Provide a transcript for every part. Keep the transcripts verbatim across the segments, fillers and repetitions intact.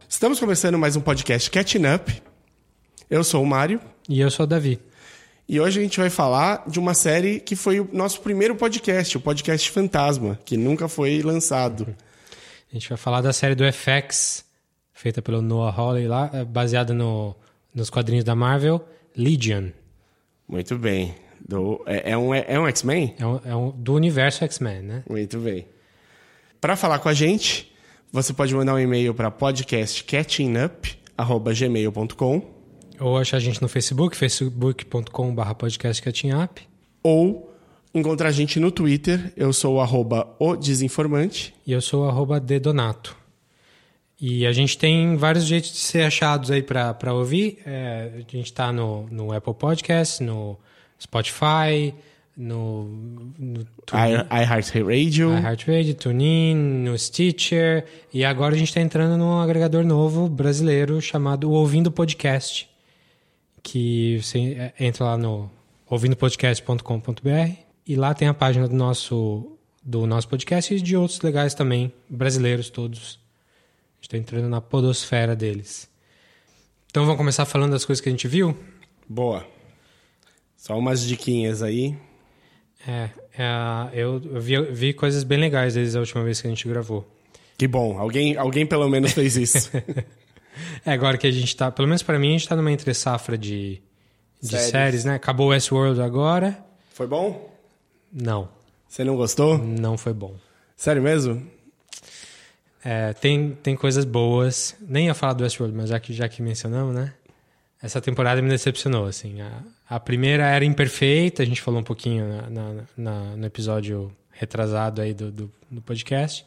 Estamos começando mais um podcast Catching Up. Eu sou o Mário. E eu sou o Davi. E hoje a gente vai falar de uma série que foi o nosso primeiro podcast, o podcast Fantasma, que nunca foi lançado. A gente vai falar da série do F X, feita pelo Noah Hawley lá, baseada no, nos quadrinhos da Marvel, Legion. Muito bem. Do, é, é um, é um X-Men? É, um, é um, do universo X-Men, né? Muito bem. Para falar com a gente, você pode mandar um e-mail para podcast catching up arroba gmail ponto com ou achar a gente no Facebook, facebook ponto com barra podcast catching up. Ou encontrar a gente no Twitter. Eu sou o arroba o desinformante. E eu sou o arroba dedonato. E a gente tem vários jeitos de ser achados aí para ouvir. É, a gente está no, no Apple Podcasts, no Spotify, no, no iHeartRadio, iHeartRadio, TuneIn, no Stitcher. E agora a gente está entrando num agregador novo brasileiro chamado Ouvindo Podcast. Que você entra lá no ouvindo podcast ponto com ponto b r e lá tem a página do nosso, do nosso podcast e de outros legais também, brasileiros todos. A gente está entrando na podosfera deles. Então vamos começar falando das coisas que a gente viu? Boa. Só umas diquinhas aí. É, é eu, eu vi, vi coisas bem legais desde a última vez que a gente gravou. Que bom, alguém, alguém pelo menos fez isso. É, agora que a gente tá, pelo menos pra mim, a gente tá numa entre-safra de, de séries. séries, né? Acabou o Westworld agora. Foi bom? Não. Você não gostou? Não foi bom. Sério mesmo? É, tem, tem coisas boas. Nem ia falar do Westworld, mas já que, já que mencionamos, né? Essa temporada me decepcionou, assim. A, a primeira era imperfeita, a gente falou um pouquinho na, na, na, no episódio retrasado aí do, do, do podcast.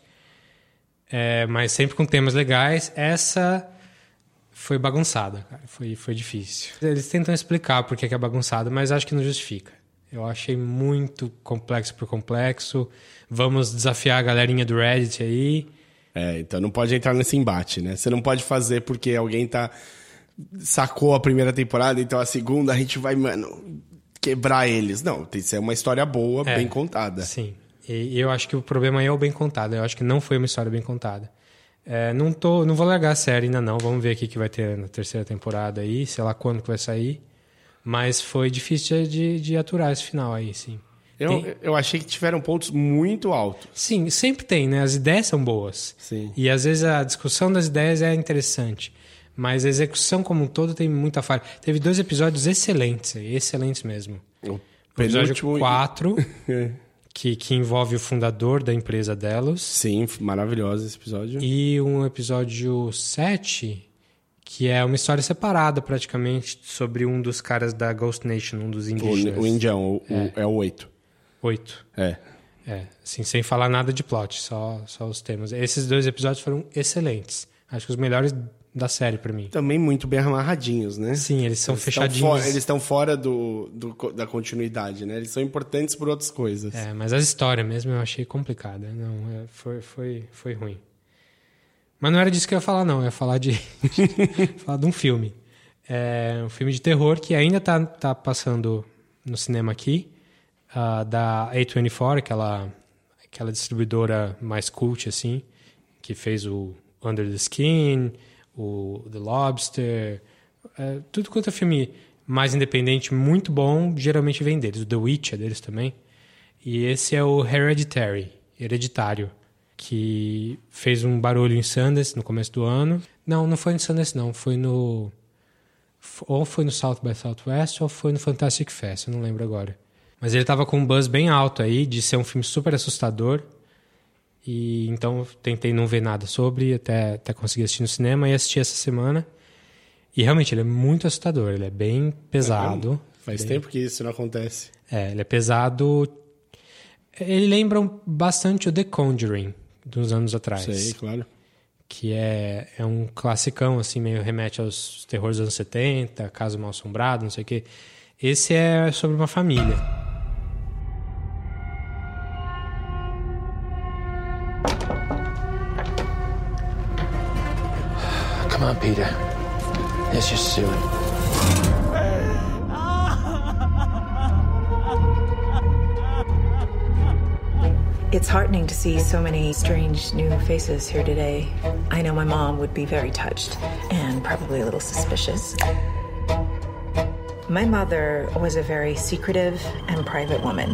É, mas sempre com temas legais. Essa foi bagunçada, cara. Foi, foi difícil. Eles tentam explicar por que é bagunçado, mas acho que não justifica. Eu achei muito complexo por complexo. Vamos desafiar a galerinha do Reddit aí. É, então não pode entrar nesse embate, né? Você não pode fazer porque alguém tá... sacou a primeira temporada, então a segunda a gente vai, mano, quebrar eles. Não, tem que ser uma história boa, é, bem contada. Sim. E eu acho que o problema aí é o bem contado. Eu acho que não foi uma história bem contada. É, não, tô, não vou largar a série ainda não. Vamos ver o que vai ter na terceira temporada aí. Sei lá quando que vai sair. Mas foi difícil de, de aturar esse final aí, sim. Eu, tem... eu achei que tiveram pontos muito altos. Sim, sempre tem, né? As ideias são boas. Sim. E às vezes a discussão das ideias é interessante. Mas a execução como um todo tem muita falha. Teve dois episódios excelentes, excelentes mesmo. O episódio quatro... Que, que envolve o fundador da empresa Delos. Sim, maravilhoso esse episódio. E um episódio sete, que é uma história separada praticamente sobre um dos caras da Ghost Nation, um dos indígenas. O, o indião, o, é. O, é o oito. Oito. É. É, assim, sem falar nada de plot, só, só os temas. Esses dois episódios foram excelentes. Acho que os melhores da série pra mim. Também muito bem amarradinhos, né? Sim, eles são eles fechadinhos. Estão eles estão fora do, do, da continuidade, né? Eles são importantes por outras coisas. É, mas a história mesmo eu achei complicada. Não, é, foi, foi, foi ruim. Mas não era disso que eu ia falar, não. Eu ia falar de, falar de um filme. É um filme de terror que ainda tá, tá passando no cinema aqui, uh, da A vinte e quatro, aquela, aquela distribuidora mais cult, assim, que fez o Under the Skin... o The Lobster, é, tudo quanto é filme mais independente, muito bom, geralmente vem deles. O The Witch é deles também. E esse é o Hereditary, Hereditário, que fez um barulho em Sundance no começo do ano. Não, não foi em Sundance não, foi no... ou foi no South by Southwest ou foi no Fantastic Fest, eu não lembro agora. Mas ele estava com um buzz bem alto aí, de ser um filme super assustador. E então tentei não ver nada sobre, até, até conseguir assistir no cinema e assisti essa semana. E realmente ele é muito assustador, ele é bem pesado. É, faz bem... tempo que isso não acontece. É, ele é pesado. Ele lembra bastante o The Conjuring, dos anos atrás. Sei, claro. Que é, é um classicão, assim, meio remete aos terrores dos anos setenta, Casa Mal Assombrada, não sei o quê. Esse é sobre uma família. Come on, Peter. Let's just do it. It's heartening to see so many strange new faces here today. I know my mom would be very touched and probably a little suspicious. My mother was a very secretive and private woman.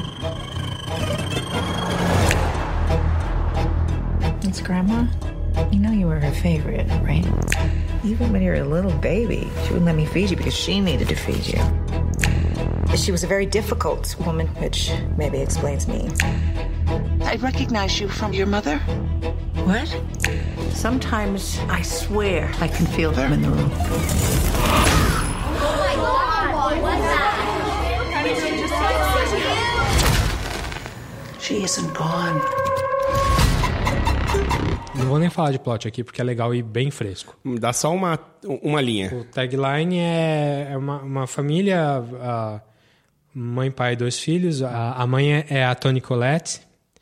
It's Grandma. You know you were her favorite, right? Even when you were a little baby, she wouldn't let me feed you because she needed to feed you. She was a very difficult woman, which maybe explains me. I recognize you from your mother. What? Sometimes I swear I can feel them in the room. Oh my God! What's that? She isn't gone. Não vou nem falar de plot aqui, porque é legal e bem fresco. Dá só uma, uma linha. O tagline é, é uma, uma família, a mãe, pai e dois filhos. A, a mãe é a Toni Collette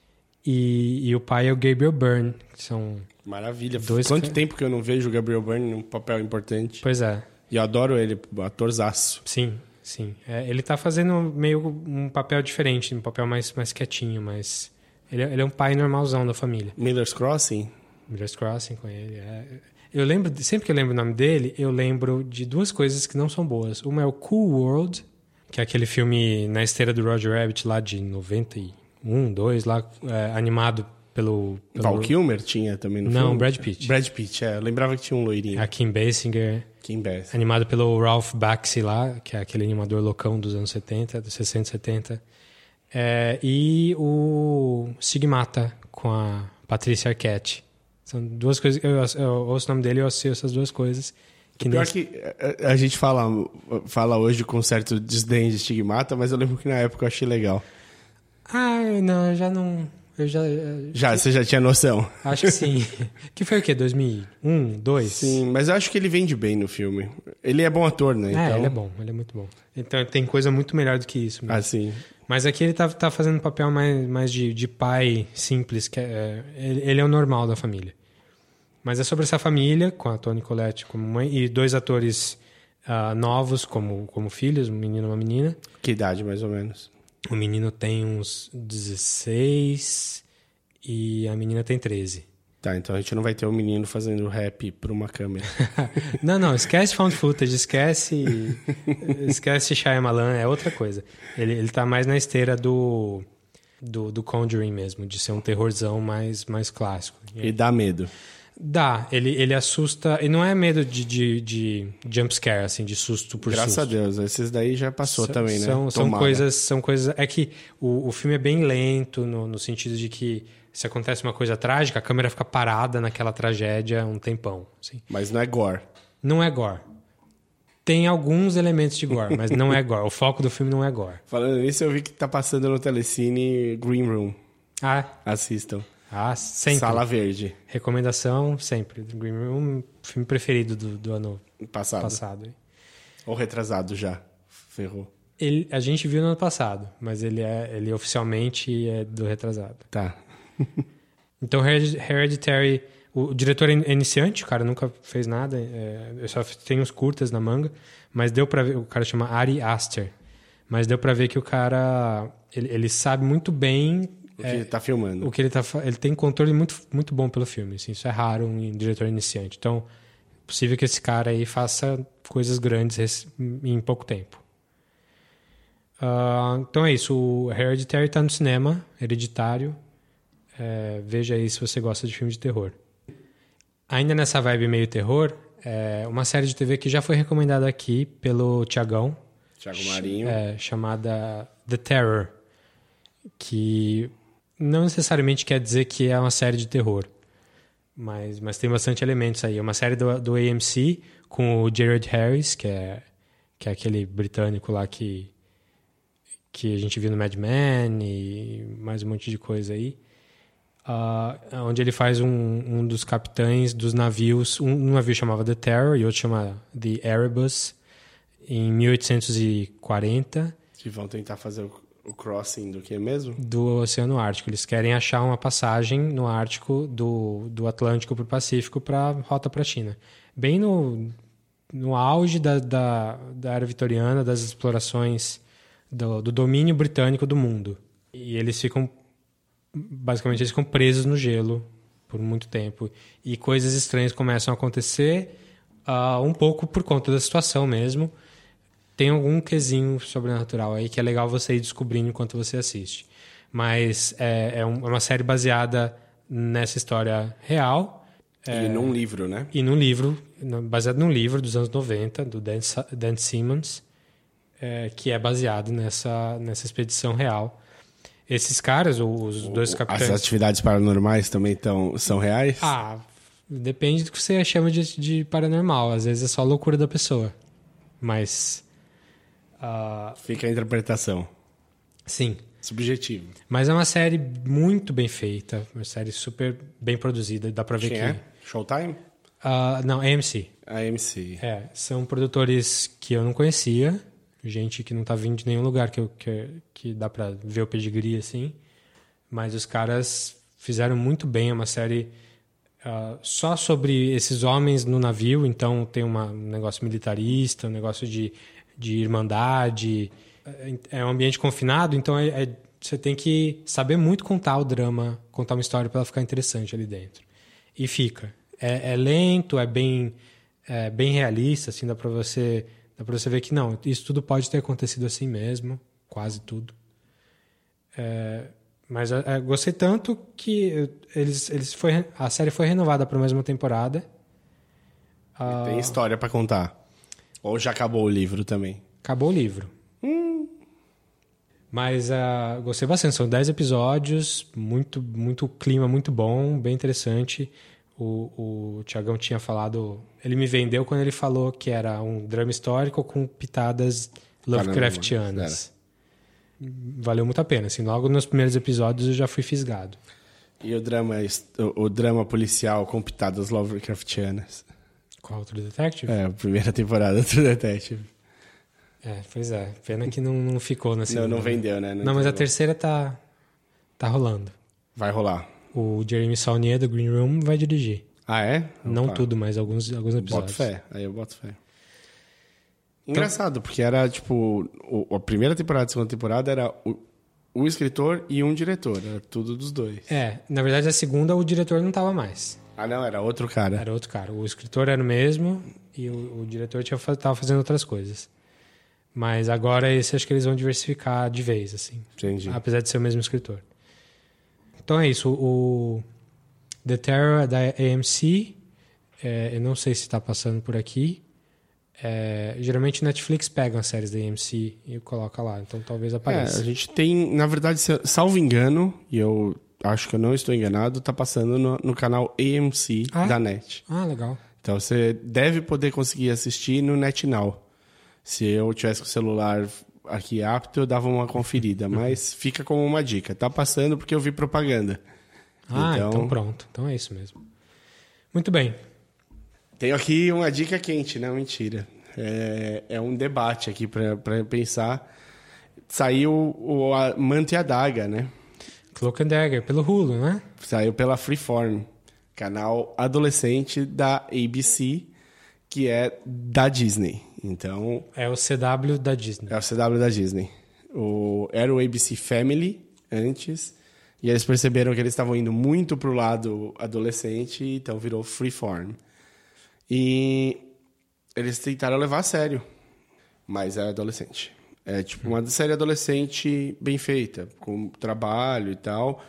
e, e o pai é o Gabriel Byrne, que são... Maravilha. Dois Quanto ca... tempo que eu não vejo o Gabriel Byrne num papel importante. Pois é. E eu adoro ele, atorzaço. Sim, sim. É, ele tá fazendo meio um papel diferente, um papel mais, mais quietinho, mas... Ele, ele é um pai normalzão da família. Miller's Crossing? Miller's Crossing com ele. É. Eu lembro, sempre que eu lembro o nome dele, eu lembro de duas coisas que não são boas. Uma é o Cool World, que é aquele filme na esteira do Roger Rabbit lá de noventa e um, dois lá, é, animado pelo... pelo... Val Kilmer tinha também no não, filme? Não, Brad Pitt. Brad Pitt, é. Eu lembrava que tinha um loirinho. A Kim Basinger. Kim Basinger. Animado pelo Ralph Bakshi lá, que é aquele animador loucão dos anos setenta, dos sessenta, setenta. É, e o Stigmata, com a Patricia Arquette. São duas coisas... Eu, eu ouço o nome dele e eu associo essas duas coisas. Que Pior nesse... que a, a gente fala, fala hoje com certo desdém de Stigmata, mas eu lembro que na época eu achei legal. Ah, não, eu já não... Eu já, já, você já tinha noção? Acho que sim. Que foi o quê? dois mil e um, dois? Sim, mas eu acho que ele vende bem no filme. Ele é bom ator, né? É, então... ele é bom, ele é muito bom. Então tem coisa muito melhor do que isso mesmo. Ah, sim. Mas aqui ele tá, tá fazendo um papel mais, mais de, de pai simples, que é, ele, ele é o normal da família. Mas é sobre essa família, com a Toni Collette como mãe, e dois atores uh, novos como, como filhos, um menino e uma menina. Que idade, mais ou menos? O menino tem uns dezesseis e a menina tem treze. Tá, então a gente não vai ter um menino fazendo rap por uma câmera. Não, não, esquece found footage, esquece esquece Shyamalan, é outra coisa. Ele, ele tá mais na esteira do, do, do Conjuring mesmo, de ser um terrorzão mais, mais clássico. E dá medo. Dá, ele, ele assusta, e não é medo de, de, de jump scare, assim, de susto por Graças susto. Graças a Deus, esses daí já passou S- também, né? São, são coisas, são coisas... É que o, o filme é bem lento, no, no sentido de que se acontece uma coisa trágica, a câmera fica parada naquela tragédia um tempão. Assim. Mas não é gore. Não é gore. Tem alguns elementos de gore, mas não é gore. O foco do filme não é gore. Falando nisso, eu vi que tá passando no Telecine Green Room. Ah, Assistam. ah sempre. Sala Verde. Recomendação sempre. Green Room, filme preferido do, do ano Passado. passado. Ou retrasado já. Ferrou. Ele, a gente viu no ano passado, mas ele, é, ele oficialmente é do retrasado. Tá. Então, Hereditary... O diretor é iniciante, o cara nunca fez nada. É, eu só tenho uns curtas na manga. Mas deu pra ver... O cara chama Ari Aster. Mas deu pra ver que o cara... Ele, ele sabe muito bem... O que é, ele tá filmando. O que ele tá... Ele tem controle muito, muito bom pelo filme. Assim, isso é raro, um diretor iniciante. Então, é possível que esse cara aí faça coisas grandes em pouco tempo. Uh, então é isso. O Hereditary tá no cinema. Hereditário. É, veja aí se você gosta de filme de terror. Ainda nessa vibe meio terror, é uma série de T V que já foi recomendada aqui pelo Thiagão. Thiago Marinho. É, chamada The Terror. Que não necessariamente quer dizer que é uma série de terror. Mas, mas tem bastante elementos aí. É uma série do, do A M C com o Jared Harris, que é, que é aquele britânico lá que, que a gente viu no Mad Men e mais um monte de coisa aí. Uh, onde ele faz um, um dos capitães dos navios. Um, um navio chamava The Terror e outro chama The Erebus, em mil oitocentos e quarenta. Que vão tentar fazer o, o crossing do que mesmo? Do Oceano Ártico. Eles querem achar uma passagem no Ártico do, do Atlântico para o Pacífico para rota para a China. Bem no, no auge da, da, da era vitoriana, das explorações do, do domínio britânico do mundo. E eles ficam basicamente eles ficam presos no gelo por muito tempo. E coisas estranhas começam a acontecer, uh, um pouco por conta da situação mesmo. Tem algum quesinho sobrenatural aí que é legal você ir descobrindo enquanto você assiste. Mas é, é, um, é uma série baseada nessa história real. É, e num livro, né? E num livro, baseado num livro dos anos noventa, do Dan, Dan Simmons, é, que é baseado nessa, nessa expedição real. Esses caras, os dois capitães... As atividades paranormais também tão, são reais? Ah, depende do que você chama de, de paranormal. Às vezes é só a loucura da pessoa. Mas... Uh... Fica a interpretação. Sim. Subjetivo. Mas é uma série muito bem feita. Uma série super bem produzida. Dá pra ver Quem que... é? Showtime? Uh, não, A M C. A M C. É, são produtores que eu não conhecia. Gente que não tá vindo de nenhum lugar que, eu, que, que dá pra ver o pedigree, assim. Mas os caras fizeram muito bem. É uma série uh, só sobre esses homens no navio. Então tem uma, um negócio militarista, um negócio de, de irmandade. É um ambiente confinado, então é, é, você tem que saber muito contar o drama, contar uma história para ela ficar interessante ali dentro. E fica. É, é lento, é bem, é bem realista, assim, dá para você... Dá pra você ver que não, isso tudo pode ter acontecido assim mesmo, quase tudo. É, mas é, gostei tanto que eles, eles foi, a série foi renovada para mais uma temporada. E tem história para contar. Ou já acabou o livro também? Acabou o livro. Hum. Mas uh, gostei bastante, são dez episódios, muito, muito clima muito bom, bem interessante. O, o Thiagão tinha falado... Ele me vendeu quando ele falou que era um drama histórico com pitadas Lovecraftianas. Valeu muito a pena. Assim, logo nos primeiros episódios eu já fui fisgado. E o drama, o, o drama policial com pitadas Lovecraftianas? Qual? True Detective? É, a primeira temporada do True Detective. É, pois é. Pena que não, não ficou na segunda. Não, não vendeu, né? Não, não mas a terceira tá, tá rolando. Vai rolar. O Jeremy Saulnier, do Green Room, vai dirigir. Ah, é? Não Opa. Tudo, mas alguns, alguns episódios. Boto fé. Aí eu boto fé. Engraçado, então, porque era, tipo... O, a primeira temporada e a segunda temporada era o, o escritor e um diretor. Era tudo dos dois. É, na verdade, a segunda o diretor não tava mais. Ah, não? Era outro cara. Era outro cara. O escritor era o mesmo e o, o diretor tinha, tava fazendo outras coisas. Mas agora esse acho que eles vão diversificar de vez, assim. Entendi. Apesar de ser o mesmo escritor. Então é isso. O The Terror da A M C, é, eu não sei se está passando por aqui. É, geralmente Netflix pega as séries da A M C e coloca lá. Então talvez apareça. É, a gente tem, na verdade, salvo engano, e eu acho que eu não estou enganado, está passando no, no canal A M C ah? da Net. Ah, legal. Então você deve poder conseguir assistir no NetNow. Se eu tivesse com o celular aqui apto, eu dava uma conferida. Mas fica como uma dica. Tá passando porque eu vi propaganda. Ah, então... então pronto. Então é isso mesmo. Muito bem. Tenho aqui uma dica quente, né? Mentira. É, é um debate aqui para pensar. Saiu o a Manta e a Daga, né? Cloak and Dagger, pelo Hulu, né? Saiu pela Freeform, canal adolescente da A B C, que é da Disney. Então... É o C W da Disney. É o C W da Disney. O, era o A B C Family antes, e eles perceberam que eles estavam indo muito pro lado adolescente, então virou Freeform. E eles tentaram levar a sério, mas é adolescente. É tipo uma série adolescente bem feita, com trabalho e tal.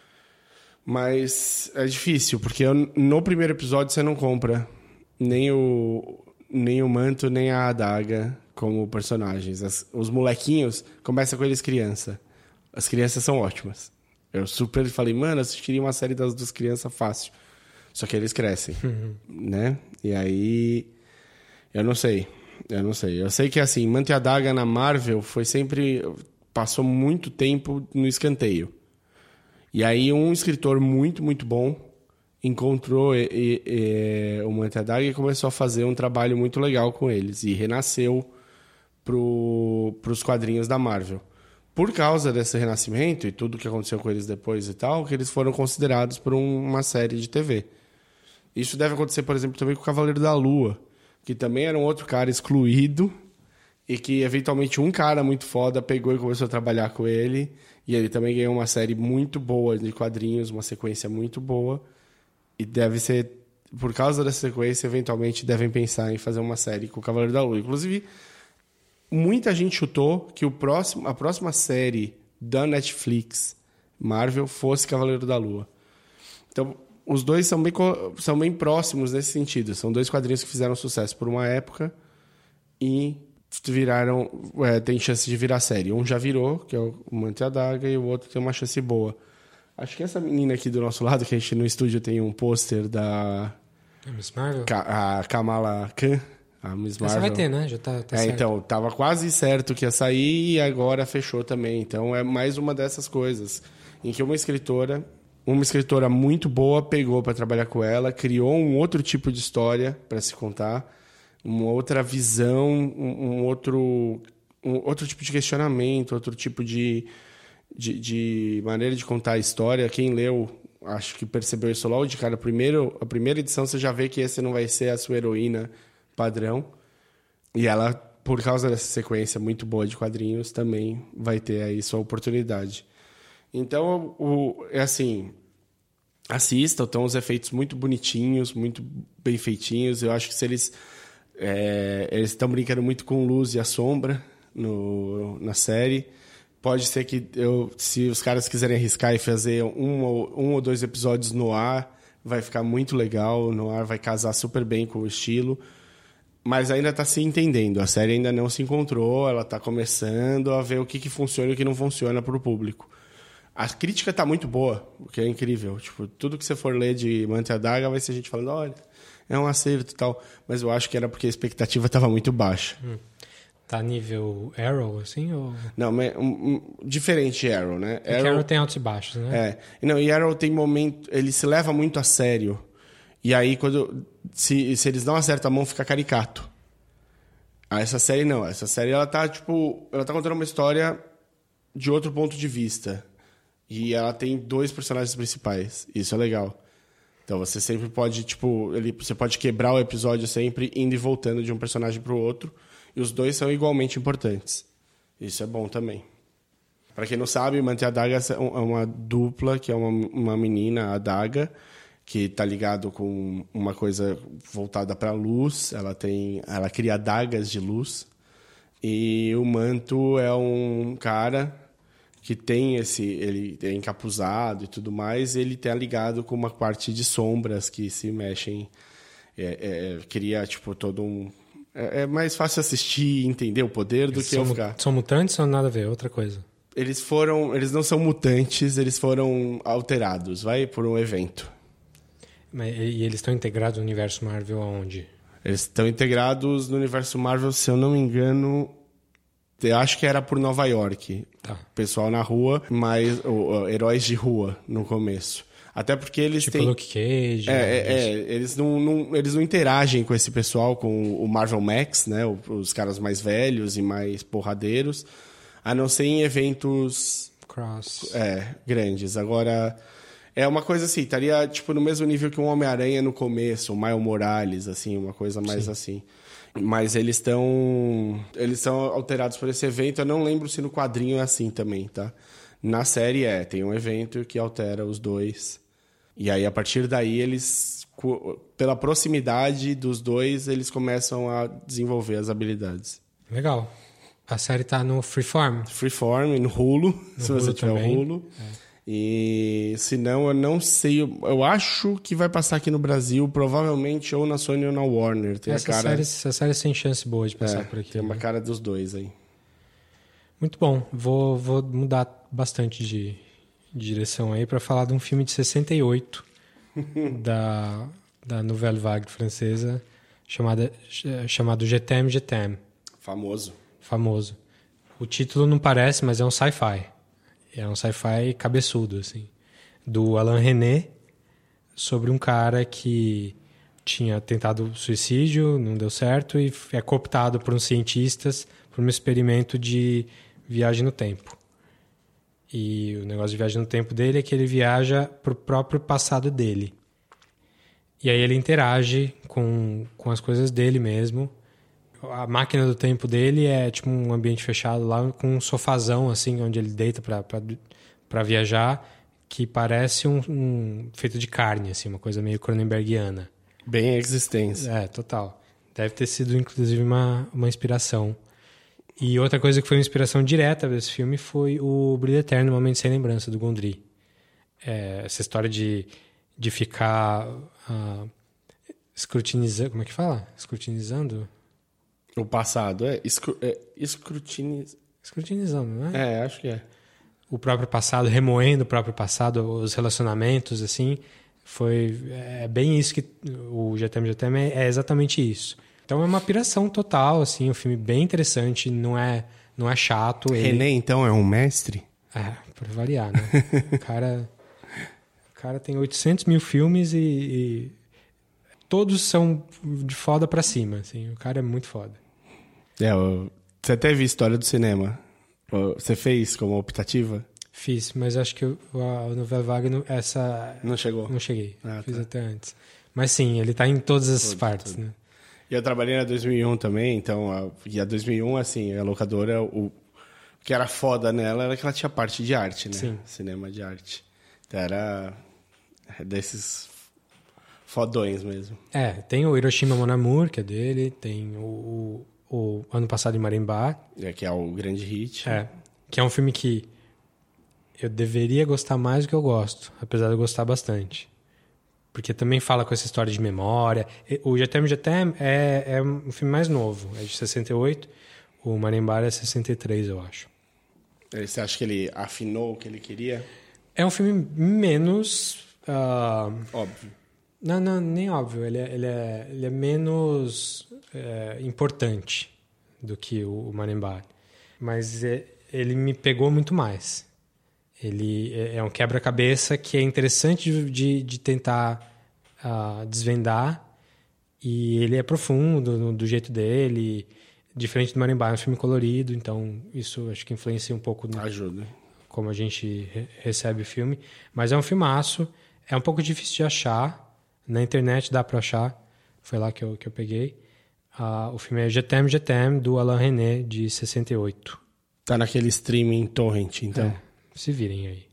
Mas é difícil, porque no primeiro episódio você não compra nem o... nem o Manto, nem a Adaga como personagens. As, os molequinhos, começa com eles criança. As crianças são ótimas. Eu super falei, mano, assistiria uma série das duas crianças fácil. Só que eles crescem, uhum. né? E aí, eu não sei. Eu não sei. Eu sei que, assim, Manto e Adaga na Marvel foi sempre... Passou muito tempo no escanteio. E aí, um escritor muito, muito bom encontrou e, e, e, o Manta e a Daga e começou a fazer um trabalho muito legal com eles. E renasceu para os quadrinhos da Marvel. Por causa desse renascimento e tudo que aconteceu com eles depois e tal, que eles foram considerados por um, uma série de T V. Isso deve acontecer, por exemplo, também com o Cavaleiro da Lua, que também era um outro cara excluído e que, eventualmente, um cara muito foda pegou e começou a trabalhar com ele E ele também ganhou uma série muito boa de quadrinhos, uma sequência muito boa. E deve ser, por causa dessa sequência, eventualmente devem pensar em fazer uma série com o Cavaleiro da Lua. Inclusive, muita gente chutou que o próximo, a próxima série da Netflix, Marvel, fosse Cavaleiro da Lua. Então, os dois são bem, são bem próximos nesse sentido. São dois quadrinhos que fizeram sucesso por uma época e viraram, é, tem chance de virar série. Um já virou, que é o Manta e a Adaga, e o outro tem uma chance boa. Acho que essa menina aqui do nosso lado, que a gente no estúdio tem um pôster da... Miss Marvel? Ka- a Kamala Khan, a Miss Marvel. Essa vai ter, né? Já tá, tá é, certo. Então, tava quase certo que ia sair e agora fechou também. Então, é mais uma dessas coisas em que uma escritora, uma escritora muito boa pegou para trabalhar com ela, criou um outro tipo de história para se contar, uma outra visão, um, um outro, um outro tipo de questionamento, outro tipo de, de, de maneira de contar a história. Quem leu, acho que percebeu isso logo de cara. Primeiro, a primeira edição você já vê que essa não vai ser a sua heroína padrão. E ela, por causa dessa sequência muito boa de quadrinhos, também vai ter aí sua oportunidade. Então, o, é assim, assistam, estão os efeitos muito bonitinhos, muito bem feitinhos. Eu acho que se eles... É, eles estão brincando muito com luz e a sombra no, na série. Pode ser que, eu, se os caras quiserem arriscar e fazer um ou, um ou dois episódios no ar, vai ficar muito legal. No ar vai casar super bem com o estilo. Mas ainda está se entendendo. A série ainda não se encontrou. Ela está começando a ver o que, que funciona e o que não funciona para o público. A crítica está muito boa, o que é incrível. Tipo, tudo que você for ler de Manta e a Adaga vai ser gente falando, olha, é um acerto e tal. Mas eu acho que era porque a expectativa estava muito baixa. Hum. Tá nível Arrow, assim? Ou... Não, mas um, um, diferente de Arrow, né? Arrow... Arrow tem altos e baixos, né? É. Não, e Arrow tem momento... Ele se leva muito a sério. E aí, quando se, se eles não acertam a mão, fica caricato. Ah, essa série não. Essa série, ela tá, tipo... Ela tá contando uma história de outro ponto de vista. E ela tem dois personagens principais. Isso é legal. Então, você sempre pode, tipo... Ele, você pode quebrar o episódio sempre indo e voltando de um personagem pro outro. E os dois são igualmente importantes. Isso é bom também. Para quem não sabe, Manta e a Adaga é uma dupla, que é uma, uma menina, a Adaga, que está ligado com uma coisa voltada para a luz. Ela tem, ela cria adagas de luz. E o Manto é um cara que tem esse, ele é encapuzado e tudo mais. E ele está ligado com uma parte de sombras que se mexem. É, é, cria tipo todo um É mais fácil assistir e entender o poder do eles que eu ficar. São mutantes ou nada a ver? Outra coisa. Eles foram... Eles não são mutantes, eles foram alterados, vai? Por um evento. Mas, e eles estão integrados no universo Marvel aonde? Eles estão integrados no universo Marvel, se eu não me engano... Eu acho que era por Nova York. Tá. Pessoal na rua, mas... Ou, heróis de rua, no começo. Até porque eles tipo têm... Luke Cage. É, é, é, eles, não, não, eles não interagem com esse pessoal, com o Marvel Max, né? Os caras mais velhos e mais porradeiros, a não ser em eventos... Cross. É, grandes. Agora, é uma coisa assim, estaria tipo no mesmo nível que um Homem-Aranha no começo, o Miles Morales, assim, uma coisa mais Sim. assim. Mas eles estão eles são alterados por esse evento. Eu não lembro se no quadrinho é assim também, tá? Na série é, tem um evento que altera os dois. E aí, a partir daí, eles, pela proximidade dos dois, eles começam a desenvolver as habilidades. Legal. A série tá no Freeform? Freeform, no Hulu, no se você Hulu tiver o Hulu. É. E se não, eu não sei. Eu acho que vai passar aqui no Brasil, provavelmente ou na Sony ou na Warner. Tem essa, a cara... série, essa série sem chance boa de passar é, por aqui. Tem uma né? cara dos dois aí. Muito bom. Vou, vou mudar bastante de... direção aí para falar de um filme de sessenta e oito da, da Nouvelle Vague francesa chamada, chamado Je t'aime, je t'aime. Famoso. Famoso. O título não parece, mas é um sci-fi. É um sci-fi cabeçudo, assim. Do Alain Resnais, sobre um cara que tinha tentado suicídio, não deu certo, e é cooptado por uns cientistas por um experimento de viagem no tempo. E o negócio de viagem no tempo dele é que ele viaja para o próprio passado dele. E aí ele interage com, com as coisas dele mesmo. a máquina do tempo dele é tipo um ambiente fechado lá com um sofazão, assim, onde ele deita pra, pra, pra viajar, que parece um, um feito de carne, assim, uma coisa meio Cronenbergiana. Bem existência. É, total. Deve ter sido, inclusive, uma, uma inspiração. E outra coisa que foi uma inspiração direta desse filme foi o Brilho Eterno, Um Momento Sem Lembrança, do Gondry. É, essa história de, de ficar uh, escrutinizando... Como é que fala? Escrutinizando? O passado, é, escru, é escrutiniz... Escrutinizando, não é? É, acho que é. O próprio passado, remoendo o próprio passado, os relacionamentos, assim, foi é bem isso que o G T M G T M é, é exatamente isso. Então é uma piração total, assim, um filme bem interessante, não é, não é chato. Ele... René, então, é um mestre? É, pra variar, né? o, cara, o cara tem oitocentos mil filmes e, e todos são de foda pra cima, assim, o cara é muito foda. É, você teve História do Cinema? Você fez como optativa? Fiz, mas acho que a novela vaga, essa... Não chegou? Não cheguei, ah, fiz tá. até antes. Mas sim, ele tá em todas as tudo, partes, tudo. né? E eu trabalhei na dois mil e um também, então... A, e a dois mil e um, assim, a locadora, o, o que era foda nela era que ela tinha parte de arte, né? Sim. Cinema de arte. Então era desses fodões mesmo. É, tem o Hiroshima Mon Amour, que é dele, tem o... o o Ano Passado em Marimbá. É, que é o grande hit. É, que é um filme que eu deveria gostar mais do que eu gosto, apesar de eu gostar bastante. Porque também fala com essa história de memória. O G T M G T M é, é um filme mais novo, é de sessenta e oito, o Marimbá é sessenta e três, eu acho. Você acha que ele afinou o que ele queria? É um filme menos... Uh... Óbvio. Não, não, nem óbvio. Ele é, ele é, ele é menos é, importante do que o, o Marimbá. Mas é, ele me pegou muito mais. Ele é, é um quebra-cabeça que é interessante de, de, de tentar uh, desvendar. E ele é profundo no, do jeito dele. Diferente do Marimbá, é um filme colorido. Então, isso acho que influencia um pouco no, Ajuda. como a gente re- recebe o filme. Mas é um filmaço. É um pouco difícil de achar. Na internet dá pra achar. Foi lá que eu, que eu peguei. Uh, o filme é G T M G T M, do Alain René, de sessenta e oito. Tá naquele streaming torrent, então. É, se virem aí.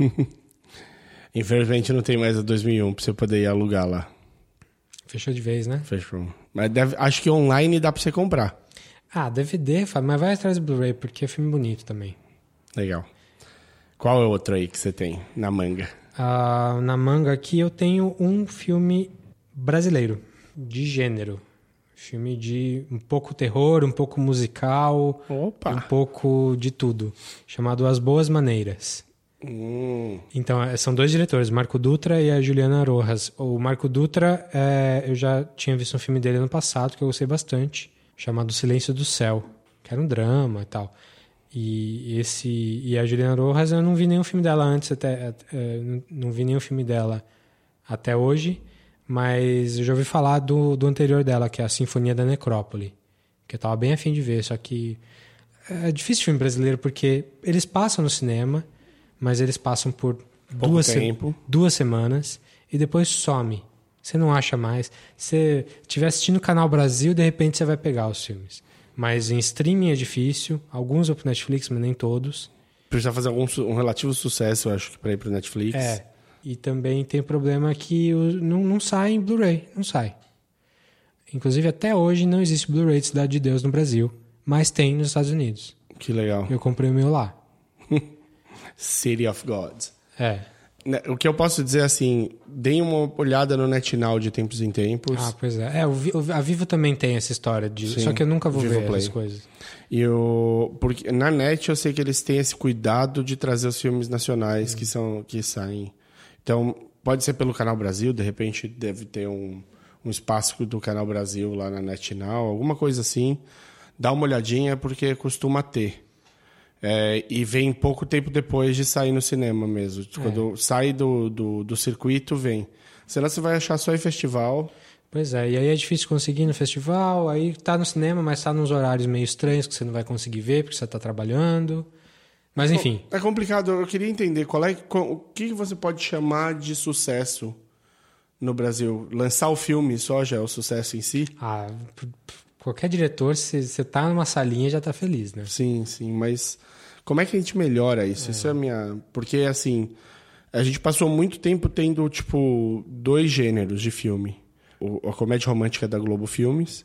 Infelizmente não tem mais a dois mil e um pra você poder ir alugar lá. Fechou de vez, né? Fechou. Mas deve, acho que online dá pra você comprar. Ah, D V D, mas vai atrás do Blu-ray, porque é filme bonito também. Legal. Qual é o outro aí que você tem na manga? Uh, na manga aqui eu tenho um filme brasileiro, de gênero. Filme de um pouco terror, um pouco musical, Opa. um pouco de tudo. Chamado As Boas Maneiras. Hum. Então, são dois diretores, Marco Dutra e a Juliana Rojas. O Marco Dutra, é, eu já tinha visto um filme dele ano passado, que eu gostei bastante, chamado Silêncio do Céu, que era um drama e tal. E, esse, e a Juliana Rojas, eu não vi nenhum filme dela antes, até, é, não vi nenhum filme dela até hoje, mas eu já ouvi falar do, do anterior dela, que é a Sinfonia da Necrópole, que eu estava bem a fim de ver, só que é difícil filme brasileiro, porque eles passam no cinema, mas eles passam por duas, se, duas semanas e depois some. Você não acha mais. Se estiver assistindo o Canal Brasil, de repente você vai pegar os filmes. Mas em streaming é difícil. Alguns vão pro Netflix, mas nem todos. Precisa fazer algum, um relativo sucesso, eu acho, para ir pro Netflix. É. E também tem o problema que o, não, não sai em Blu-ray. Não sai. Inclusive, até hoje não existe Blu-ray de Cidade de Deus no Brasil. Mas tem nos Estados Unidos. Que legal. Eu comprei o meu lá. City of Gods. É. O que eu posso dizer, assim, deem uma olhada no NetNow de tempos em tempos. Ah, pois é. É, o, a Vivo também tem essa história, de, Sim, só que eu nunca vou Vivo ver Play. essas coisas. E eu, porque na Net eu sei que eles têm esse cuidado de trazer os filmes nacionais hum. que, são, que saem. Então, pode ser pelo Canal Brasil, de repente deve ter um, um espaço do Canal Brasil lá na NetNow, alguma coisa assim. Dá uma olhadinha, porque costuma ter. É, e vem pouco tempo depois de sair no cinema mesmo. É. Quando sai do, do, do circuito, vem. Senão você vai achar só em festival. Pois é, e aí é difícil conseguir no festival, aí tá no cinema, mas tá nos horários meio estranhos que você não vai conseguir ver porque você tá trabalhando. Mas enfim. É complicado, eu queria entender qual é, o que você pode chamar de sucesso no Brasil. Lançar o filme só já é o sucesso em si? Ah, Qualquer diretor, se você tá numa salinha, já tá feliz, né? Sim, sim, mas como é que a gente melhora isso? É. Isso é a minha... Porque, assim, a gente passou muito tempo tendo, tipo, dois gêneros de filme. O, a comédia romântica da Globo Filmes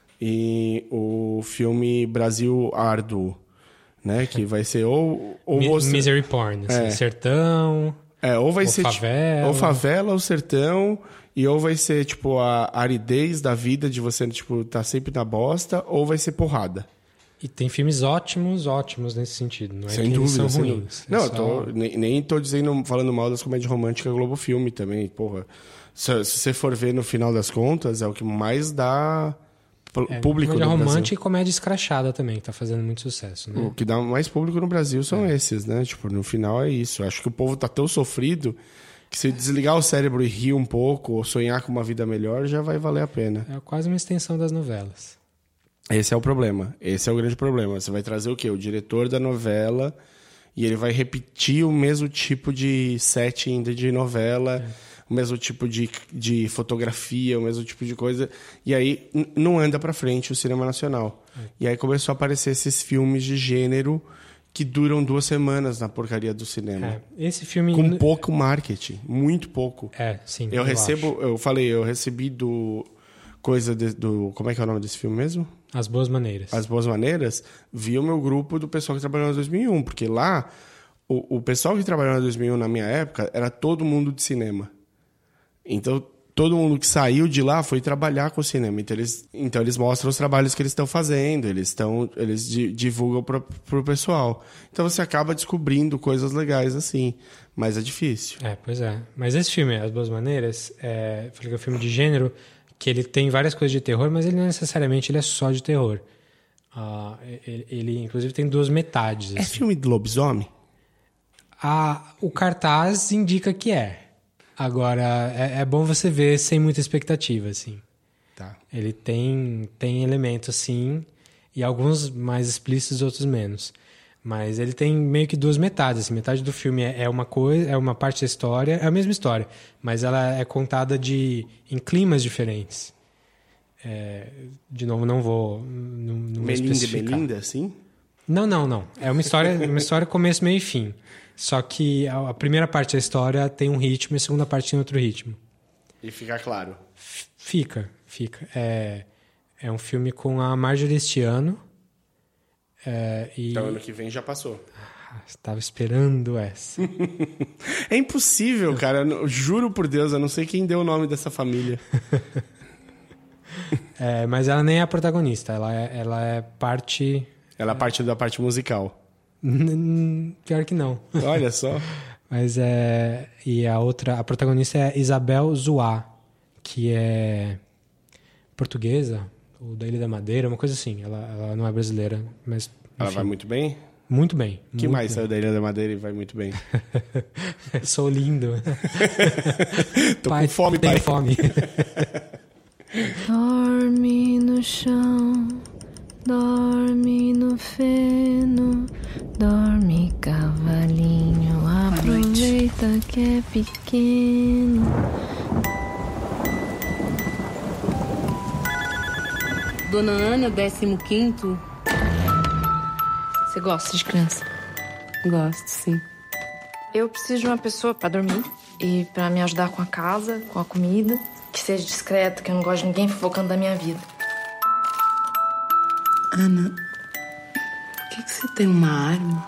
e o filme Brasil Árduo, né? Que vai ser ou... ou Mi- você... Misery Porn, assim, é. sertão... É, ou vai ou ser favela. Tipo, ou favela ou sertão, e ou vai ser tipo a aridez da vida de você tipo tá sempre na bosta, ou vai ser porrada. E tem filmes ótimos, ótimos nesse sentido, não é Sem que dúvida, eles são sem ruins. dúvida. Não, é eu só... tô, nem, nem tô dizendo, falando mal das comédias românticas Globo Filme também, porra. Se, se você for ver no final das contas, é o que mais dá é, público no Brasil. Comédia romântica e comédia escrachada também, que tá fazendo muito sucesso, né? O que dá mais público no Brasil são é. esses, né? Tipo, no final é isso. Eu acho que o povo tá tão sofrido que se desligar o cérebro e rir um pouco, ou sonhar com uma vida melhor, já vai valer a pena. É quase uma extensão das novelas. Esse é o problema. Esse é o grande problema. Você vai trazer o quê? O diretor da novela e ele vai repetir o mesmo tipo de setting de novela, é. o mesmo tipo de, de fotografia, o mesmo tipo de coisa. E aí n- não anda pra frente o cinema nacional. É. E aí começou a aparecer esses filmes de gênero que duram duas semanas na porcaria do cinema. É, esse filme... Com pouco marketing, muito pouco. É, sim. Eu, eu recebo, acho. eu falei, eu recebi do... Coisa de, do... Como é que é o nome desse filme mesmo? As Boas Maneiras. As Boas Maneiras. Vi o meu grupo do pessoal que trabalhou em dois mil e um, porque lá, o, o pessoal que trabalhou em dois mil e um, na minha época, era todo mundo de cinema. Então, todo mundo que saiu de lá foi trabalhar com o cinema. Então, eles, então, eles mostram os trabalhos que eles estão fazendo, eles, estão, eles di, divulgam para o pessoal. Então, você acaba descobrindo coisas legais assim, mas é difícil. É, pois é. Mas esse filme, As Boas Maneiras, é, falei que é um filme de gênero, que ele tem várias coisas de terror, mas ele não necessariamente ele é só de terror. Uh, ele, ele, inclusive, tem duas metades. É assim. filme de lobisomem? Ah, o cartaz indica que é. Agora, é, é bom você ver sem muita expectativa, assim. Tá. Ele tem, tem elementos, sim, e alguns mais explícitos, outros menos. Mas ele tem meio que duas metades. Assim. Metade do filme é, é uma coisa, é uma parte da história, é a mesma história, mas ela é contada de, em climas diferentes. É, de novo, não vou, não, não vou Melinda e especificar. Belinda, assim? Não, não, não. É uma história, uma história começo, meio e fim. Só que a, a primeira parte da história tem um ritmo e a segunda parte tem outro ritmo. E fica claro. F- fica, fica. É, é um filme com a Marjorie este ano. É, e... Então, ano que vem já passou. Ah, estava esperando essa. É impossível, cara. Eu juro por Deus, eu não sei quem deu o nome dessa família. É, mas ela nem é a protagonista. Ela é, ela é parte... Ela é parte da parte musical. Pior que não. Olha só. Mas é... E a outra... A protagonista é Isabel Zoá, que é portuguesa, ou da Ilha da Madeira, uma coisa assim. Ela, ela não é brasileira, mas... Ela enfim. vai muito bem? Muito bem. O que muito mais bem. saiu da Ilha da Madeira e vai muito bem? Sou lindo. Tô pai, com fome, tenho pai. fome. Dorme no chão, dorme no feno, dorme cavalinho, aproveita que é pequeno. Dona Ana, décimo quinto. Você gosta de criança? Gosto, sim. Eu preciso de uma pessoa pra dormir e pra me ajudar com a casa, com a comida, que seja discreta, que eu não gosto de ninguém fofocando da minha vida. Ana, por que, que você tem uma arma?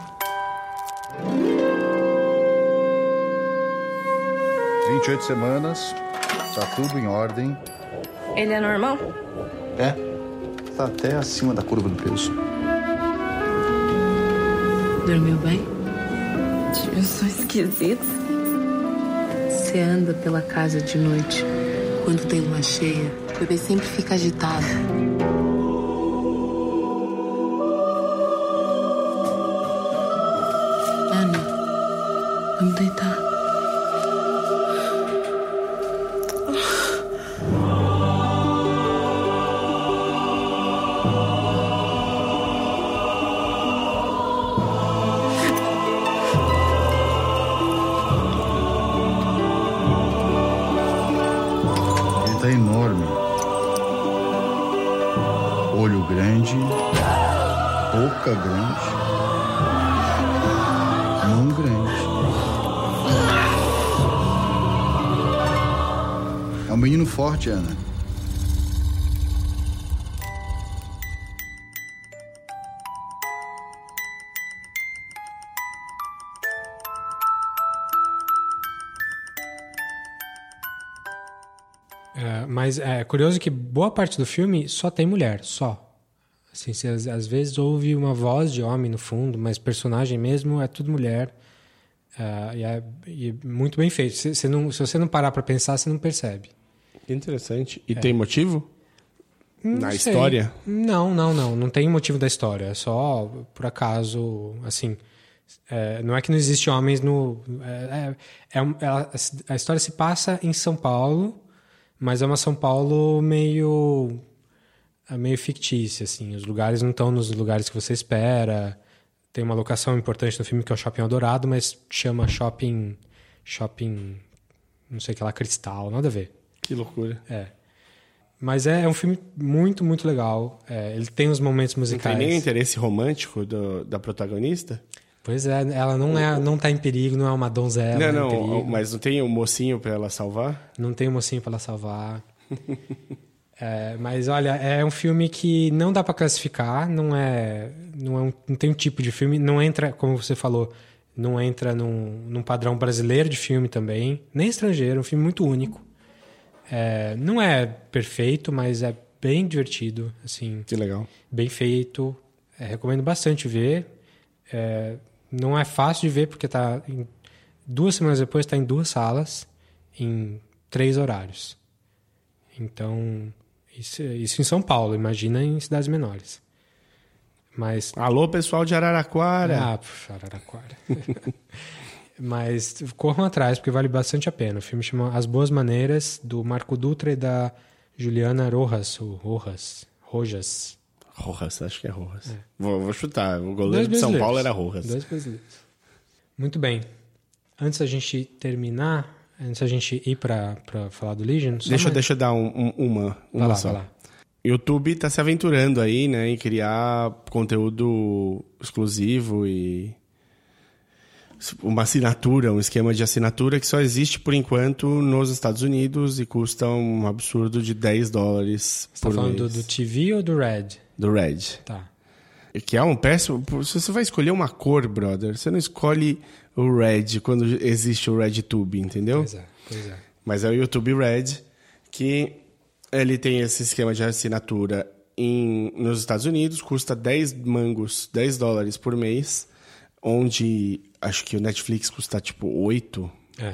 vinte e oito semanas, tá tudo em ordem. Ele é normal? É, tá até acima da curva do peso. Dormiu bem? Eu sou esquisita. Você anda pela casa de noite. Quando tem lua cheia, o bebê sempre fica agitado. Ana, vamos deitar. Ele tá enorme. fica grande. Não grande. É um menino forte, Ana. É, mas é curioso que boa parte do filme só tem mulher, só. Assim, você, às, às vezes ouve uma voz de homem no fundo, mas personagem mesmo é tudo mulher. É, e, é, e é muito bem feito. Se, se, não, se você não parar para pensar, você não percebe. Que interessante. E É. tem motivo? Não Na sei. história? Não, não, não. Não tem motivo da história. É só, por acaso, assim... É, não é que não existe homens no... É, é, é, a, a história se passa em São Paulo, mas é uma São Paulo meio... meio fictícia, assim. Os lugares não estão nos lugares que você espera. Tem uma locação importante no filme que é o Shopping Eldorado, mas chama Shopping... Shopping... não sei o que lá, Cristal. Nada a ver. Que loucura. É. Mas é, é um filme muito, muito legal. É, ele tem os momentos musicais. Não tem nem interesse romântico do, da protagonista? Pois é, ela não, é, não tá em perigo, não é uma donzela. Não, em perigo. não, mas não tem um mocinho pra ela salvar? Não tem um mocinho pra ela salvar. É, mas olha, é um filme que não dá pra classificar, não é, não é um, não tem um tipo de filme, não entra, como você falou, não entra num, num padrão brasileiro de filme também, nem estrangeiro, é um filme muito único. É, não é perfeito, mas é bem divertido, assim. Que legal. Bem feito. É, recomendo bastante ver. É, não é fácil de ver porque tá em, duas semanas depois está em duas salas em três horários. Então isso, isso em São Paulo, imagina em cidades menores. Mas alô, pessoal de Araraquara. Ah, puxa, Araraquara. Mas corram atrás, porque vale bastante a pena. O filme chama As Boas Maneiras, do Marco Dutra e da Juliana Rojas. Ou Rojas. Rojas. Rojas, acho que é Rojas. É. Vou, vou chutar. O Dois goleiro de São Paulo era Rojas. Dois brasileiros. Muito bem. Antes da gente terminar, antes da gente ir para falar do Legion... Deixa, mais... deixa eu dar um, um, uma, uma vai lá, só. Vai lá. YouTube está se aventurando aí, né, em criar conteúdo exclusivo e uma assinatura, um esquema de assinatura que só existe por enquanto nos Estados Unidos e custa um absurdo de dez dólares Você por tá falando mês. do, do T V ou do Red? Do Red. Tá. Que é um péssimo... Se você vai escolher uma cor, brother, você não escolhe o Red quando existe o RedTube, entendeu? Pois é, pois é. Mas é o YouTube Red que ele tem esse esquema de assinatura em, nos Estados Unidos, custa dez mangos, dez dólares por mês, onde acho que o Netflix custa tipo oito. É.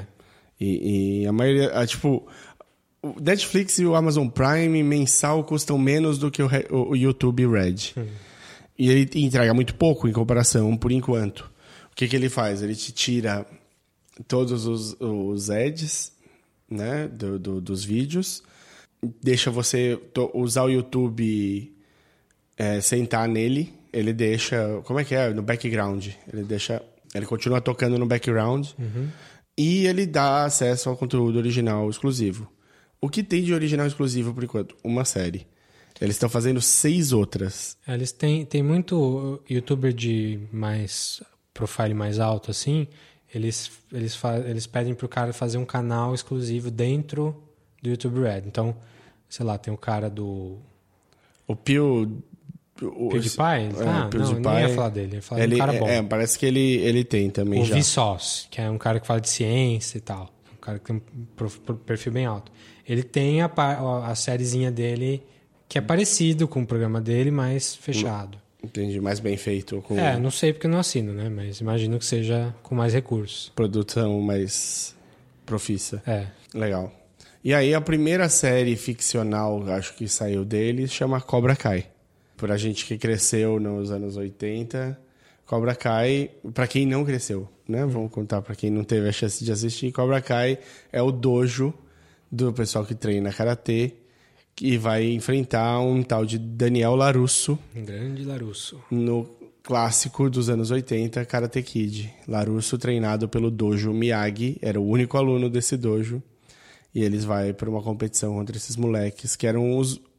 E, e a maioria, a, tipo, o Netflix e o Amazon Prime mensal custam menos do que o, o, o YouTube Red. Hum. E ele entrega muito pouco em comparação, por enquanto. O que, que ele faz? Ele te tira todos os, os ads, né, do, do, dos vídeos, deixa você to, usar o YouTube, é, sentar nele, ele deixa... Como é que é? No background. Ele deixa... Ele continua tocando no background. Uhum. E ele dá acesso ao conteúdo original exclusivo. O que tem de original exclusivo, por enquanto? Uma série. Eles estão fazendo seis outras. Eles têm, têm muito youtuber de mais profile mais alto, assim. Eles, eles, fa, eles pedem pro cara fazer um canal exclusivo dentro do YouTube Red. Então, sei lá, tem o cara do... O Pew... O, PewDiePie? É, Ah, PewDiePie, não, nem ia falar dele. Ia falar ele, de um cara bom. É, parece que ele, ele tem também o já. O Vsauce, que é um cara que fala de ciência e tal. Um cara que tem um perfil bem alto. Ele tem a, a sériezinha dele que é parecido com o programa dele, mas fechado. Entendi, mais bem feito. Com é, não sei porque eu não assino, né? Mas imagino que seja com mais recursos. Produção mais profissa. É. Legal. E aí a primeira série ficcional, acho que saiu dele, chama Cobra Kai. Pra gente que cresceu nos anos oitenta, Cobra Kai, pra quem não cresceu, né? Vamos contar pra quem não teve a chance de assistir. Cobra Kai é o dojo do pessoal que treina karatê, que vai enfrentar um tal de Daniel LaRusso. Um grande LaRusso. No clássico dos anos oitenta, Karate Kid. LaRusso treinado pelo dojo Miyagi, era o único aluno desse dojo. E eles vão para uma competição contra esses moleques, que eram os,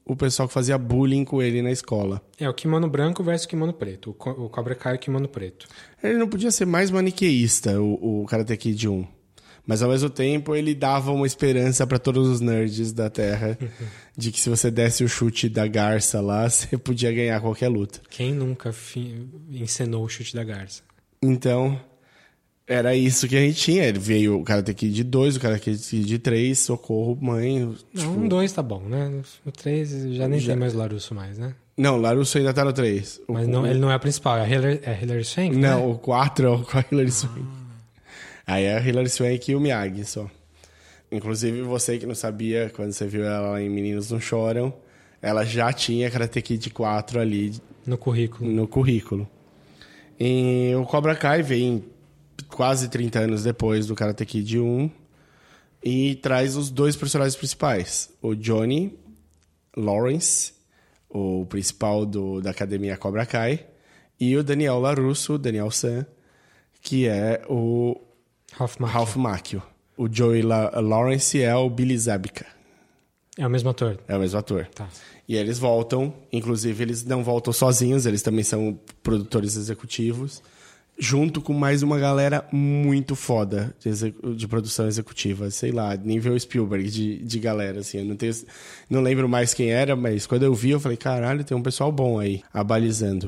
o pessoal que fazia bullying com ele na escola. É, o kimono branco versus o kimono preto. O, Co- o Cobra Kai é o kimono preto. Ele não podia ser mais maniqueísta, o, o Karate Kid um. Mas, ao mesmo tempo, ele dava uma esperança pra todos os nerds da Terra de que se você desse o chute da garça lá, você podia ganhar qualquer luta. Quem nunca fi... encenou o chute da garça? Então, era isso que a gente tinha. Ele veio o Karate Kid dois, o Karate Kid três, Socorro, Mãe... Não, tipo... um dois tá bom, né? O três já nem Já. tem mais Larusso mais, né? Não, Larusso ainda tá no três. O- Mas não, o- ele não é a principal, é a Hilary, é a Hilary Swank, Não, né? o quatro é o com a Hilary Swank. Aí é a Hilary Swank e o Miyagi só. Inclusive, você que não sabia, quando você viu ela lá em Meninos Não Choram, ela já tinha Karate Kid quatro ali No currículo. no currículo. E o Cobra Kai vem quase trinta anos depois do Karate Kid um e traz os dois personagens principais. O Johnny Lawrence, o principal do, da academia Cobra Kai, e o Daniel LaRusso, Daniel San, que é o Ralph Macchio. Ralph Macchio. O Joey La- Lawrence é o Billy Zabka. É o mesmo ator. É o mesmo ator. Tá. E eles voltam, inclusive eles não voltam sozinhos, eles também são produtores executivos, junto com mais uma galera muito foda de, execu- de produção executiva, sei lá, nível Spielberg de, de galera, assim, eu não tenho, não lembro mais quem era, mas quando eu vi eu falei, caralho, tem um pessoal bom aí, abalizando.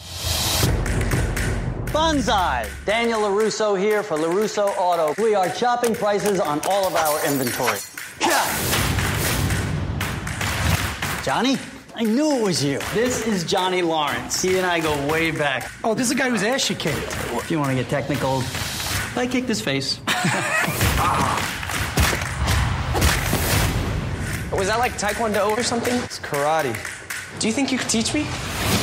Banzai! Daniel LaRusso here for LaRusso Auto. We are chopping prices on all of our inventory. Johnny? I knew it was you. This is Johnny Lawrence. He and I go way back. Oh, this is the guy whose ass you kicked. If you want to get technical, I kicked his face. Was that like Taekwondo or something? It's karate. Do you think you could teach me?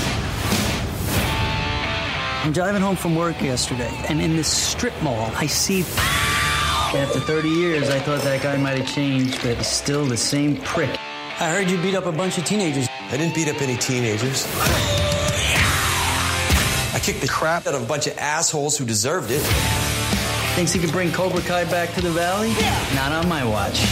I'm driving home from work yesterday, and in this strip mall, I see... After thirty years, I thought that guy might have changed, but he's still the same prick. I heard you beat up a bunch of teenagers. I didn't beat up any teenagers. I kicked the crap out of a bunch of assholes who deserved it. Thinks he can bring Cobra Kai back to the valley? Yeah. Not on my watch.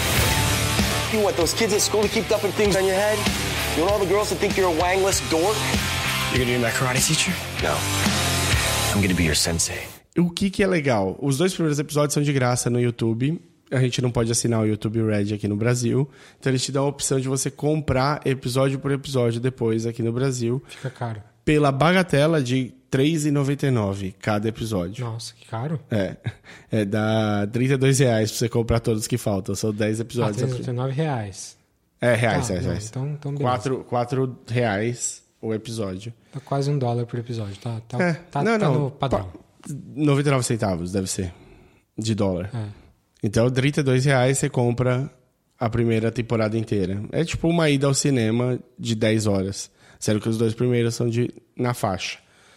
You want those kids at school to keep dumping things on your head? You want all the girls to think you're a wangless dork? You're gonna be my karate teacher? No. I'm gonna be your sensei. O que que é legal? Os dois primeiros episódios são de graça no YouTube. A gente não pode assinar o YouTube Red aqui no Brasil. Então eles te dão a opção de você comprar episódio por episódio depois aqui no Brasil. Fica caro. Pela bagatela de três reais e noventa e nove centavos cada episódio. Nossa, que caro. É. É, dá trinta e dois reais pra você comprar todos que faltam. São dez Ah, episódios. trezentos e noventa e nove reais. É, reais, Ah, é, não, reais. então- então beleza. quatro, quatro reais o episódio. Tá quase um dólar por episódio. Tá, tá, É, tá, não, tá não, no padrão. pa- noventa e nove centavos, deve ser. De dólar. É. Então, trinta e dois reais você compra a primeira temporada inteira. É tipo uma ida ao cinema de dez horas. Sendo que os dois primeiros são de, na faixa.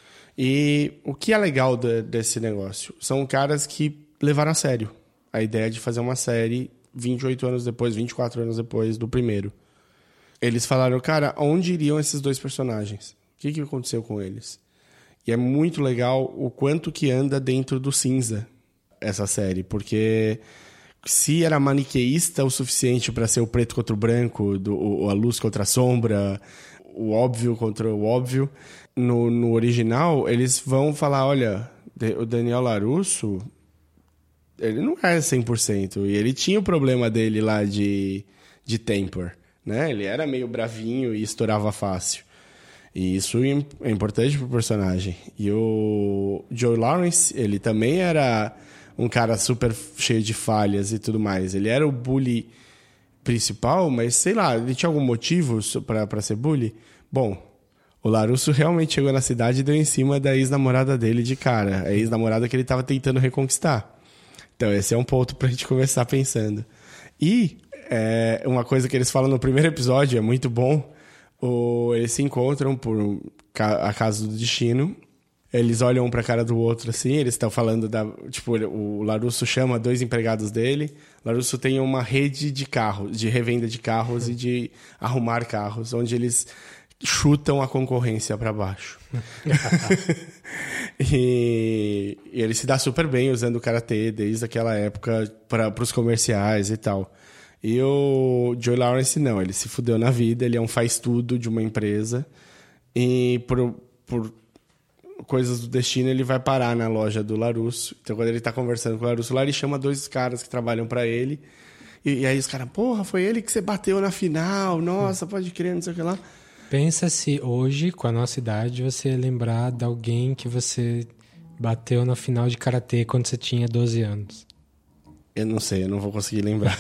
E o que é legal de, desse negócio? São caras que levaram a sério a ideia de fazer uma série vinte e oito anos depois, vinte e quatro anos depois do primeiro. Eles falaram, cara, onde iriam esses dois personagens? O que, que aconteceu com eles? E é muito legal o quanto que anda dentro do cinza essa série, porque se era maniqueísta o suficiente para ser o preto contra o branco, do, o, a luz contra a sombra, o óbvio contra o óbvio, no, no original eles vão falar, olha, o Daniel LaRusso, ele não é cem por cento, e ele tinha o problema dele lá de, de temper, né? Ele era meio bravinho e estourava fácil. E isso é importante pro personagem. E o Joey Lawrence, ele também era um cara super cheio de falhas e tudo mais. Ele era o bully principal, mas sei lá, ele tinha algum motivo pra, pra ser bully? Bom, o LaRusso realmente chegou na cidade e deu em cima da ex-namorada dele de cara. A ex-namorada que ele tava tentando reconquistar. Então esse é um ponto pra gente começar pensando. E é, uma coisa que eles falam no primeiro episódio, é muito bom, o, eles se encontram por acaso do destino. Eles olham um pra cara do outro assim, eles estão falando da... Tipo, o LaRusso chama dois empregados dele. O LaRusso tem uma rede de carros, de revenda de carros e de arrumar carros, onde eles chutam a concorrência pra baixo. e, e ele se dá super bem usando o karatê desde aquela época para os comerciais e tal. E o Joey Lawrence não, ele se fudeu na vida, ele é um faz-tudo de uma empresa e por, por coisas do destino ele vai parar na loja do LaRusso. Então quando ele tá conversando com o LaRusso lá, ele chama dois caras que trabalham pra ele e, e aí os caras, porra, foi ele que você bateu na final, nossa, pode crer, não sei o que lá. Pensa se hoje, com a nossa idade, você lembrar de alguém que você bateu na final de karatê quando você tinha doze anos. Eu não sei, eu não vou conseguir lembrar.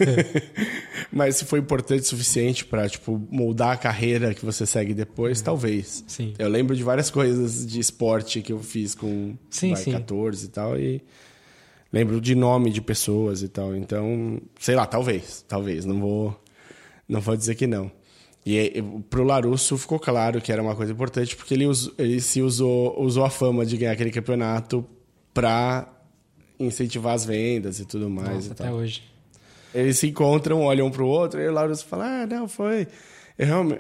Mas se foi importante o suficiente pra, tipo, moldar a carreira que você segue depois, é. talvez. Sim. Eu lembro de várias coisas de esporte que eu fiz com sim, vai, sim. catorze e tal, e lembro de nome de pessoas e tal. Então, sei lá, talvez, talvez. Não vou, não vou dizer que não. E pro LaRusso ficou claro que era uma coisa importante, porque ele, us, ele se usou, usou a fama de ganhar aquele campeonato pra incentivar as vendas e tudo mais. Nossa, e até tal. hoje. Eles se encontram, olham um pro outro, e o LaRusso fala, ah, não, foi... Eu, realmente,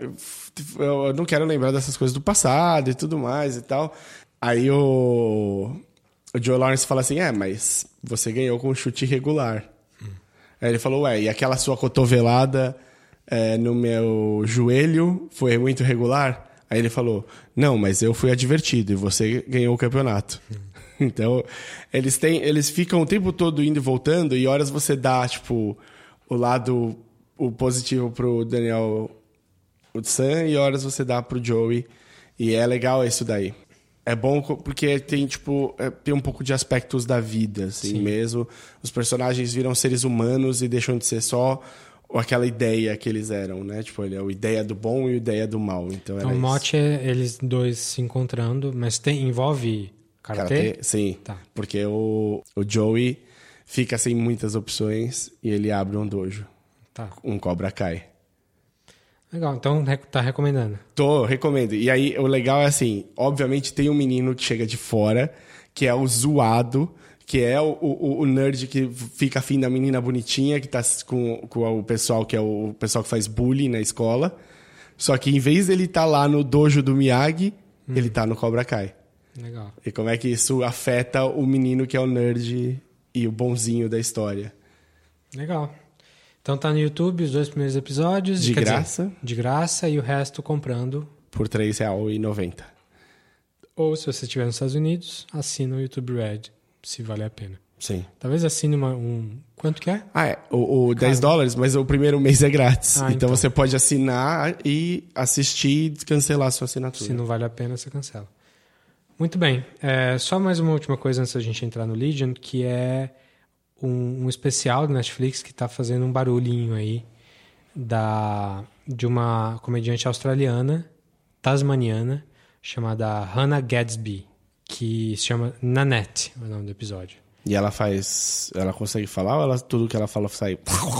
eu não quero lembrar dessas coisas do passado e tudo mais e tal. Aí o, o Joey Lawrence fala assim, é, mas você ganhou com um chute irregular. Hum. Aí ele falou, ué, e aquela sua cotovelada é, no meu joelho foi muito regular? Aí ele falou, não, mas eu fui advertido e você ganhou o campeonato. Hum. Então, eles têm, eles ficam o tempo todo indo e voltando, e horas você dá, tipo, o lado o positivo pro Daniel Hudson, e horas você dá pro Joey. E é legal isso daí. É bom porque tem, tipo, é, tem um pouco de aspectos da vida, assim, Sim. mesmo. Os personagens viram seres humanos e deixam de ser só aquela ideia que eles eram, né? Tipo, ele é a ideia do bom e a ideia do mal. Então, então o mote é eles dois se encontrando, mas tem, envolve... Karatê? Karatê? Sim, tá. Porque o, o Joey fica sem muitas opções e ele abre um dojo. Tá. Um Cobra Kai. Legal, então tá recomendando. Tô, recomendo. E aí, o legal é assim, obviamente tem um menino que chega de fora, que é o zoado, que é o, o, o nerd que fica afim da menina bonitinha, que tá com, com o pessoal que é o pessoal que faz bullying na escola. Só que em vez dele estar tá lá no dojo do Miyagi, hum. ele tá no Cobra Kai. Legal. E como é que isso afeta o menino que é o nerd e o bonzinho da história. Legal. Então tá no YouTube os dois primeiros episódios. De graça. Dizer, de graça e o resto comprando. Por três reais e noventa centavos. Ou se você estiver nos Estados Unidos, assina o YouTube Red, se vale a pena. Sim. Talvez assine uma, um... Quanto que é? Ah, é. O, o dez dólares, mas o primeiro mês é grátis. Ah, então, então você pode assinar e assistir e cancelar a sua assinatura. Se não vale a pena, você cancela. Muito bem. É, só mais uma última coisa antes da gente entrar no Legion, que é um, um especial do Netflix que está fazendo um barulhinho aí da, de uma comediante australiana, tasmaniana, chamada Hannah Gadsby, que se chama Nanette, é o nome do episódio. E ela faz... Ela consegue falar ou ela, tudo que ela fala sai...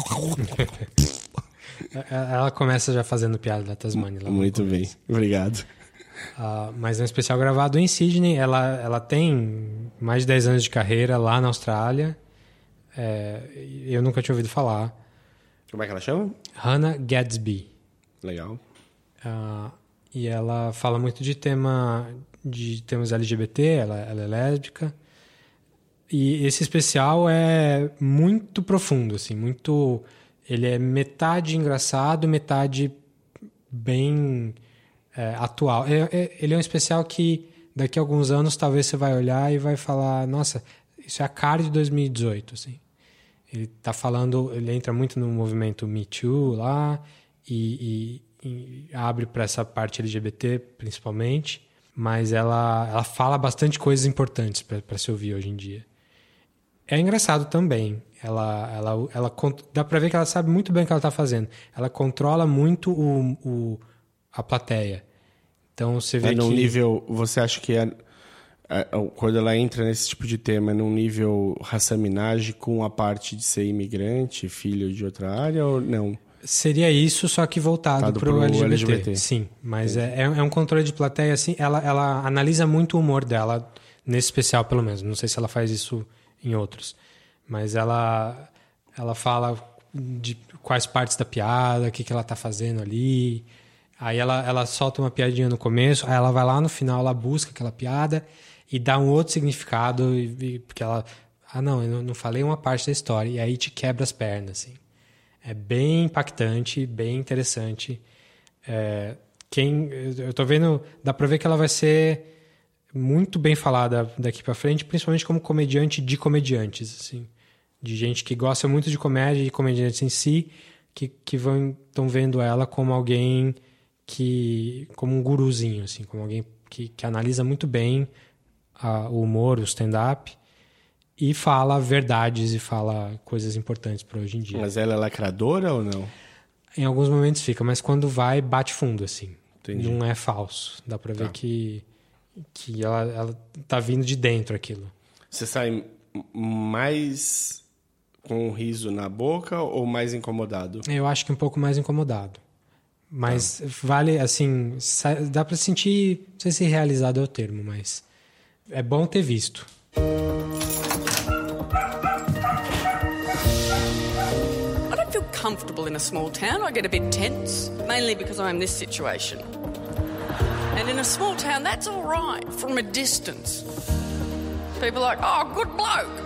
Ela começa já fazendo piada da Tasmânia. Lá Muito bem. Obrigado. Uh, mas é um especial gravado em Sydney. Ela, ela tem mais de dez anos de carreira lá na Austrália. É, eu nunca tinha ouvido falar. Como é que ela chama? Hannah Gadsby. Legal. Uh, e ela fala muito de tema de temas L G B T, ela, ela é lésbica. E esse especial é muito profundo, assim, muito... Ele é metade engraçado, metade bem... É, atual. É, é, ele é um especial que daqui a alguns anos talvez você vai olhar e vai falar, nossa, isso é a cara de dois mil e dezoito, assim. Ele tá falando, ele entra muito no movimento Me Too lá e, e, e abre para essa parte L G B T principalmente, mas ela, ela fala bastante coisas importantes para se ouvir hoje em dia. É engraçado também. Ela, ela, ela, dá para ver que ela sabe muito bem o que ela tá fazendo. Ela controla muito o, o a plateia. Então você vê é num que... nível, você acha que é, é, quando ela entra nesse tipo de tema, é num nível raça minagem com a parte de ser imigrante, filho de outra área ou não? Seria isso, só que voltado para o L G B T. L G B T. Sim, mas é, é um controle de plateia assim. Ela, ela analisa muito o humor dela, nesse especial pelo menos. Não sei se ela faz isso em outros. Mas ela, ela fala de quais partes da piada, o que, que ela tá fazendo ali... Aí ela, ela solta uma piadinha no começo, aí ela vai lá no final, ela busca aquela piada e dá um outro significado, e, e, porque ela... Ah, não, eu não falei uma parte da história, e aí te quebra as pernas, assim. É bem impactante, bem interessante. É, quem, eu tô vendo, dá pra ver que ela vai ser muito bem falada daqui pra frente, principalmente como comediante de comediantes, assim. De gente que gosta muito de comédia e de comediantes em si, que, que vão, estão vendo ela como alguém que... como um guruzinho, assim, como alguém que, que analisa muito bem a, o humor, o stand-up, e fala verdades e fala coisas importantes para hoje em dia. Mas ela é lacradora ou não? Em alguns momentos fica, mas quando vai, bate fundo, assim. Entendi. Não é falso. Dá pra ver Tá. que, que ela, ela tá vindo de dentro aquilo. Você sai mais com um riso na boca ou mais incomodado? Eu acho que um pouco mais incomodado. Mas tá. Vale, assim, dá pra sentir, não sei se realizado é o termo, mas é bom ter visto. I don't feel comfortable in a small town. I get a bit tense, mainly because I'm in this situation. And in a small town, that's all right from a distance. People are like, oh, good bloke.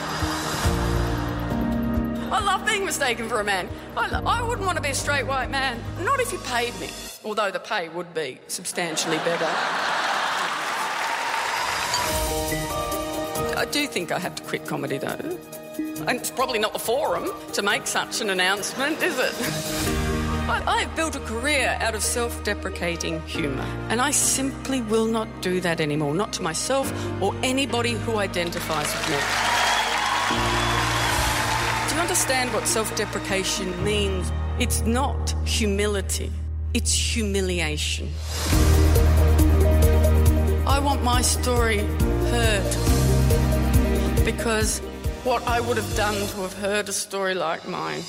I love being mistaken for a man. I, lo- I wouldn't want to be a straight white man. Not if you paid me, although the pay would be substantially better. I do think I have to quit comedy, though. And it's probably not the forum to make such an announcement, is it? I, I've built a career out of self-deprecating humour, and I simply will not do that anymore, not to myself or anybody who identifies with me. Do you understand what self-deprecation means? It's not humility, it's humiliation. I want my story heard because what I would have done to have heard a story like mine.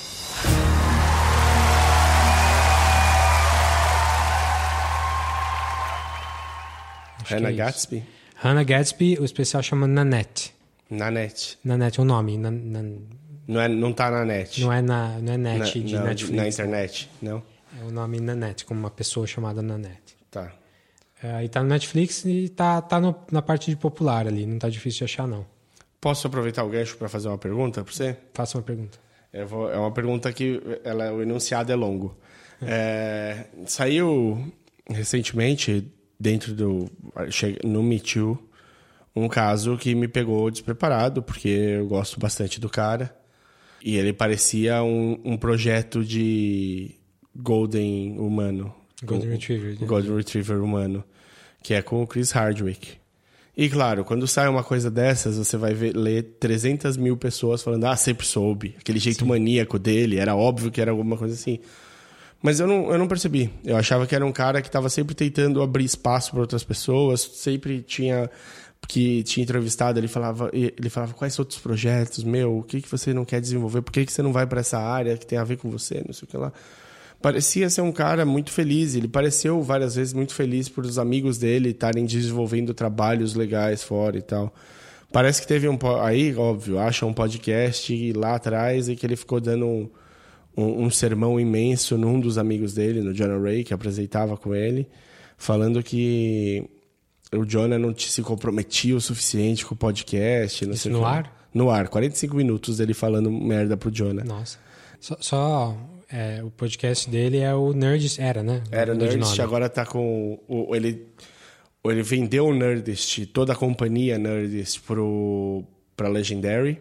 Hannah Gadsby? Hannah Gadsby, o especial chama Nanette. Nanette. Nanette é o nome. Nan, nan... Não, é, não tá na net. Não é na, não é net na, de não, Netflix. Na internet, não? É o nome Nanette, como uma pessoa chamada Nanette. Tá. É, e tá no Netflix e tá, tá no, na parte de popular ali. Não tá difícil de achar, não. Posso aproveitar o gancho para fazer uma pergunta para você? Faça uma pergunta. Eu vou, é uma pergunta que ela, o enunciado é longo. É, saiu recentemente, dentro do... no Me Too, um caso que me pegou despreparado, porque eu gosto bastante do cara. E ele parecia um, um projeto de Golden humano. Golden Retriever. Um, Golden Retriever humano. Que é com o Chris Hardwick. E, claro, quando sai uma coisa dessas, você vai ver, ler trezentas mil pessoas falando, ah, sempre soube. Aquele jeito Sim. maníaco dele, era óbvio que era alguma coisa assim. Mas eu não, eu não percebi. Eu achava que era um cara que estava sempre tentando abrir espaço para outras pessoas, sempre tinha... que tinha entrevistado, ele falava, ele falava quais outros projetos, meu, o que, que você não quer desenvolver, por que, que você não vai para essa área que tem a ver com você, não sei o que lá. Parecia ser um cara muito feliz, ele pareceu várias vezes muito feliz por os amigos dele estarem desenvolvendo trabalhos legais fora e tal. Parece que teve um... Aí, óbvio, acha um podcast lá atrás e que ele ficou dando um, um, um sermão imenso num dos amigos dele, no Jonah Ray, que apresentava com ele, falando que... o Jonah não se comprometia o suficiente com o podcast. Não Isso sei no que. ar? No ar. quarenta e cinco minutos dele falando merda pro Jonah. Nossa. Só... só é, o podcast dele é o Nerdist. Era, né? Era o Nerdist, agora tá com... O, ele, ele vendeu o Nerdist, toda a companhia Nerdist pro, pra Legendary.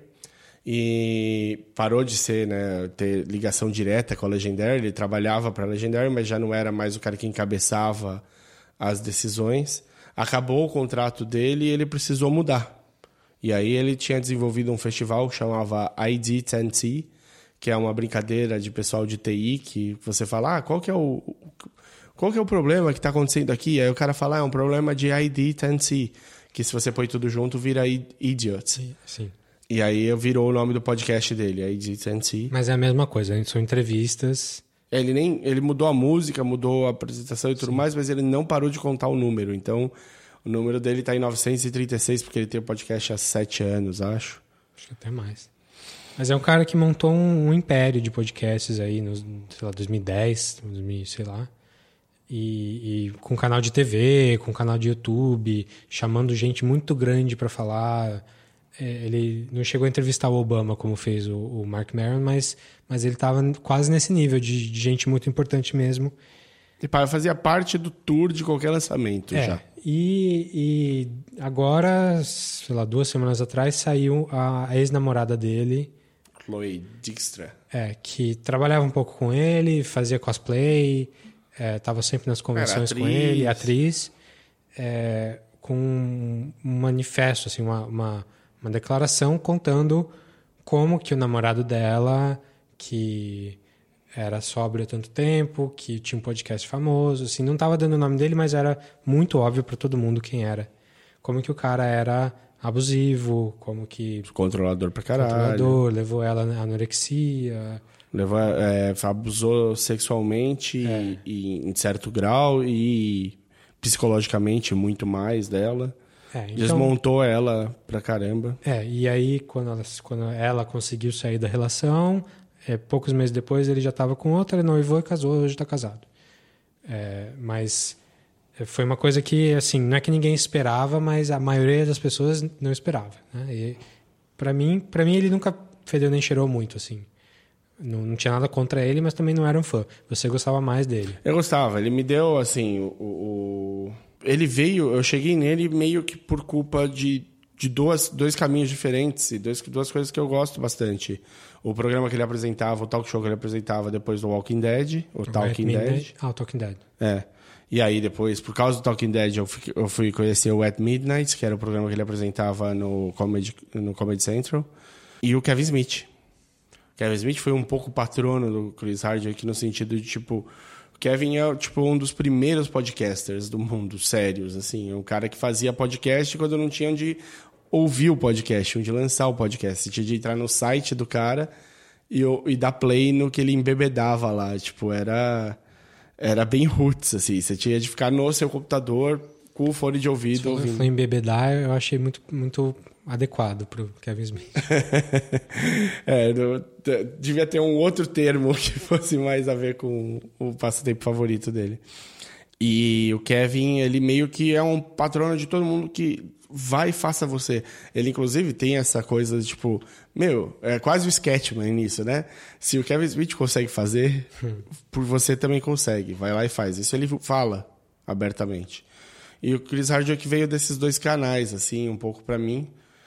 E parou de ser, né, ter ligação direta com a Legendary. Ele trabalhava pra Legendary, mas já não era mais o cara que encabeçava as decisões. Acabou o contrato dele e ele precisou mudar. E aí ele tinha desenvolvido um festival que chamava I D dez T, que é uma brincadeira de pessoal de T I, que você fala, ah, qual que é o, qual que é o problema que está acontecendo aqui? Aí o cara fala, ah, é um problema de I D dez T, que se você põe tudo junto vira Idiot. Sim, sim. E aí virou o nome do podcast dele, I D dez T. Mas é a mesma coisa, são entrevistas... Ele, nem, ele mudou a música, mudou a apresentação e tudo Sim. mais, mas ele não parou de contar o número. Então, o número dele está em novecentos e trinta e seis, porque ele tem o podcast há sete anos, acho. Acho que até mais. Mas é um cara que montou um, um império de podcasts aí, no, sei lá, dois mil e dez, dois mil, sei lá. E, e com canal de T V, com canal de YouTube, chamando gente muito grande para falar. Ele não chegou a entrevistar o Obama como fez o, o Marc Maron, mas, mas ele estava quase nesse nível de, de gente muito importante mesmo. E fazia parte do tour de qualquer lançamento é, já. E, e agora, sei lá, duas semanas atrás, saiu a, a ex-namorada dele... Chloe Dykstra. É, que trabalhava um pouco com ele, fazia cosplay, estava é, sempre nas convenções com ele, atriz, é, com um manifesto, assim, uma, uma, uma declaração contando como que o namorado dela, que era sóbrio há tanto tempo, que tinha um podcast famoso, assim, não estava dando o nome dele, mas era muito óbvio para todo mundo quem era. Como que o cara era abusivo, como que... Controlador pra caralho. Controlador, levou ela à anorexia. Levou, é, abusou sexualmente é. e, em certo grau e psicologicamente muito mais dela. É, então, desmontou ela pra caramba. É, e aí quando ela, quando ela conseguiu sair da relação, é, poucos meses depois ele já estava com outra, ele noivou e casou, hoje está casado. É, mas... Foi uma coisa que, assim, não é que ninguém esperava, mas a maioria das pessoas não esperava, né? E para mim, para mim ele nunca fedeu nem cheirou muito, assim. Não, não tinha nada contra ele, mas também não era um fã. Você gostava mais dele? Eu gostava. Ele me deu, assim, o... o... Ele veio... Eu cheguei nele meio que por culpa de, de duas, dois caminhos diferentes e dois, duas coisas que eu gosto bastante. O programa que ele apresentava, o talk show que ele apresentava depois do Walking Dead, o Talking Dead. Ah, o Talking Dead. É. E aí, depois, por causa do Talking Dead, eu fui, eu fui conhecer o At Midnight, que era o programa que ele apresentava no Comedy, no Comedy Central. E o Kevin Smith. O Kevin Smith foi um pouco patrono do Chris Hardwick, no sentido de, tipo... O Kevin é, tipo, um dos primeiros podcasters do mundo, sérios, assim. É um cara que fazia podcast quando não tinha onde ouvir o podcast, onde lançar o podcast. Você tinha de entrar no site do cara e, e dar play no que ele embebedava lá. Tipo, era... Era bem roots, assim. Você tinha de ficar no seu computador com o fone de ouvido. Se ouvindo. Foi embebedar, eu achei muito, muito adequado pro Kevin Smith. é, no, devia ter um outro termo que fosse mais a ver com o passatempo favorito dele. E o Kevin, ele meio que é um patrono de todo mundo que vai e faça você. Ele, inclusive, tem essa coisa de, tipo... Meu, é quase o Sketchman nisso, né? Se o Kevin Smith consegue fazer, hum. por você também consegue. Vai lá e faz. Isso ele fala abertamente. E o Chris Hardwick veio desses dois canais, assim, um pouco pra mim.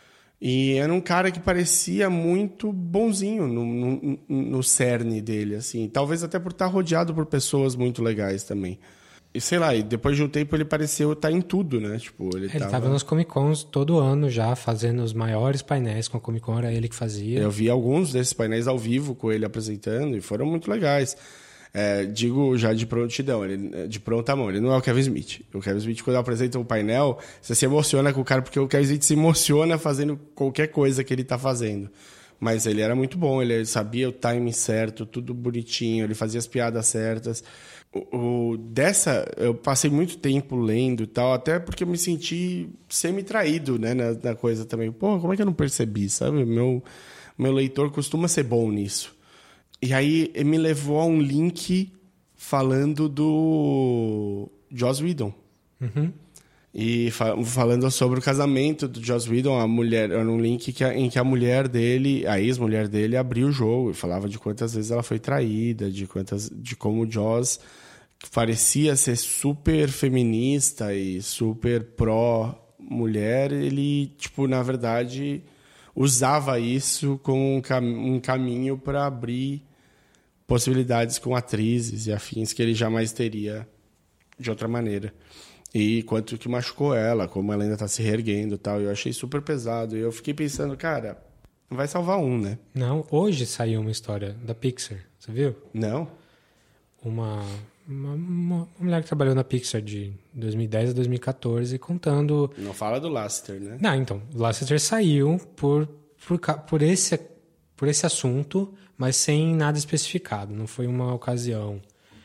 E era um cara que parecia muito bonzinho no, no, no cerne dele, assim. Talvez até por estar rodeado por pessoas muito legais também. E sei lá, e depois de um tempo ele pareceu estar em tudo, né? Tipo, ele, ele tava... tava nos Comic Cons todo ano já, fazendo os maiores painéis com a Comic Con, era ele que fazia. Eu vi alguns desses painéis ao vivo com ele apresentando e foram muito legais. É, digo já de prontidão, ele, de pronta mão, ele não é o Kevin Smith. O Kevin Smith, quando apresenta um painel, você se emociona com o cara, porque o Kevin Smith se emociona fazendo qualquer coisa que ele tá fazendo. Mas ele era muito bom, ele sabia o timing certo, tudo bonitinho, ele fazia as piadas certas. O, o, dessa, eu passei muito tempo lendo e tal, até porque eu me senti semi-traído, né, na, na coisa também. Pô, como é que eu não percebi, sabe? Meu, meu leitor costuma ser bom nisso. E aí me levou a um link falando do Joss Whedon. Uhum. E fa- falando sobre o casamento do Joss Whedon, a mulher, era um link que a, em que a mulher dele, a ex-mulher dele, abriu o jogo e falava de quantas vezes ela foi traída, de, quantas, de como o Joss parecia ser super feminista e super pró-mulher, ele, tipo, na verdade, usava isso como um, cam- um caminho para abrir possibilidades com atrizes e afins que ele jamais teria de outra maneira. E quanto que machucou ela, como ela ainda tá se reerguendo e tal. Eu achei super pesado. E eu fiquei pensando, cara, vai salvar um, né? Não, hoje saiu uma história da Pixar, você viu? Não. Uma, uma, uma mulher que trabalhou na Pixar de dois mil e dez a dois mil e catorze contando... Não fala do Lasseter, né? Não, então, o Lasseter saiu por, por, por, esse, por esse assunto, mas sem nada especificado. Não foi uma ocasião...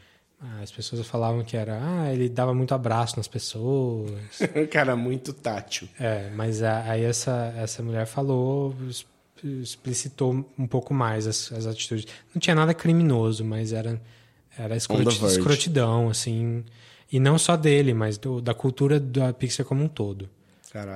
As pessoas falavam que era... Ah, ele dava muito abraço nas pessoas. Um cara muito tátil. É, mas aí essa, essa mulher falou, explicitou um pouco mais as, as atitudes. Não tinha nada criminoso, mas era, era escroti, escrotidão, assim. E não só dele, mas do, da cultura da Pixar como um todo. Caralho.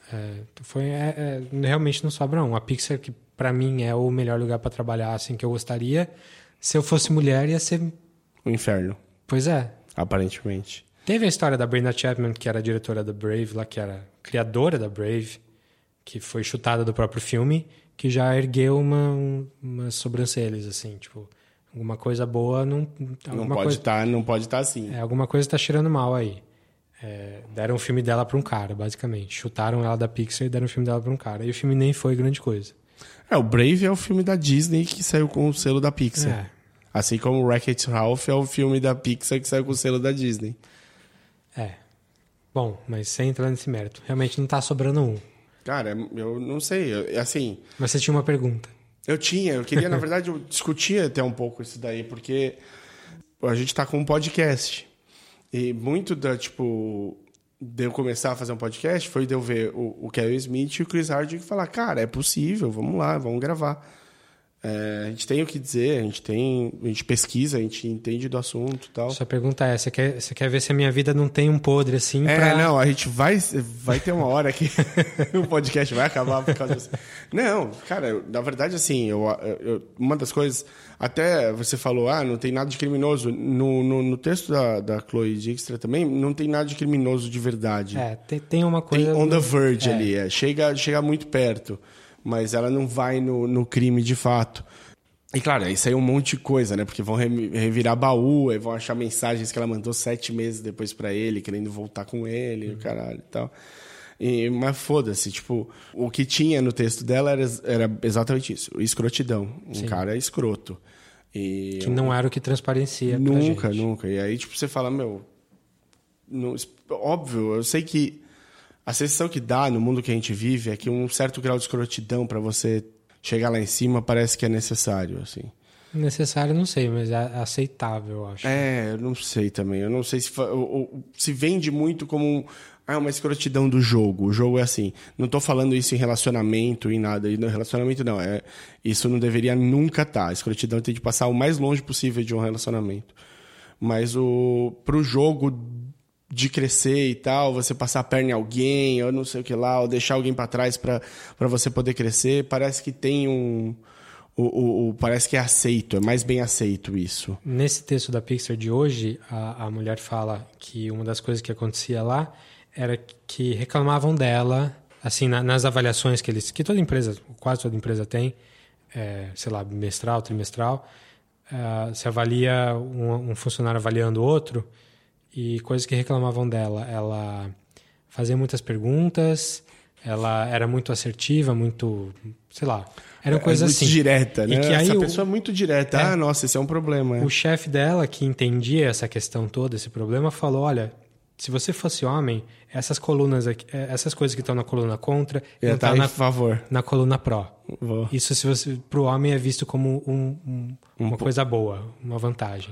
É, foi, é, é, realmente não sobra um. A Pixar, que pra mim é o melhor lugar pra trabalhar, assim, que eu gostaria. Se eu fosse mulher, ia ser... O inferno. Pois é. Aparentemente. Teve a história da Brenda Chapman, que era a diretora da Brave, lá, que era criadora da Brave, que foi chutada do próprio filme, que já ergueu uma, um, umas sobrancelhas, assim, tipo... Alguma coisa boa não... Não pode coisa, tá, não pode estar tá assim. É, alguma coisa tá cheirando mal aí. É, deram o filme dela pra um cara, basicamente. Chutaram ela da Pixar e deram o filme dela pra um cara. E o filme nem foi grande coisa. É, o Brave é o filme da Disney que saiu com o selo da Pixar. É. Assim como o Wreck-It Ralph é o filme da Pixar que saiu com o selo da Disney. É. Bom, mas sem entrar nesse mérito. Realmente não tá sobrando um. Cara, eu não sei. Eu, assim... Mas você tinha uma pergunta. Eu tinha. Eu queria, na verdade, eu discutia até um pouco isso daí, porque a gente tá com um podcast. E muito da, tipo... de eu começar a fazer um podcast foi de eu ver o, o Kevin Smith e o Chris Hardwick falar, cara, é possível, vamos lá, vamos gravar. É, a gente tem o que dizer, a gente tem, a gente pesquisa, a gente entende do assunto e tal. Sua pergunta é, você quer, você quer ver se a minha vida não tem um podre assim? É, pra... não, a gente vai, vai ter uma hora que o podcast vai acabar por causa disso. Não, cara, na verdade, assim, eu, eu, uma das coisas, até você falou, ah, não tem nada de criminoso. No, no, no texto da, da Chloe Dykstra também, não tem nada de criminoso de verdade. É, tem, tem uma coisa... Tem on the verge é. ali, é, chega, chega muito perto, mas ela não vai no, no crime de fato. E claro, aí saiu um monte de coisa, né? Porque vão re- revirar baú, aí vão achar mensagens que ela mandou sete meses depois pra ele, querendo voltar com ele, uhum. caralho e tal. E, mas foda-se, tipo, o que tinha no texto dela era, era exatamente isso, escrotidão. Um Sim. cara escroto. E que não era o que transparecia nunca, pra gente. Nunca. E aí, tipo, você fala, meu... Não, óbvio, eu sei que a sensação que dá no mundo que a gente vive é que um certo grau de escrotidão pra você chegar lá em cima parece que é necessário, assim. Necessário, não sei, mas é aceitável, eu acho. É, eu não sei também. Eu não sei se... Se vende muito como um... Ah, uma escrotidão do jogo. O jogo é assim. Não tô falando isso em relacionamento, em nada. E no relacionamento, não. É, isso não deveria nunca estar. A escrotidão tem de passar o mais longe possível de um relacionamento. Mas o, pro jogo de crescer e tal, você passar a perna em alguém, ou não sei o que lá, ou deixar alguém para trás para você poder crescer, parece que tem um... O, o, o, parece que é aceito, é mais bem aceito isso. Nesse texto da Pixar de hoje, a, a mulher fala que uma das coisas que acontecia lá era que reclamavam dela, assim, na, nas avaliações que eles... Que toda empresa, quase toda empresa tem, é, sei lá, bimestral, trimestral, uh, se avalia um, um funcionário avaliando o outro, e coisas que reclamavam dela. Ela fazia muitas perguntas, ela era muito assertiva, muito... sei lá... Eram coisas muito assim. direta, né? E que aí essa o, pessoa é muito direta. É, ah, nossa, esse é um problema. É. O chefe dela, que entendia essa questão toda, esse problema, falou, olha, se você fosse homem, essas colunas aqui, essas coisas que estão na coluna contra, eu não tá tá em na, favor. na coluna pró. Vou. Isso, se você, pro homem, é visto como um, um, um uma coisa boa, uma vantagem.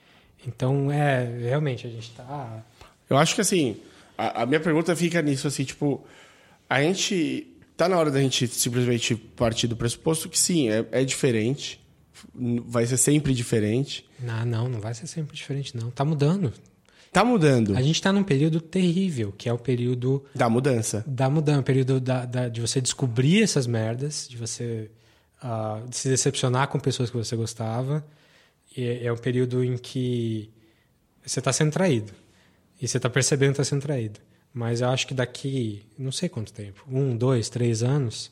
Então, é, realmente, a gente tá... Eu acho que, assim, a, a minha pergunta fica nisso, assim, tipo, a gente... Tá na hora da gente simplesmente partir do pressuposto que sim, é, é diferente. Vai ser sempre diferente. Não, não, não vai ser sempre diferente, não. Tá mudando. Tá mudando. A gente tá num período terrível, que é o período... Da mudança. Da mudança. O período da, da, de você descobrir essas merdas, de você uh, de se decepcionar com pessoas que você gostava. E é um período em que você tá sendo traído. E você tá percebendo que tá sendo traído. Mas eu acho que daqui, não sei quanto tempo, um, dois, três anos,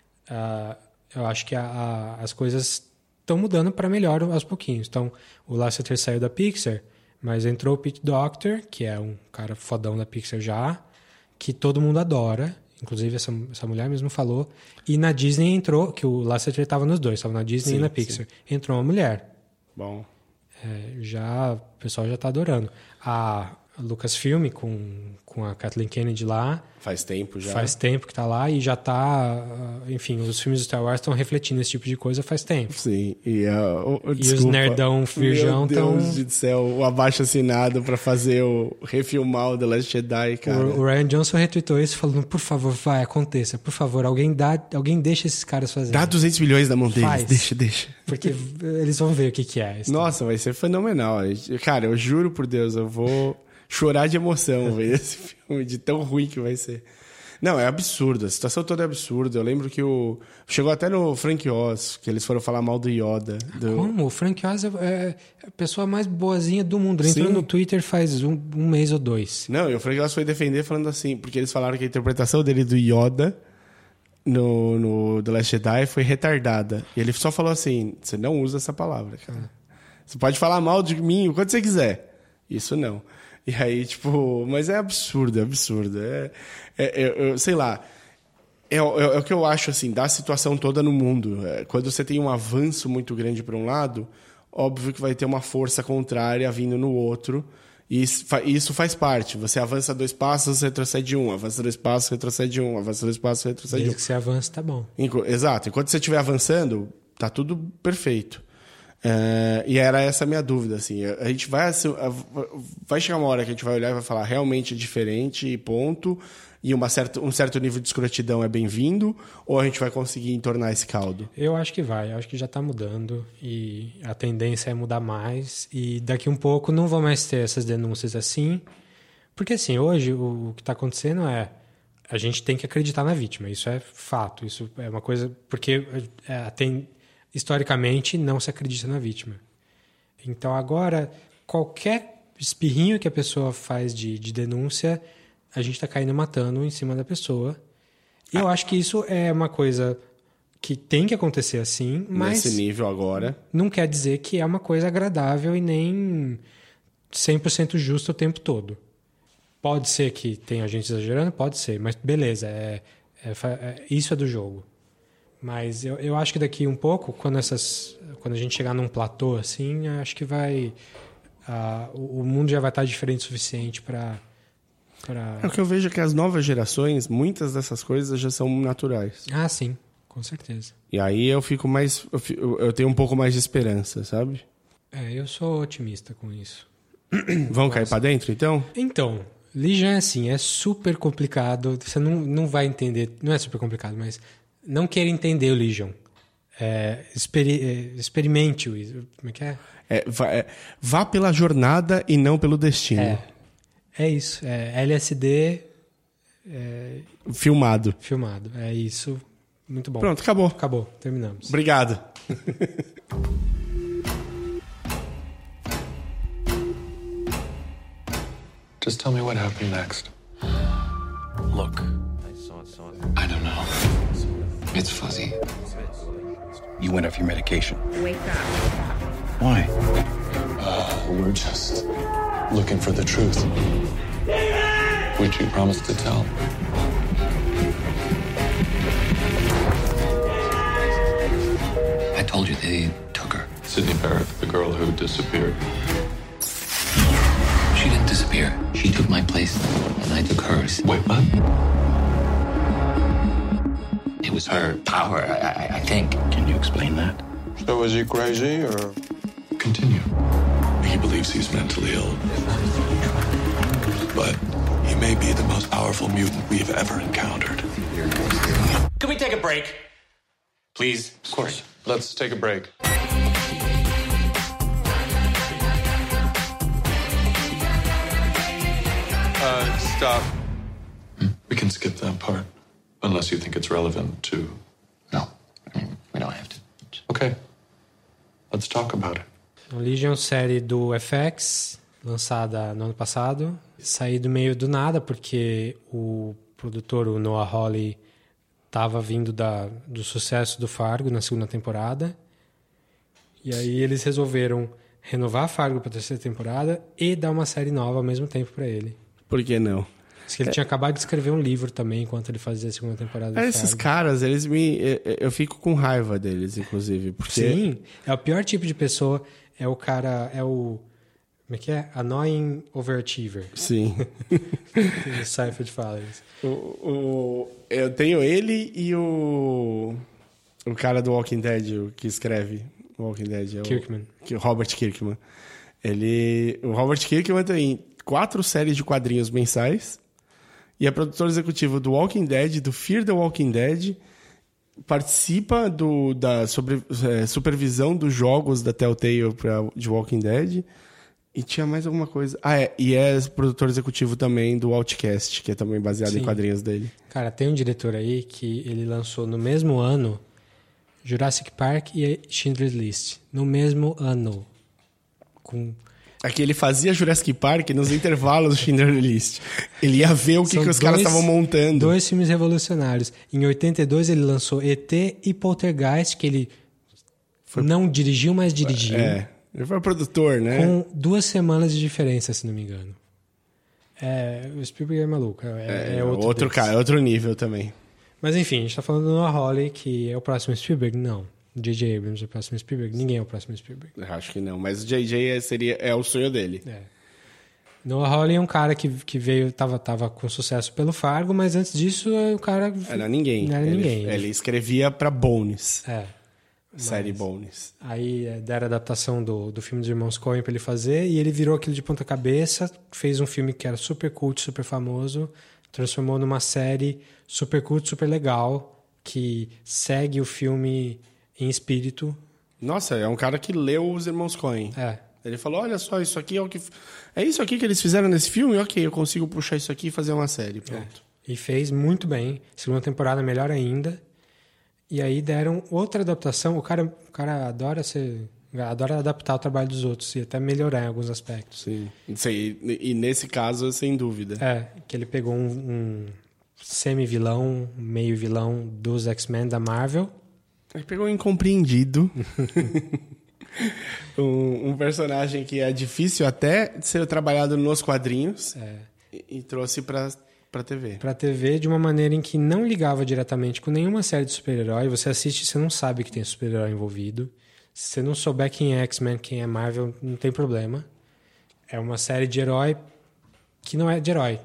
uh, eu acho que a, a, as coisas estão mudando para melhor aos pouquinhos. Então, o Lasseter saiu da Pixar, mas entrou o Pete Docter, que é um cara fodão da Pixar já, que todo mundo adora, inclusive essa, essa mulher mesmo falou. E na Disney entrou, que o Lasseter estava nos dois, estava na Disney sim, e na Pixar. Sim. Entrou uma mulher. Bom. É, já, o pessoal já está adorando. A Lucasfilm com, com a Kathleen Kennedy lá. Faz tempo já. Faz tempo que está lá e já está... Enfim, os filmes do Star Wars estão refletindo esse tipo de coisa faz tempo. Sim. E, uh, oh, e os nerdão virgão estão... Meu Deus tão... do céu, o abaixo-assinado para fazer o... refilmar o The Last Jedi, cara. O, o Ryan Johnson retweetou isso falando, por favor, vai, aconteça. Por favor, alguém, dá, alguém deixa esses caras fazerem. Dá duzentos milhões na mão deles. Faz. Deixa, deixa. Porque eles vão ver o que, que é. Nossa, vai ser fenomenal. Cara, eu juro por Deus, eu vou... chorar de emoção ver esse filme, de tão ruim que vai ser. Não, é absurdo. A situação toda é absurda. Eu lembro que o... Chegou até no Frank Oz, que eles foram falar mal do Yoda. Do... Como? O Frank Oz é a pessoa mais boazinha do mundo. Ele Sim. entrou no Twitter faz um, um mês ou dois. Não, e o Frank Oz foi defender falando assim, porque eles falaram que a interpretação dele do Yoda no, no The Last Jedi foi retardada. E ele só falou assim, você não usa essa palavra, cara. Você pode falar mal de mim o quanto você quiser. Isso não. E aí, tipo... Mas é absurdo, é absurdo. É, é, é, é, sei lá... É, é, é o que eu acho, assim, da situação toda no mundo. É, quando você tem um avanço muito grande para um lado, óbvio que vai ter uma força contrária vindo no outro. E isso faz parte. Você avança dois passos, retrocede um. Avança dois passos, retrocede um. Avança dois passos, retrocede Desde um. que você avança, tá bom. Exato. Enquanto você estiver avançando, tá tudo perfeito. É, e era essa a minha dúvida, assim. A gente vai... Vai chegar uma hora que a gente vai olhar e vai falar realmente é diferente e ponto... E uma certa, um certo nível de escrotidão é bem-vindo? Ou a gente vai conseguir entornar esse caldo? Eu acho que vai. Eu acho que já está mudando. E a tendência é mudar mais. E daqui um pouco não vão mais ter essas denúncias assim. Porque, assim, hoje o, o que está acontecendo é... A gente tem que acreditar na vítima. Isso é fato. Isso é uma coisa... Porque é, tem, historicamente não se acredita na vítima. Então, agora, qualquer espirrinho que a pessoa faz de, de denúncia... A gente está caindo matando em cima da pessoa. E eu acho que isso é uma coisa que tem que acontecer assim, mas... Nesse nível agora. Não quer dizer que é uma coisa agradável e nem cem por cento justa o tempo todo. Pode ser que tenha gente exagerando? Pode ser, mas beleza, é, é, é, isso é do jogo. Mas eu, eu acho que daqui um pouco, quando, essas, quando a gente chegar num platô assim, acho que vai... Uh, o, o mundo já vai estar diferente o suficiente para... Pra... É o que eu vejo é que as novas gerações, muitas dessas coisas já são naturais. Ah, sim, com certeza. E aí eu fico mais... Eu, fico, eu tenho um pouco mais de esperança, sabe? É, eu sou otimista com isso. Vamos cair pra dentro, então? Então, Legion é assim, é super complicado. Você não, não vai entender... Não é super complicado, mas... Não queira entender o Legion. É, experi, é, experimente-o. Como é que é? É, vá, é? Vá pela jornada e não pelo destino. É. É isso, é L S D... É... Filmado. Filmado, é isso. Muito bom. Pronto, acabou. Acabou, terminamos. Obrigado. Just tell me what happened next. Look, I don't know. It's fuzzy. You went off your medication. Wake up. Why? Uh, we're just looking for the truth. Which you promised to tell. I told you they took her. Sydney Barrett, the girl who disappeared. She didn't disappear. She took my place, and I took hers. Wait, what? It was her power, I, I think. Can you explain that? So is he crazy, or... Continue. He believes he's mentally ill. But he may be the most powerful mutant we've ever encountered. Can we take a break? Please? Of course. Let's take a break. Uh, stop. Hmm? We can skip that part. Unless you think it's relevant to... No, I mean, we don't have to. Okay. Let's talk about it. Legion, série do F X, lançada no ano passado. Saiu do meio do nada, porque o produtor, o Noah Hawley, estava vindo da, do sucesso do Fargo na segunda temporada. E aí eles resolveram renovar Fargo para a terceira temporada e dar uma série nova ao mesmo tempo para ele. Por que não? Diz que ele é. tinha acabado de escrever um livro também enquanto ele fazia a segunda temporada do é, Fargo. Esses caras, eles me... Eu, eu fico com raiva deles, inclusive. Porque... Sim, é o pior tipo de pessoa. É o cara... É o... Como é que é? Annoying overachiever. Sim. O Seinfeld fala isso. O, o, eu tenho ele e o... O cara do Walking Dead, o que escreve o Walking Dead. É Kirkman. O, Robert Kirkman. Ele... O Robert Kirkman tem quatro séries de quadrinhos mensais. E é produtor executivo do Walking Dead, do Fear the Walking Dead, participa do, da sobre, é, supervisão dos jogos da Telltale pra, de Walking Dead, E tinha mais alguma coisa. Ah, é. E é produtor executivo também do Outcast, que é também baseado Sim. em quadrinhos dele. Cara, tem um diretor aí que ele lançou no mesmo ano Jurassic Park e Schindler's List. No mesmo ano. Com... Aqui ele fazia Jurassic Park nos intervalos do Schindler's List. Ele ia ver o que, que os dois, caras estavam montando. Dois filmes revolucionários. Em oitenta e dois ele lançou E T e Poltergeist, que ele foi... não dirigiu, mas dirigiu. É, ele foi produtor, né? Com duas semanas de diferença, se não me engano. É, o Spielberg é maluco. É, é, é outro, outro cara, outro nível também. Mas enfim, a gente tá falando do Noah Hawley, que é o próximo Spielberg? Não. J J Abrams é o próximo Spielberg? Ninguém é o próximo Spielberg. Acho que não, mas o J J é, seria, é o sonho dele. É. Noah Hawley é um cara que, que veio, tava, tava com sucesso pelo Fargo, mas antes disso o cara... Era ninguém. Não era ele, ninguém. Ele escrevia pra Bones. É. Série Bones. Aí deram a adaptação do, do filme dos Irmãos Coen pra ele fazer, e ele virou aquilo de ponta cabeça, fez um filme que era super cult, super famoso, transformou numa série super cult, super legal, que segue o filme em espírito. Nossa, é um cara que leu os Irmãos Coen. É. Ele falou, olha só, isso aqui é o que... É isso aqui que eles fizeram nesse filme? Ok, eu consigo puxar isso aqui e fazer uma série, pronto. É. E fez muito bem. Segunda temporada melhor ainda. E aí deram outra adaptação. O cara, o cara adora ser... Adora adaptar o trabalho dos outros e até melhorar em alguns aspectos. Sim. Sim. E, e nesse caso, sem dúvida. É, que ele pegou um, um semi-vilão, meio vilão dos X-Men da Marvel. Ele pegou um incompreendido. um, um personagem que é difícil até de ser trabalhado nos quadrinhos. É. E, e trouxe pra, pra T V. Pra T V de uma maneira em que não ligava diretamente com nenhuma série de super-herói. Você assiste e você não sabe que tem super-herói envolvido. Se você não souber quem é X-Men, quem é Marvel, não tem problema. É uma série de herói que não é de herói.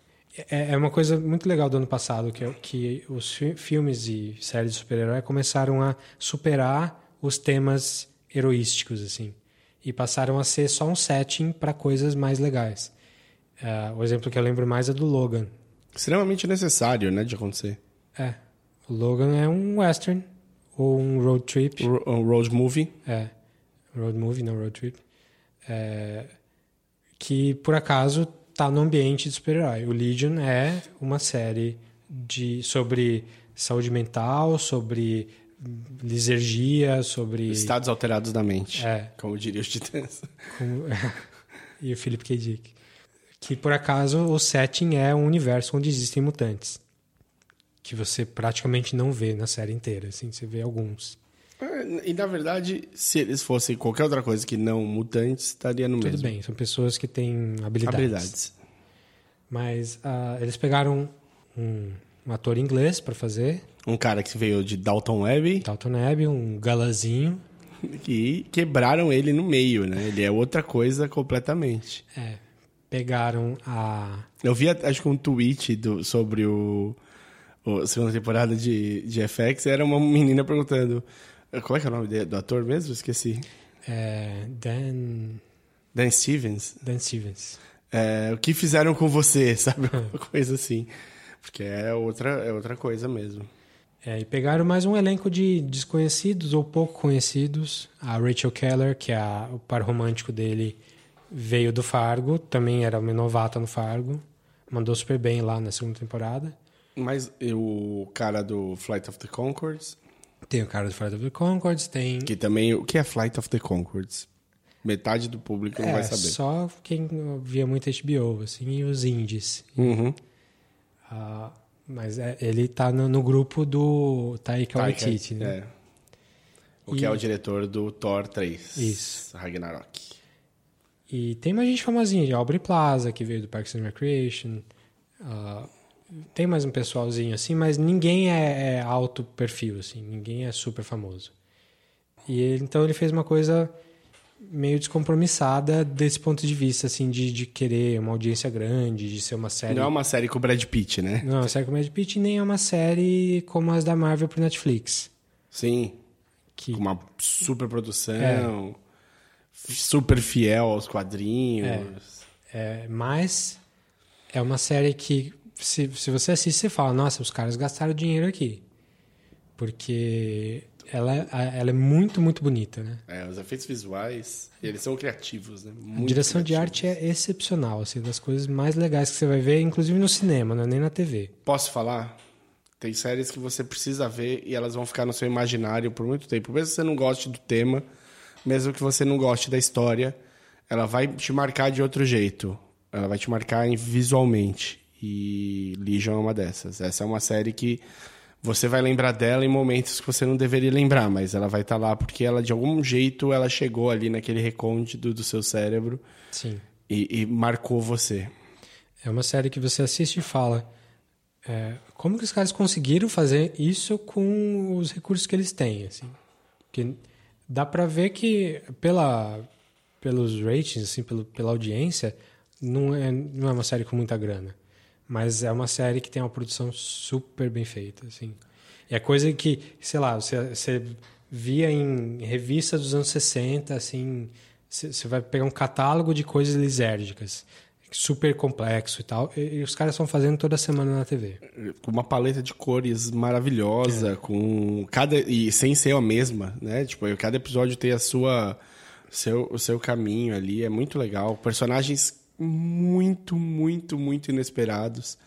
É, é uma coisa muito legal do ano passado, que, que os fi- filmes e séries de super-herói começaram a superar os temas heroísticos, assim. E passaram a ser só um setting para coisas mais legais. Uh, o exemplo que eu lembro mais é do Logan. Extremamente necessário, né, de acontecer. É. O Logan é um western. Ou um road trip. Um road movie. É. Road movie, não road trip. É, que, por acaso, tá no ambiente de super-herói. O Legion é uma série de, sobre saúde mental, sobre lisergia, sobre... Estados alterados da mente. É. Como diria os Titãs. Como... e o Philip K. Dick. Que, por acaso, o setting é um universo onde existem mutantes. Que você praticamente não vê na série inteira, assim, você vê alguns. E, na verdade, se eles fossem qualquer outra coisa que não mutantes, estaria no Tudo mesmo. Tudo bem, são pessoas que têm habilidades. Habilidades. Mas uh, eles pegaram um, um ator inglês para fazer. Um cara que veio de Dalton Abbey. Dalton Abbey, um galazinho. E quebraram ele no meio, né? Ele é outra coisa completamente. É, pegaram a... Eu vi, acho que um tweet do, sobre o... a segunda temporada de, de F X, era uma menina perguntando... Qual é que é o nome do ator mesmo? Esqueci. É, Dan... Dan Stevens. Dan Stevens. É, o que fizeram com você, sabe? Uma coisa assim. Porque é outra, é outra coisa mesmo. É, e pegaram mais um elenco de desconhecidos ou pouco conhecidos. A Rachel Keller, que é a, o par romântico dele, veio do Fargo. Também era uma novata no Fargo. Mandou super bem lá na segunda temporada. Mas o cara do Flight of the Conchords? Tem o cara do Flight of the Conchords, tem... Que também... O que é Flight of the Conchords? Metade do público não é, vai saber. Só quem via muito H B O, assim, e os indies. Uhum. Uh, mas é, ele tá no, no grupo do Taika Waititi, né? É. O e... que é o diretor do Thor três. Isso. Ragnarok. E tem mais gente famosinha, de Aubrey Plaza, que veio do Parks and Recreation. Uh, tem mais um pessoalzinho assim, mas ninguém é, é alto perfil, assim, ninguém é super famoso. E ele, então ele fez uma coisa meio descompromissada desse ponto de vista, assim, de, de querer uma audiência grande, de ser uma série... Não é uma série com o Brad Pitt, né? Não é uma série com o Brad Pitt, nem é uma série como as da Marvel pro Netflix. Sim, que... com uma super produção, é. super fiel aos quadrinhos. É, é, mas é uma série que, se, se você assiste, você fala, nossa, os caras gastaram dinheiro aqui. Porque... ela, ela é muito, muito bonita, né? É, os efeitos visuais, eles são criativos, né? Muito a direção criativos. de arte é excepcional, assim, das coisas mais legais que você vai ver, inclusive no cinema, não é nem na T V. Posso falar? Tem séries que você precisa ver e elas vão ficar no seu imaginário por muito tempo. Mesmo que você não goste do tema, mesmo que você não goste da história, ela vai te marcar de outro jeito. Ela vai te marcar visualmente. E Legion é uma dessas. Essa é uma série que você vai lembrar dela em momentos que você não deveria lembrar, mas ela vai estar lá porque ela, de algum jeito, ela chegou ali naquele recôndito do seu cérebro. Sim. E, e marcou você. É uma série que você assiste e fala... É, como que os caras conseguiram fazer isso com os recursos que eles têm, assim? Porque dá pra ver que pela, pelos ratings, assim, pelo, pela audiência, não é, não é uma série com muita grana. Mas é uma série que tem uma produção super bem feita, assim. É coisa que, sei lá, você, você via em revista dos anos sessenta, assim... Você, você vai pegar um catálogo de coisas lisérgicas... super complexo e tal, e, e os caras estão fazendo toda semana na T V. Com uma paleta de cores maravilhosa, é. com cada e sem ser a mesma, né? Tipo, cada episódio tem a sua seu, o seu caminho ali, é muito legal. Personagens muito, muito, muito inesperados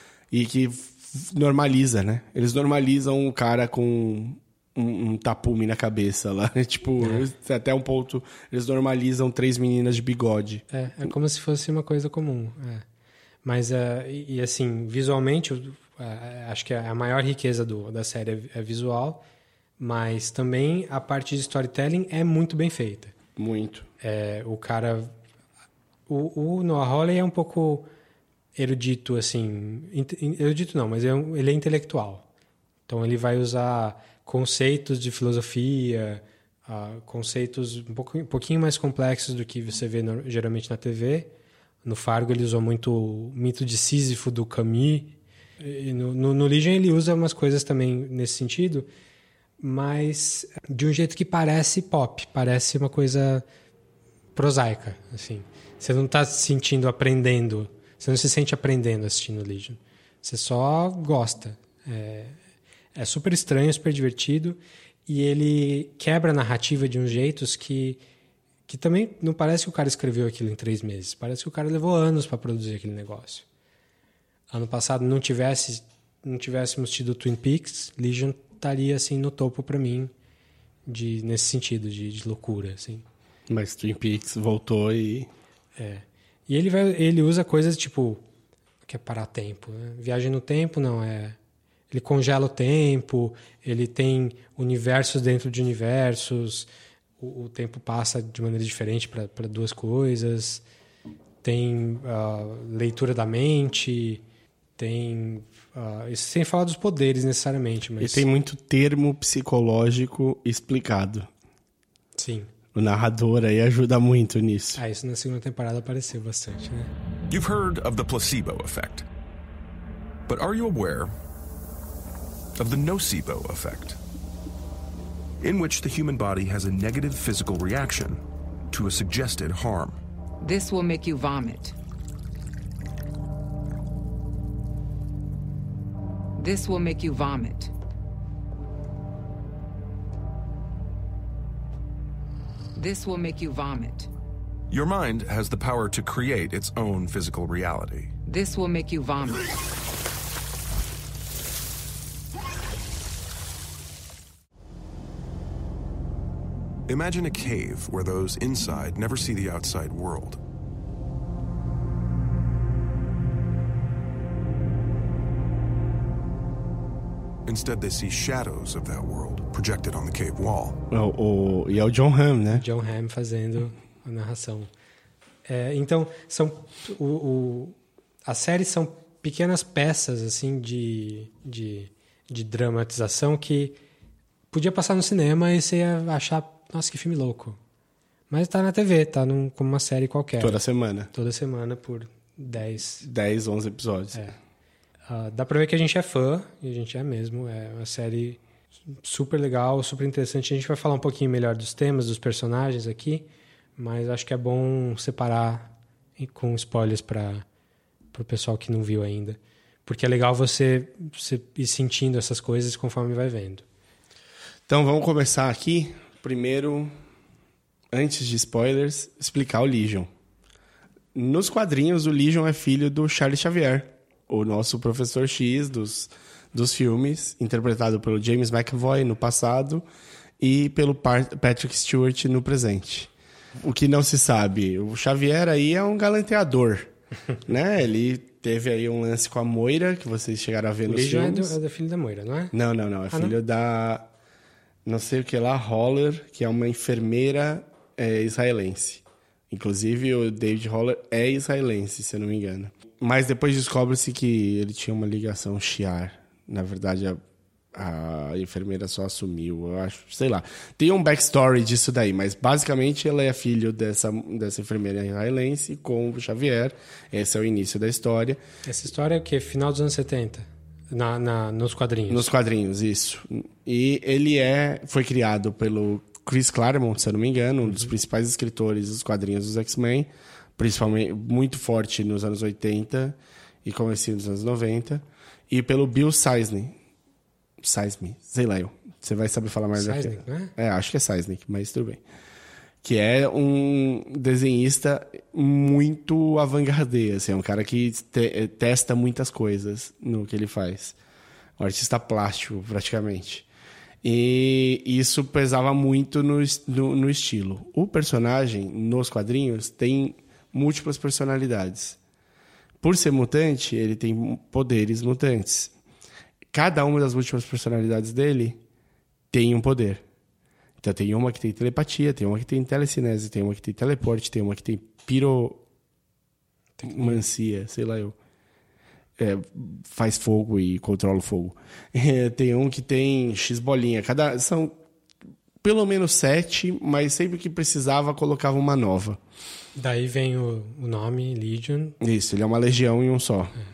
e que normaliza, né? Eles normalizam o cara com um, um tapume na cabeça lá. Tipo, é. até um ponto, eles normalizam três meninas de bigode. É, é como se fosse uma coisa comum. É. Mas, uh, e, e assim, visualmente, uh, acho que a maior riqueza do, da série é, é visual, mas também a parte de storytelling é muito bem feita. Muito. É, o cara... O, o Noah Hawley é um pouco erudito, assim... Erudito não, mas é um, ele é intelectual. Então, ele vai usar... conceitos de filosofia, uh, conceitos um, pouco, um pouquinho mais complexos do que você vê no, geralmente na T V. No Fargo ele usou muito o mito de Sísifo do Camus. E no, no, no Legion ele usa umas coisas também nesse sentido, mas de um jeito que parece pop, parece uma coisa prosaica. Assim. Você não está se sentindo aprendendo, você não se sente aprendendo assistindo Legion. Você só gosta. É, É super estranho, super divertido, e ele quebra a narrativa de uns jeitos que, que também não parece que o cara escreveu aquilo em três meses. Parece que o cara levou anos para produzir aquele negócio. Ano passado não, tivesse, não tivéssemos tido Twin Peaks, Legion estaria assim, no topo para mim, de, nesse sentido, de, de loucura. Assim. Mas Twin Peaks voltou e... É. E ele, vai, ele usa coisas tipo... que é parar tempo. Né? Viagem no tempo, não, é... Ele congela o tempo, ele tem universos dentro de universos, o, o tempo passa de maneira diferente para duas coisas, tem uh, leitura da mente, tem... Uh, isso sem falar dos poderes necessariamente. Mas... E tem muito termo psicológico explicado. Sim. O narrador aí ajuda muito nisso. Ah, isso na segunda temporada apareceu bastante, né? You've heard of the placebo effect. But are you aware... of the nocebo effect, in which the human body has a negative physical reaction to a suggested harm. This will make you vomit. This will make you vomit. This will make you vomit. Your mind has the power to create its own physical reality. This will make you vomit. Imagine a cave where those inside never see the outside world. Instead, they see shadows of that world projected on the cave wall. O, o, e é o John Hamm, né? John Hamm fazendo a narração. É, então, são o, o, as séries são pequenas peças assim de, de, de dramatização que podia passar no cinema e você ia achar, nossa, que filme louco. Mas tá na T V, tá num, como uma série qualquer. Toda semana. Toda semana por dez... dez, onze episódios. É. Uh, dá pra ver que a gente é fã, e a gente é mesmo. É uma série super legal, super interessante. A gente vai falar um pouquinho melhor dos temas, dos personagens aqui, mas acho que é bom separar com spoilers para o pessoal que não viu ainda. Porque é legal você, você ir sentindo essas coisas conforme vai vendo. Então vamos começar aqui. Primeiro, antes de spoilers, explicar o Legion. Nos quadrinhos, o Legion é filho do Charles Xavier, o nosso professor X dos, dos filmes, interpretado pelo James McAvoy no passado e pelo Patrick Stewart no presente. O que não se sabe, o Xavier aí é um galanteador, né? Ele teve aí um lance com a Moira, que vocês chegaram a ver nos Legion filmes. é do, é do filho da Moira, não é? Não, não, não. É ah, filho não? da... não sei o que lá, Holler, que é uma enfermeira é, israelense. Inclusive, o David Holler é israelense, se eu não me engano. Mas depois descobre-se que ele tinha uma ligação Shi'ar. Na verdade, a, a enfermeira só assumiu, eu acho. Sei lá. Tem um backstory disso daí, mas basicamente ela é filho dessa, dessa enfermeira israelense com o Xavier. Esse é o início da história. Essa história é o quê? Final dos anos setenta? Na, na, nos quadrinhos? Nos quadrinhos, isso. E ele é, foi criado pelo Chris Claremont, se eu não me engano, um dos uhum. principais escritores dos quadrinhos dos X-Men, principalmente muito forte nos anos oitenta e comecinho dos anos noventa, e pelo Bill Seisnick. Seisnick, sei lá eu. Você vai saber falar mais daqui. Seisnick, né? É, acho que é Seisnick, mas tudo bem. Que é um desenhista muito avant-garde, assim, é um cara que te- testa muitas coisas no que ele faz. Um artista plástico, praticamente. E isso pesava muito no, no, no estilo. O personagem, nos quadrinhos, tem múltiplas personalidades. Por ser mutante, ele tem poderes mutantes. Cada uma das múltiplas personalidades dele tem um poder. Então tem uma que tem telepatia, tem uma que tem telecinese, tem uma que tem teleporte, tem uma que tem piromancia, sei lá eu. É, faz fogo e controla o fogo. É, tem um que tem X bolinha. Cada, são pelo menos sete, mas sempre que precisava colocava uma nova. Daí vem o, o nome Legion. Isso, ele é uma legião em um só. É.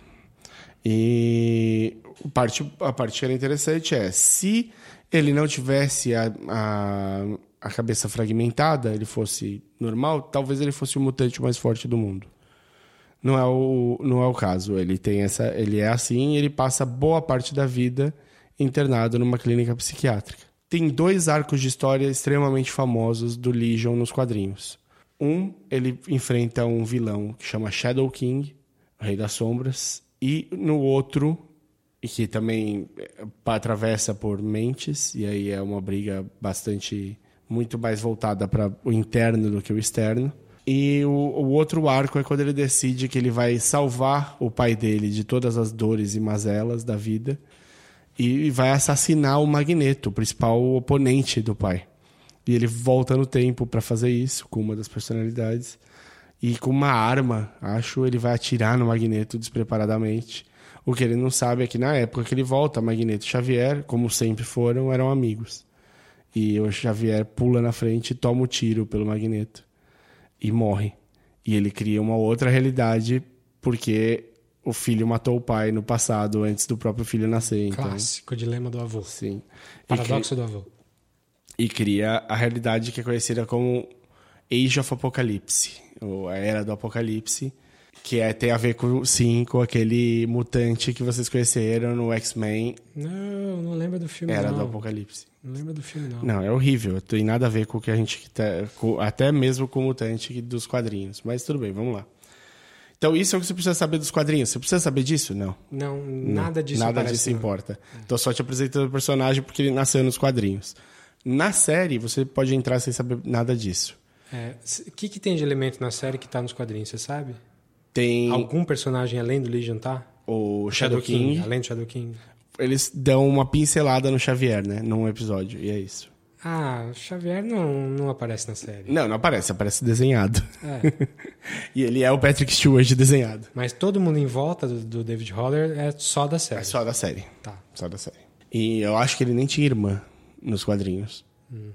E a parte, a parte que era interessante é, se ele não tivesse a, a, a cabeça fragmentada, ele fosse normal, talvez ele fosse o mutante mais forte do mundo. Não é o, não é o caso. Ele, tem essa, ele é assim e ele passa boa parte da vida internado numa clínica psiquiátrica. Tem dois arcos de história extremamente famosos do Legion nos quadrinhos. Um, ele enfrenta um vilão que chama Shadow King, o Rei das Sombras. E no outro, que também atravessa por mentes, e aí é uma briga bastante, muito mais voltada para o interno do que o externo. E o, o outro arco é quando ele decide que ele vai salvar o pai dele de todas as dores e mazelas da vida e vai assassinar o Magneto, o principal oponente do pai. E ele volta no tempo para fazer isso com uma das personalidades. E com uma arma, acho, ele vai atirar no Magneto despreparadamente. O que ele não sabe é que na época que ele volta, Magneto e Xavier, como sempre foram, eram amigos. E o Xavier pula na frente e toma o tiro pelo Magneto. E morre. E ele cria uma outra realidade porque o filho matou o pai no passado, antes do próprio filho nascer. Então... Clássico dilema do avô. Sim. Paradoxo cri... do avô. E cria a realidade que é conhecida como Age of Apocalypse, ou a Era do Apocalipse, que é, tem a ver, com, sim, com aquele mutante que vocês conheceram no X-Men. Não, não lembro do filme, Era não. do Apocalipse. Não lembro do filme, não. Não, é horrível. Não tem nada a ver com o que a gente... Tá, com, até mesmo com o mutante dos quadrinhos. Mas tudo bem, vamos lá. Então, isso é o que você precisa saber dos quadrinhos. Você precisa saber disso? Não. Não, nada disso Nada disso não. importa. Estou só te apresentando o personagem porque ele nasceu nos quadrinhos. Na série, você pode entrar sem saber nada disso. É, o que, que tem de elemento na série que está nos quadrinhos, você sabe? Tem... Algum personagem além do Legion, tá? O Shadow, Shadow King. King. Além do Shadow King. Eles dão uma pincelada no Xavier, né? Num episódio, e é isso. Ah, o Xavier não, não aparece na série. Não, não aparece, aparece desenhado. É. E ele é o Patrick Stewart desenhado. Mas todo mundo em volta do, do David Holler é só da série. É só da série. Tá. Só da série. E eu acho que ele nem tinha irmã nos quadrinhos. Hum.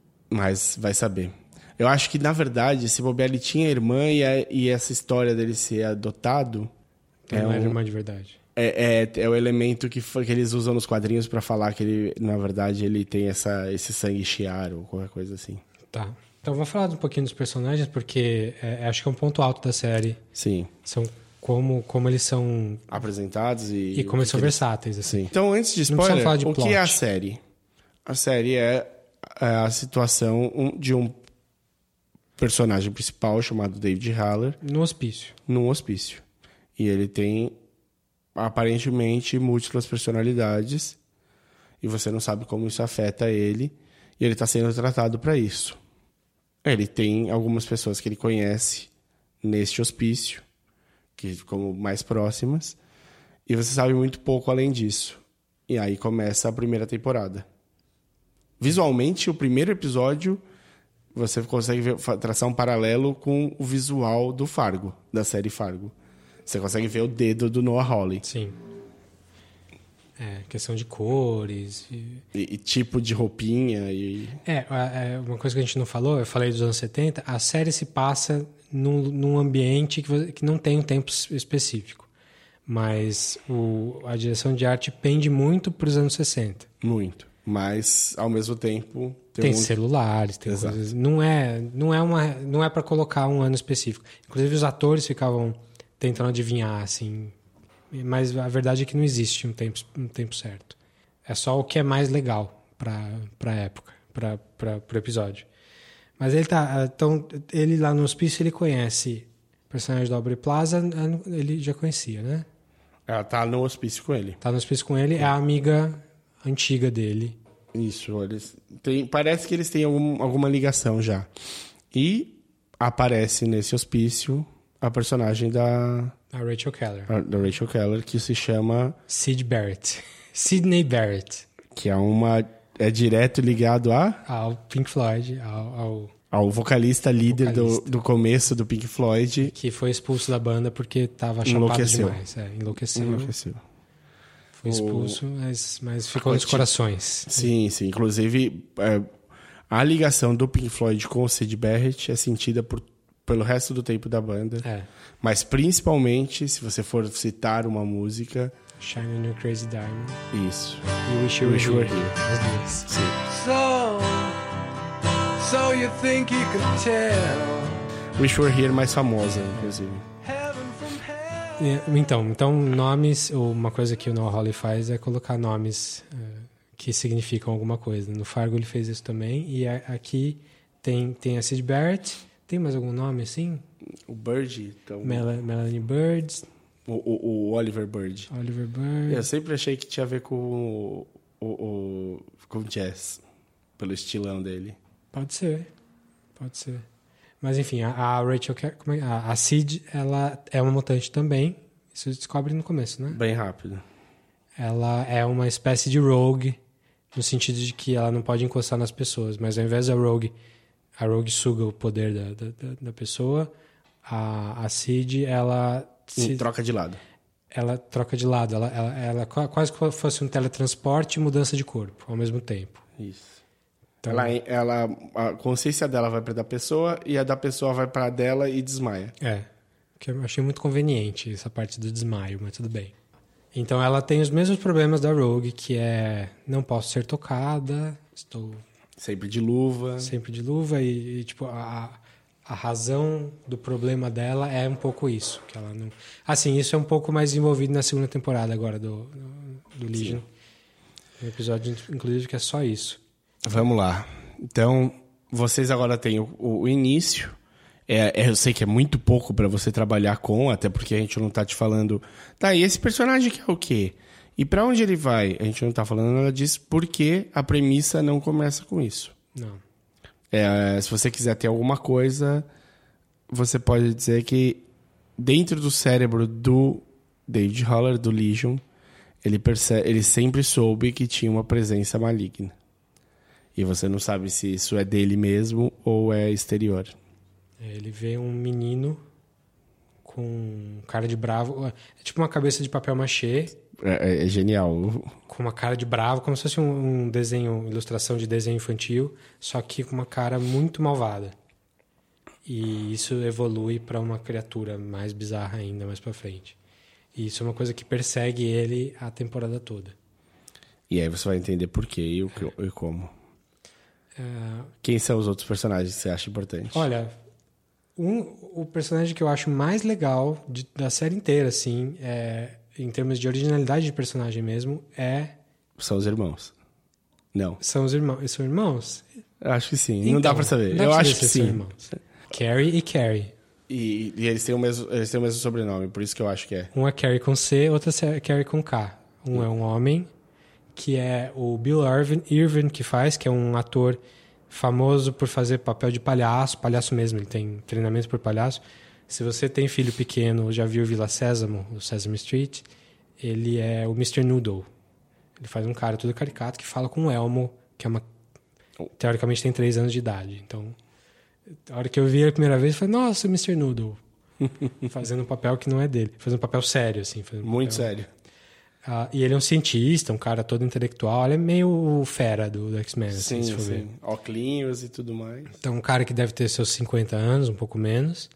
Mas vai saber. Eu acho que, na verdade, se bobear, ele tinha irmã e, a, e essa história dele ser adotado... Ele não é era um, irmã de verdade. É, é, é o elemento que, que eles usam nos quadrinhos pra falar que ele, na verdade, ele tem essa, esse sangue Shi'ar ou qualquer coisa assim. Tá. Então, vou falar um pouquinho dos personagens, porque é, acho que é um ponto alto da série. Sim. São como, como eles são... apresentados e... E como eles são eles... versáteis, assim. Sim. Então, antes de spoiler, de o plot. que é a série? A série é, é a situação de um personagem principal chamado David Haller. No hospício. Num hospício. E ele tem, aparentemente, múltiplas personalidades. E você não sabe como isso afeta ele. E ele está sendo tratado para isso. Ele tem algumas pessoas que ele conhece neste hospício, que como mais próximas. E você sabe muito pouco além disso. E aí começa a primeira temporada. Visualmente, o primeiro episódio, você consegue ver, traçar um paralelo com o visual do Fargo, da série Fargo. Você consegue ver o dedo do Noah Hawley. Sim. É, questão de cores. E... E, e tipo de roupinha. E... É, é, uma coisa que a gente não falou, eu falei dos anos setenta, a série se passa num, num ambiente que, que não tem um tempo específico. Mas o, a direção de arte pende muito para os anos sessenta. Muito. Mas, ao mesmo tempo... Tem, tem um... celulares, tem Exato. coisas... Não é, não é, uma, não é para colocar um ano específico. Inclusive, os atores ficavam tentando adivinhar, assim... Mas a verdade é que não existe um tempo, um tempo certo. É só o que é mais legal para a época, para o episódio. Mas ele tá... Então, ele lá no hospício, ele conhece o personagem da Aubrey Plaza, ele já conhecia, né? Ela tá no hospício com ele. Tá no hospício com ele, é a amiga antiga dele. Isso, eles tem, parece que eles têm algum, alguma ligação já. E aparece nesse hospício a personagem da... A Rachel Keller. A, da Rachel Keller, que se chama... Sid Barrett. Sidney Barrett. Que é uma... É direto ligado a... Ao Pink Floyd, ao... ao... Ao vocalista líder vocalista. Do, do começo do Pink Floyd. Que foi expulso da banda porque estava chapado demais. É, enlouqueceu. Enlouqueceu. Foi expulso, o... mas, mas ficou nos corações. Sim, sim. Inclusive, é, a ligação do Pink Floyd com o Sid Barrett é sentida por, pelo resto do tempo da banda. É. Mas principalmente, se você for citar uma música... Shine on Your Crazy Diamond. Isso. E Wish You Were Wish Here. Here. As duas. Sim. So... So you think you can tell. Wish You Were Here mais famosa, inclusive. Então, então, nomes, uma coisa que o Noah Hawley faz é colocar nomes uh, que significam alguma coisa. No Fargo ele fez isso também. E a, aqui tem, tem a Sid Barrett. Tem mais algum nome assim? O Bird. Então... Mel- Melanie Bird. O, o, o Oliver Bird. Oliver Bird. Eu sempre achei que tinha a ver com o, o, o com o jazz, pelo estilão dele. Pode ser, pode ser. Mas enfim, a, a Rachel, como é, a, a Sid, ela é uma mutante também. Isso se descobre no começo, né? Bem rápido. Ela é uma espécie de rogue, no sentido de que ela não pode encostar nas pessoas. Mas ao invés da rogue, a rogue suga o poder da, da, da pessoa, a, a Sid, ela... Se, troca de lado. Ela troca de lado. Ela, ela, ela quase que fosse um teletransporte e mudança de corpo ao mesmo tempo. Isso. Então, ela, ela, a consciência dela vai para da pessoa e a da pessoa vai para dela e desmaia. É, que eu achei muito conveniente essa parte do desmaio, mas tudo bem. Então ela tem os mesmos problemas da Rogue, que é não posso ser tocada, estou... Sempre de luva. Sempre de luva e, e tipo, a, a razão do problema dela é um pouco isso. Que ela não... Assim, isso é um pouco mais envolvido na segunda temporada agora do, do, do Legion. Um episódio, inclusive, que é só isso. Vamos lá. Então, vocês agora têm o, o início. É, é, eu sei que é muito pouco para você trabalhar com, até porque a gente não tá te falando... Tá, e esse personagem que é o quê? E para onde ele vai? A gente não tá falando nada disso porque a premissa não começa com isso. Não. É, se você quiser ter alguma coisa, você pode dizer que dentro do cérebro do David Haller, do Legion, ele, percebe, ele sempre soube que tinha uma presença maligna. E você não sabe se isso é dele mesmo ou é exterior. Ele vê um menino com cara de bravo. É tipo uma cabeça de papel machê. É, é, é genial. Com uma cara de bravo, como se fosse um, um desenho, ilustração de desenho infantil, só que com uma cara muito malvada. E isso evolui para uma criatura mais bizarra ainda mais para frente. E isso é uma coisa que persegue ele a temporada toda. E aí você vai entender por quê e, o, é. e como. Uh, Quem são os outros personagens que você acha importante? Olha, um, o personagem que eu acho mais legal de, da série inteira, assim, é, em termos de originalidade de personagem mesmo, é... São os irmãos. Não. São os irmãos. São irmãos? Eu acho que sim. Então, não dá pra saber. dá Eu pra acho saber que se são sim. irmãos. Carrie e Carrie. E, e eles, têm o mesmo, eles têm o mesmo sobrenome, por isso que eu acho que é. Um é Carrie com C, outro é Carrie com K. Um é um homem, que é o Bill Irvin, Irvin que faz, que é um ator famoso por fazer papel de palhaço, palhaço mesmo, ele tem treinamento por palhaço. Se você tem filho pequeno, já viu Vila Sésamo, o Sesame Street, ele é o mister Noodle. Ele faz um cara todo caricato que fala com o Elmo, que é uma... teoricamente tem três anos de idade. Então, a hora que eu vi a primeira vez, eu falei, nossa, mister Noodle. Fazendo um papel que não é dele. Fazendo um papel sério, assim. Um Muito papel... sério. Uh, e ele é um cientista, um cara todo intelectual. Ele é meio o fera do, do X-Men, assim, Sim, se for sim. ver. Óculos e tudo mais. Então, um cara que deve ter seus cinquenta anos, um pouco menos.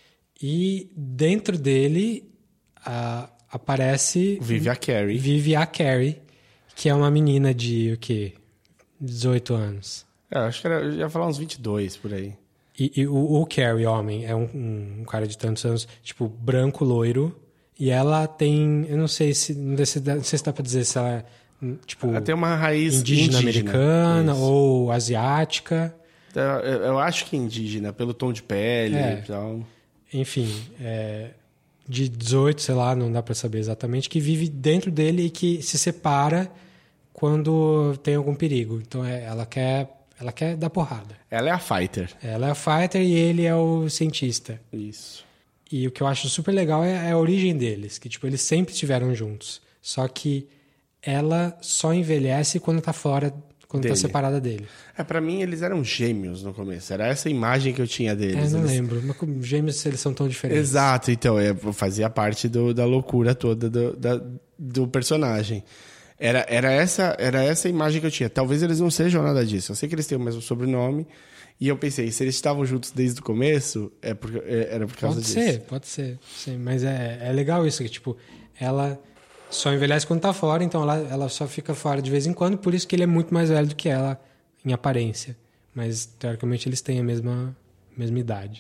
E dentro dele uh, aparece... Vive a Carrie. Vive a Carrie, que é uma menina de, o quê? dezoito anos. É, acho que era, eu ia falar uns vinte e dois, por aí. E, e o, o Carrie, homem, é um, um cara de tantos anos, tipo, branco, loiro. E ela tem, eu não sei se, não sei, não sei se dá pra dizer se ela é, tipo... Ela tem uma raiz indígena, indígena americana isso. ou asiática. Eu, eu acho que é indígena, pelo tom de pele é. e tal. Enfim, é, de dezoito, sei lá, não dá pra saber exatamente, que vive dentro dele e que se separa quando tem algum perigo. Então é, ela quer... Ela quer dar porrada. Ela é a fighter. Ela é a fighter e ele é o cientista. Isso. E o que eu acho super legal é a origem deles. Que, tipo, eles sempre estiveram juntos. Só que ela só envelhece quando tá fora, quando dele. tá separada dele. É, pra mim, eles eram gêmeos no começo. Era essa imagem que eu tinha deles. É, não eles... lembro. Mas como gêmeos, eles são tão diferentes. Exato. Então, é, fazia parte do, da loucura toda do, da, do personagem. Era, era, essa, era essa imagem que eu tinha. Talvez eles não sejam nada disso. Eu sei que eles têm o mesmo sobrenome. E eu pensei, se eles estavam juntos desde o começo, é porque, era por causa pode disso. Pode ser, pode ser. Sim, mas é, é legal isso. Que, tipo, ela só envelhece quando tá fora. Então ela, ela só fica fora de vez em quando. Por isso que ele é muito mais velho do que ela em aparência. Mas, teoricamente, eles têm a mesma, mesma idade.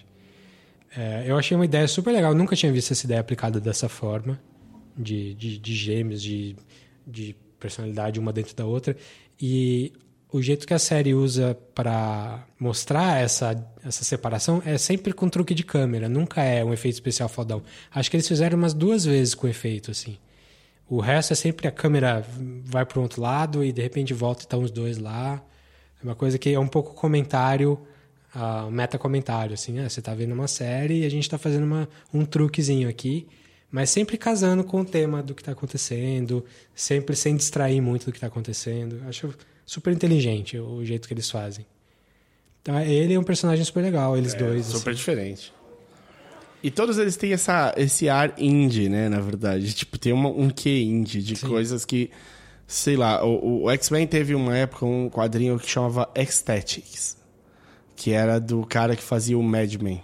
É, eu achei uma ideia super legal. Eu nunca tinha visto essa ideia aplicada dessa forma. De, de, de gêmeos, de... de personalidade uma dentro da outra, e o jeito que a série usa para mostrar essa, essa separação é sempre com truque de câmera, nunca é um efeito especial fodão. Acho que eles fizeram umas duas vezes com efeito, assim. O resto é sempre a câmera vai para um outro lado e de repente volta e estão os dois lá. É uma coisa que é um pouco comentário, uh, meta-comentário, assim, ah, você está vendo uma série e a gente está fazendo uma, um truquezinho aqui, mas sempre casando com o tema do que está acontecendo, sempre sem distrair muito do que está acontecendo. Acho super inteligente o jeito que eles fazem. Então, ele é um personagem super legal, eles é, dois. Super assim. diferente. E todos eles têm essa, esse ar indie, né, na verdade. Tipo, tem uma, um quê indie de Sim. coisas que... Sei lá, o, o X-Men teve uma época um quadrinho que chamava Ecstatics, que era do cara que fazia o Mad Men.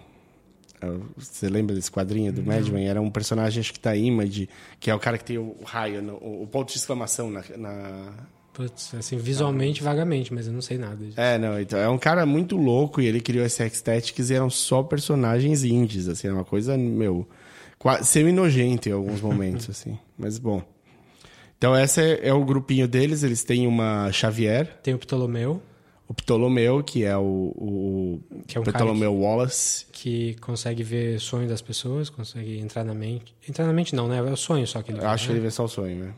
Você lembra desse quadrinho do Não. Mad Men? Era um personagem, acho que da Image, que é o cara que tem o raio, no, o ponto de exclamação na... na... Putz, assim, visualmente, ah. vagamente, mas eu não sei nada disso. É, não, então, é um cara muito louco e ele criou esse Ecstatics e eram só personagens indies, assim, era uma coisa, meu, quase semi-nojento em alguns momentos, assim, mas bom. Então, esse é, é o grupinho deles, eles têm uma Xavier. Tem o Ptolomeu. O Ptolomeu, que é o, o que é um Ptolomeu que, Wallace. Que consegue ver sonho das pessoas, consegue entrar na mente. Entrar na mente não, né? É o sonho só que ele vê. Acho né? que ele vê só o sonho, né?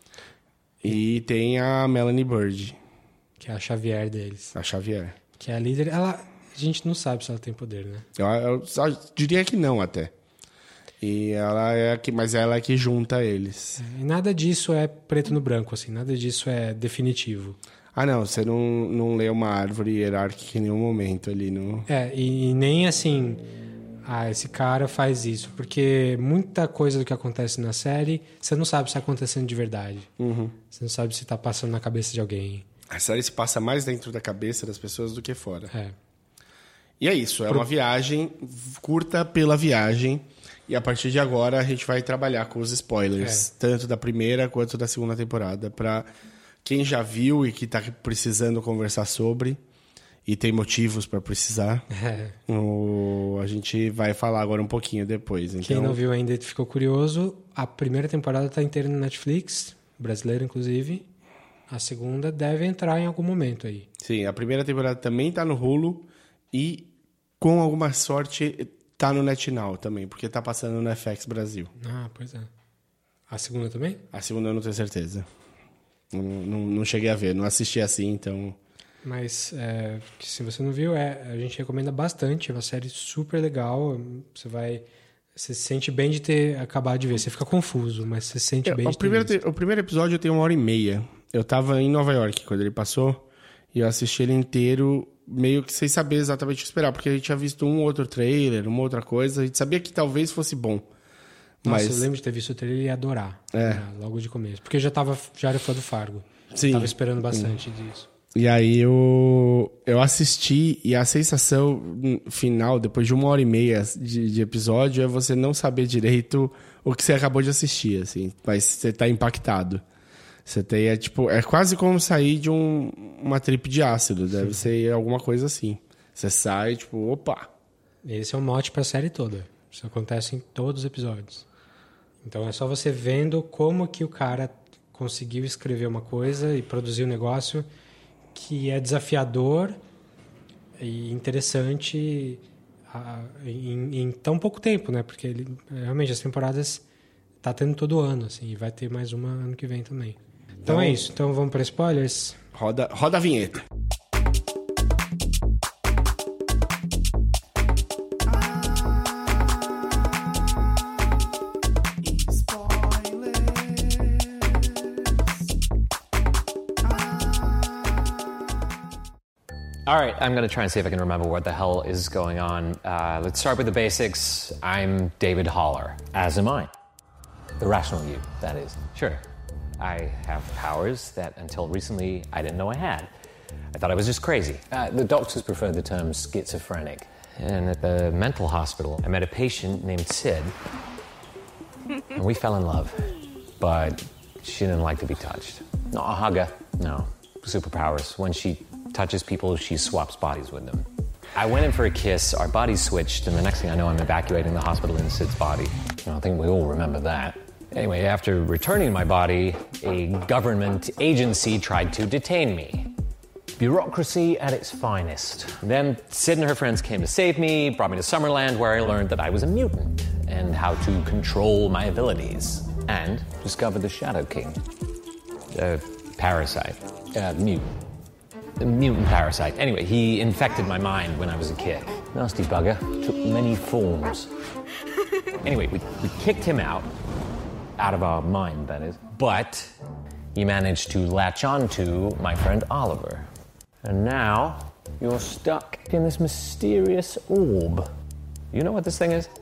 E tem a Melanie Bird. Que é a Xavier deles. A Xavier. Que é a líder. Ela, a gente não sabe se ela tem poder, né? Eu, eu, eu diria que não, até. E ela é a que, mas ela é que junta eles. É, e nada disso é preto no branco, assim. Nada disso é definitivo. Ah, não. Você não, não lê uma árvore hierárquica em nenhum momento ali no... É, e, e nem assim... Ah, esse cara faz isso. Porque muita coisa do que acontece na série, você não sabe se está acontecendo de verdade. Uhum. Você não sabe se está passando na cabeça de alguém. A série se passa mais dentro da cabeça das pessoas do que fora. É. E é isso. É Pro... uma viagem curta pela viagem. E a partir de agora a gente vai trabalhar com os spoilers. É. Tanto da primeira quanto da segunda temporada. Para quem já viu e que está precisando conversar sobre... E tem motivos para precisar. É. O, a gente vai falar agora um pouquinho depois. Então... Quem não viu ainda e ficou curioso, a primeira temporada está inteira no Netflix, brasileiro inclusive. A segunda deve entrar em algum momento aí. Sim, a primeira temporada também tá no Hulu e, com alguma sorte, tá no NetNow também, porque tá passando no F X Brasil. Ah, pois é. A segunda também? A segunda eu não tenho certeza. Não, não, não cheguei a ver, não assisti assim, então... Mas, é, se você não viu, é, a gente recomenda bastante. É uma série super legal. Você vai... Você se sente bem de ter acabado de ver. Você fica confuso, mas você se sente é, bem o de primeiro ter visto. O primeiro episódio tem uma hora e meia. Eu tava em Nova York quando ele passou e eu assisti ele inteiro meio que sem saber exatamente o que esperar, porque a gente tinha visto um outro trailer, uma outra coisa. A gente sabia que talvez fosse bom. Nossa, mas... eu lembro de ter visto o trailer e adorar. É. Né, logo de começo. Porque eu já, tava, já era fã do Fargo. Sim. Tava esperando bastante sim. disso. E aí eu, eu assisti e a sensação final, depois de uma hora e meia de, de episódio, é você não saber direito o que você acabou de assistir, assim. Mas você tá impactado. Você tem, é tipo, é quase como sair de um, uma trip de ácido. Deve ser alguma coisa assim. Você sai, tipo, opa. Esse é o mote pra série toda. Isso acontece em todos os episódios. Então é só você vendo como que o cara conseguiu escrever uma coisa e produzir um negócio que é desafiador e interessante a, em, em tão pouco tempo, né? Porque ele, realmente as temporadas tá tendo todo ano, assim, e vai ter mais uma ano que vem também. Então, então é isso. Então vamos para spoilers? Roda, roda a vinheta. All right, I'm going to try and see if I can remember what the hell is going on. Uh, let's start with the basics. I'm David Haller. As am I. The rational you, that is. Sure. I have powers that until recently I didn't know I had. I thought I was just crazy. Uh, the doctors prefer the term schizophrenic. And at the mental hospital, I met a patient named Sid. And we fell in love. But she didn't like to be touched. Not a hugger. No. Superpowers. When she touches people, she swaps bodies with them. I went in for a kiss, our bodies switched, and the next thing I know, I'm evacuating the hospital in Sid's body. I think we all remember that. Anyway, after returning my body, a government agency tried to detain me. Bureaucracy at its finest. Then Sid and her friends came to save me, brought me to Summerland, where I learned that I was a mutant and how to control my abilities. And discovered the Shadow King. A parasite. Uh, mutant. A mutant parasite. Anyway, he infected my mind when I was a kid. Nasty bugger. Took many forms. Anyway, we, we kicked him out. Out of our mind, that is. But he managed to latch on to my friend Oliver. And now you're stuck in this mysterious orb. You know what this thing is?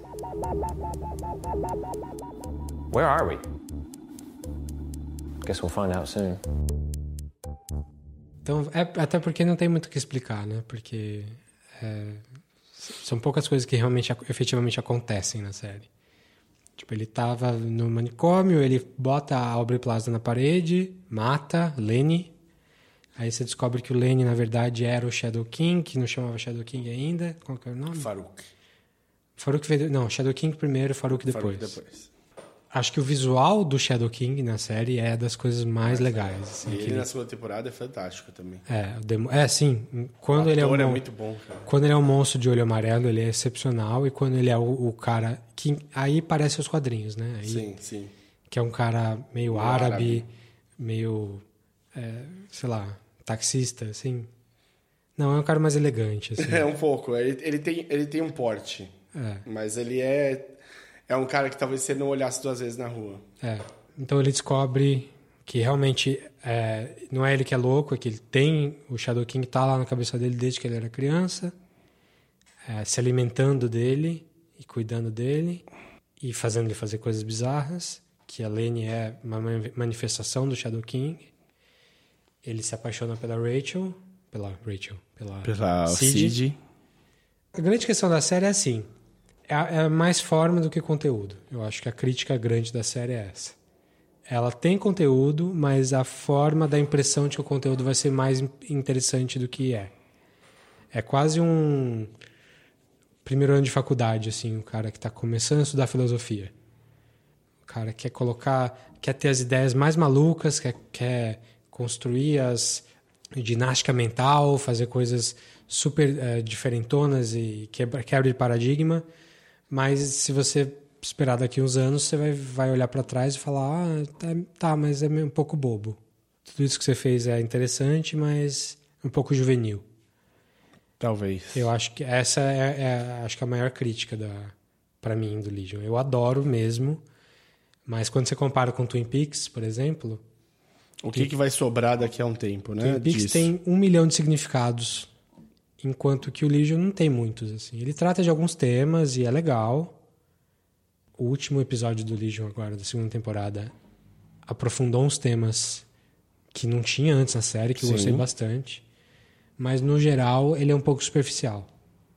Where are we? Guess we'll find out soon. Então, é, até porque não tem muito o que explicar, né? Porque é, são poucas coisas que realmente, efetivamente acontecem na série. Tipo, ele tava no manicômio, ele bota a Aubrey Plaza na parede, mata Lenny. Aí você descobre que o Lenny, na verdade, era o Shadow King, que não chamava Shadow King ainda. Qual que era o nome? Farouk. Farouk veio... Não, Shadow King primeiro, Farouk depois. Farouk depois. Acho que o visual do Shadow King na série é das coisas mais legais. Assim, e ele, ele na segunda temporada é fantástico também. É, o demo... é sim. Quando o ele é, um... é muito bom, cara. Quando ele é um monstro de olho amarelo, ele é excepcional. E quando ele é o, o cara... que aí parece os quadrinhos, né? Aí, sim, sim. Que é um cara meio, meio árabe, árabe, meio... É, sei lá, taxista, assim. Não, é um cara mais elegante, assim. É, um pouco. Ele, ele, tem, ele tem um porte. É. Mas ele é... É um cara que talvez você não olhasse duas vezes na rua. É. Então ele descobre que realmente é, não é ele que é louco, é que ele tem... O Shadow King tá lá na cabeça dele desde que ele era criança, é, se alimentando dele e cuidando dele e fazendo ele fazer coisas bizarras, que a Lenny é uma manifestação do Shadow King. Ele se apaixona pela Rachel, pela Rachel, pela, pela Cid. Cid. A grande questão da série é assim, é, é mais forma do que conteúdo. Eu acho que a crítica grande da série é essa. Ela tem conteúdo, mas a forma dá a impressão de que o conteúdo vai ser mais interessante do que é. É quase um primeiro ano de faculdade, assim, o cara que está começando a estudar filosofia. O cara quer colocar, quer ter as ideias mais malucas, quer, quer construir as ginástica mental, fazer coisas super uh, diferentonas e quebra, quebra de paradigma, mas se você esperar daqui uns anos, você vai, vai olhar para trás e falar, ah, tá, tá, mas é um pouco bobo. Tudo isso que você fez é interessante, mas um pouco juvenil. Talvez. Eu acho que essa é, é acho que a maior crítica da, para mim do Legion. Eu adoro mesmo, mas quando você compara com Twin Peaks, por exemplo... O que, que vai sobrar daqui a um tempo, né? Twin Peaks disso. tem um milhão de significados, enquanto que o Legion não tem muitos. Assim. Ele trata de alguns temas e é legal. O último episódio do Legion agora, da segunda temporada, aprofundou uns temas que não tinha antes na série, que eu Sim. gostei bastante. Mas, no geral, ele é um pouco superficial.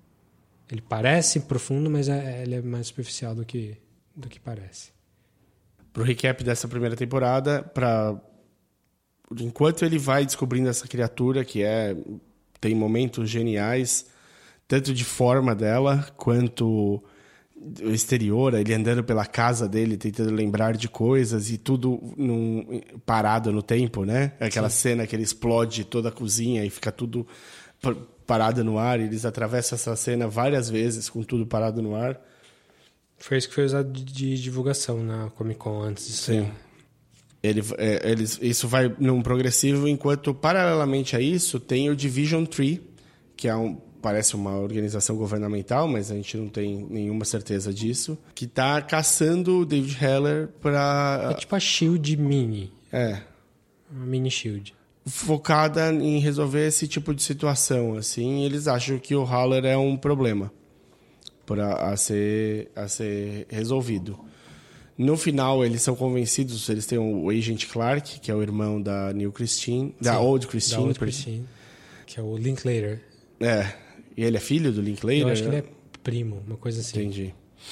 Ele parece profundo, mas é, ele é mais superficial do que, do que parece. Pro recap dessa primeira temporada, para enquanto ele vai descobrindo essa criatura que é tem momentos geniais, tanto de forma dela quanto o exterior, ele andando pela casa dele, tentando lembrar de coisas e tudo num, parado no tempo, né? Aquela Sim. cena que ele explode toda a cozinha e fica tudo parado no ar. Eles atravessam essa cena várias vezes com tudo parado no ar. Foi isso que foi usado de divulgação na Comic Con antes disso. Sim. Ele, é, eles, isso vai num progressivo, enquanto paralelamente a isso tem o Division três, que é um parece uma organização governamental, mas a gente não tem nenhuma certeza disso, que está caçando o David Heller para... É tipo a SHIELD Mini. É. Uma mini SHIELD. Focada em resolver esse tipo de situação, assim. Eles acham que o Heller é um problema para a ser, a ser resolvido. No final, eles são convencidos, eles têm o Agent Clark, que é o irmão da New Christine, da Sim, Old Christine. Da Old Christine, que é o Linklater. É, e ele é filho do Linklater? Eu acho que ele é primo, uma coisa assim. Entendi.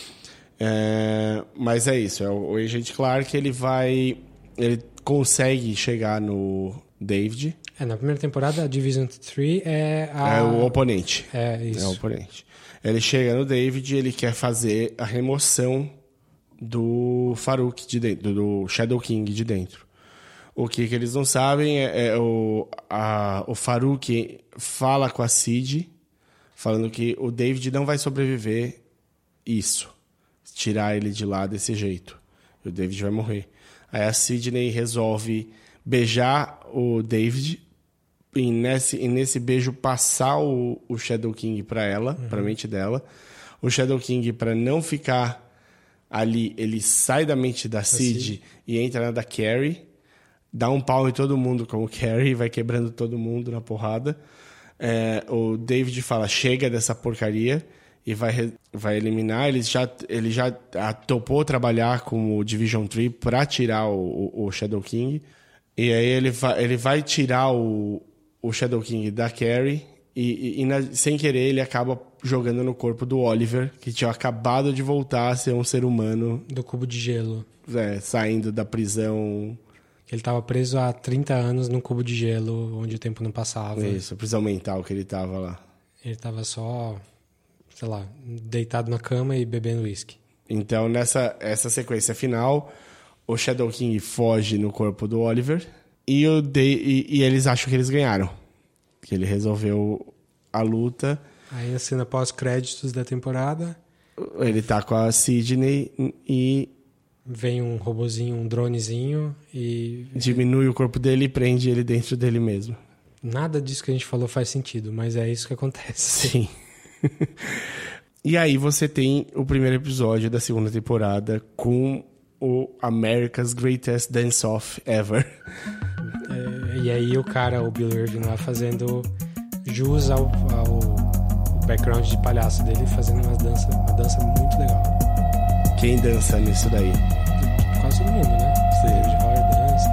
É, mas é isso, é o, o Agent Clark, ele vai... Ele consegue chegar no David. É, na primeira temporada, a Division três é a... É o oponente. É, isso. É o oponente. Ele chega no David e ele quer fazer a remoção do Farouk de dentro, do Shadow King de dentro. O que, que eles não sabem é, é o, a, o Farouk fala com a Cid, falando que o David não vai sobreviver isso, tirar ele de lá desse jeito. O David vai morrer. Aí a Sidney resolve beijar o David e nesse, e nesse beijo passar o, o Shadow King para ela, uhum. para a mente dela. O Shadow King, para não ficar ali, ele sai da mente da Cid, Cid e entra na da Carrie, dá um pau em todo mundo como Carrie, vai quebrando todo mundo na porrada. É, o David fala, chega dessa porcaria, e vai, vai eliminar. Ele já, ele já topou trabalhar com o Division três para tirar o, o, o Shadow King. E aí ele vai, ele vai tirar o, o Shadow King da Carrie, e, e, e na, sem querer ele acaba jogando no corpo do Oliver, que tinha acabado de voltar a ser um ser humano. Do cubo de gelo. É, saindo da prisão... Ele estava preso há trinta anos num cubo de gelo, onde o tempo não passava. Isso, a prisão mental que ele estava lá. Ele estava só, sei lá, deitado na cama e bebendo uísque. Então, nessa essa sequência final, o Shadow King foge no corpo do Oliver e, o de, e, e eles acham que eles ganharam. Que ele resolveu a luta. Aí, na cena pós-créditos da temporada... Ele tá com a Sidney e... Vem um robozinho, um dronezinho e... Diminui o corpo dele e prende ele dentro dele mesmo. Nada disso que a gente falou faz sentido, mas é isso que acontece. Sim. E aí você tem o primeiro episódio da segunda temporada com o America's Greatest Dance-Off Ever. É, e aí o cara, o Bill Irving lá, fazendo jus ao, ao background de palhaço dele, fazendo uma dança, uma dança muito legal. Quem dança nisso daí? Quase todo mundo, né? Sim. David Hoyer dança.